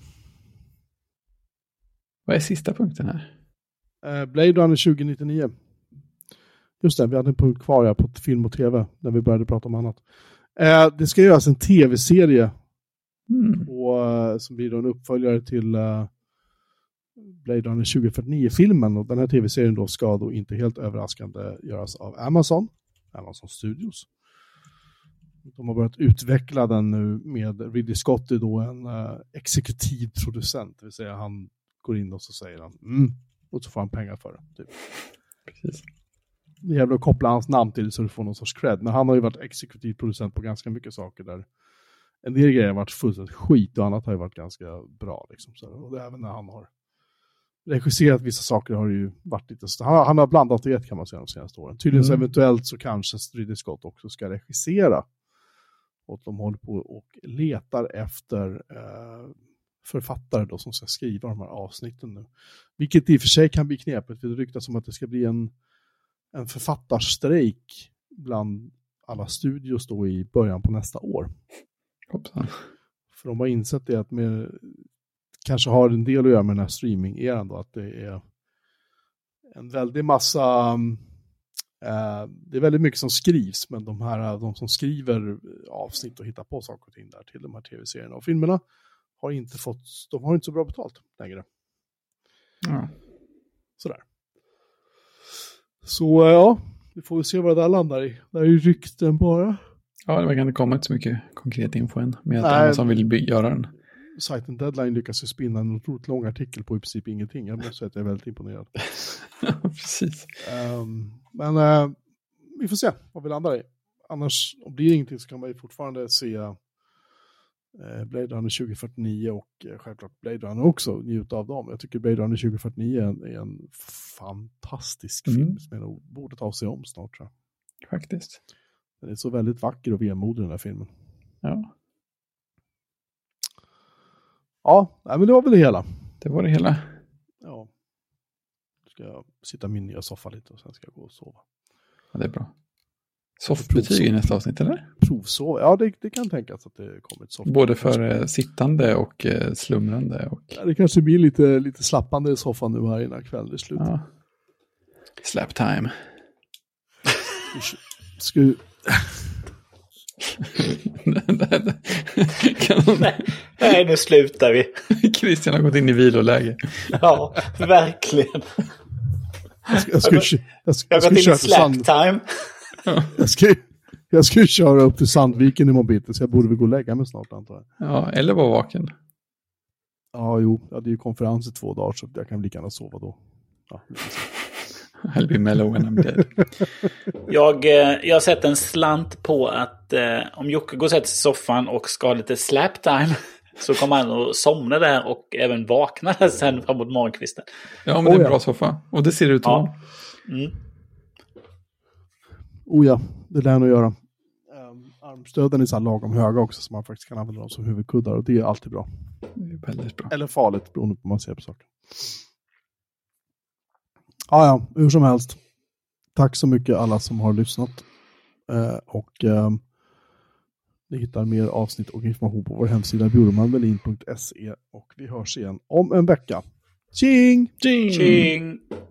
Vad är sista punkten här? Äh, Blade Runner tjugo nittionio. Just det, vi hade en punkt kvar här på film och tv när vi började prata om annat. Eh, det ska göras en tv-serie mm. på, uh, som blir då en uppföljare till uh, Blade Runner tjugo fyrtionio-filmen. Och den här tv-serien då ska då inte helt överraskande göras av Amazon, Amazon Studios. De har börjat utveckla den nu med Ridley Scott är då en uh, exekutiv producent. Det vill säga han går in och så säger han mm, och så får han pengar för det. Typ. Precis. Det gäller att koppla hans namn till så du får någon sorts cred. Men han har ju varit exekutiv producent på ganska mycket saker där. En del grejer har varit fullständigt skit och annat har ju varit ganska bra. Liksom. Så, och det, även när han har regisserat vissa saker har det ju varit lite... Han har, han har blandat och gett kan man säga de senaste åren. Tydligen mm. så eventuellt så kanske Ridley Scott också ska regissera. Och de håller på och letar efter eh, författare då som ska skriva de här avsnitten nu. Vilket i och för sig kan bli knepigt. För det ryktas som att det ska bli en en författarstrejk bland alla studios då i början på nästa år. Hoppsan. För de har insett det att med, kanske har en del att göra med den här streaming-eran då, att det är en väldig massa eh, det är väldigt mycket som skrivs, men de här de som skriver avsnitt och hittar på saker och ting där till de här tv-serierna och filmerna har inte fått, de har inte så bra betalt längre. Mm. Sådär. Så ja, vi får se vad det där landar i. Det är ju rykten bara. Ja, det verkar inte komma så mycket konkret info än. Med att Nej. någon som vill by- göra den. Sajten Deadline lyckas ju spinna en otroligt lång artikel på i princip ingenting. Jag måste säga att jag är väldigt imponerad. Precis. Um, men uh, vi får se vad vi landar i. Annars, om det blir ingenting så kan man ju fortfarande se uh, Blade Runner tjugo fyrtionio och uh, självklart Blade Runner också. Njuta av dem. Jag tycker Blade Runner tjugo fyrtionio är en, är en fantastisk Mm. film som jag nog borde ta sig om snart, tror jag. Faktiskt. Den är så väldigt vacker och vemodig, den här filmen. Ja, Ja, nej, men det var väl det hela. det var det hela. Ja. Nu ska jag sitta i min nya soffa lite och sen ska jag gå och sova. Ja, det är bra. Soffbetyg i nästa avsnitt, eller? Provsova, ja det, det kan tänkas att det kommer ett soffbetyg. Både för eh, sittande och eh, slumrande. Och... Ja, det kanske blir lite, lite slappande i soffan nu här innan kvällen är slut. Ja. Slap time. Ska vi... Nej, nej, nu slutar vi. Christian har gått in i viloläge. Ja, verkligen. Jag ska, jag ska, jag ska, jag ska, Jag har gått in köra i till slap Sand, time. jag ska, jag ska köra upp till Sandviken i mobilen så jag borde väl gå och lägga mig snart, antar jag. Ja, eller vara vaken. Ja, jo, jag hade ju konferens i två dagar så jag kan lika gärna sova då. Ja, I'll be mellow when I'm dead. Jag, eh, jag har sett en slant på att eh, om Jocke går och sätter sig i soffan och ska ha lite slap time så kommer han att somna där och även vakna sen framåt morgonkvisten. Ja, men det är en Oh, ja. bra soffa. Och det ser ut att Ja. Mm. Oh ja, det lär nog göra. Um, armstöden är så här lagom höga också så man faktiskt kan använda dem som huvudkuddar och det är alltid bra. det är väldigt bra. Eller farligt beroende på vad man ser på saker. Ja, ja, hur som helst. Tack så mycket alla som har lyssnat. Eh, och eh, ni hittar mer avsnitt och information på vår hemsida bjuremanvelin punkt se och vi hörs igen om en vecka. Tjing! Tjing!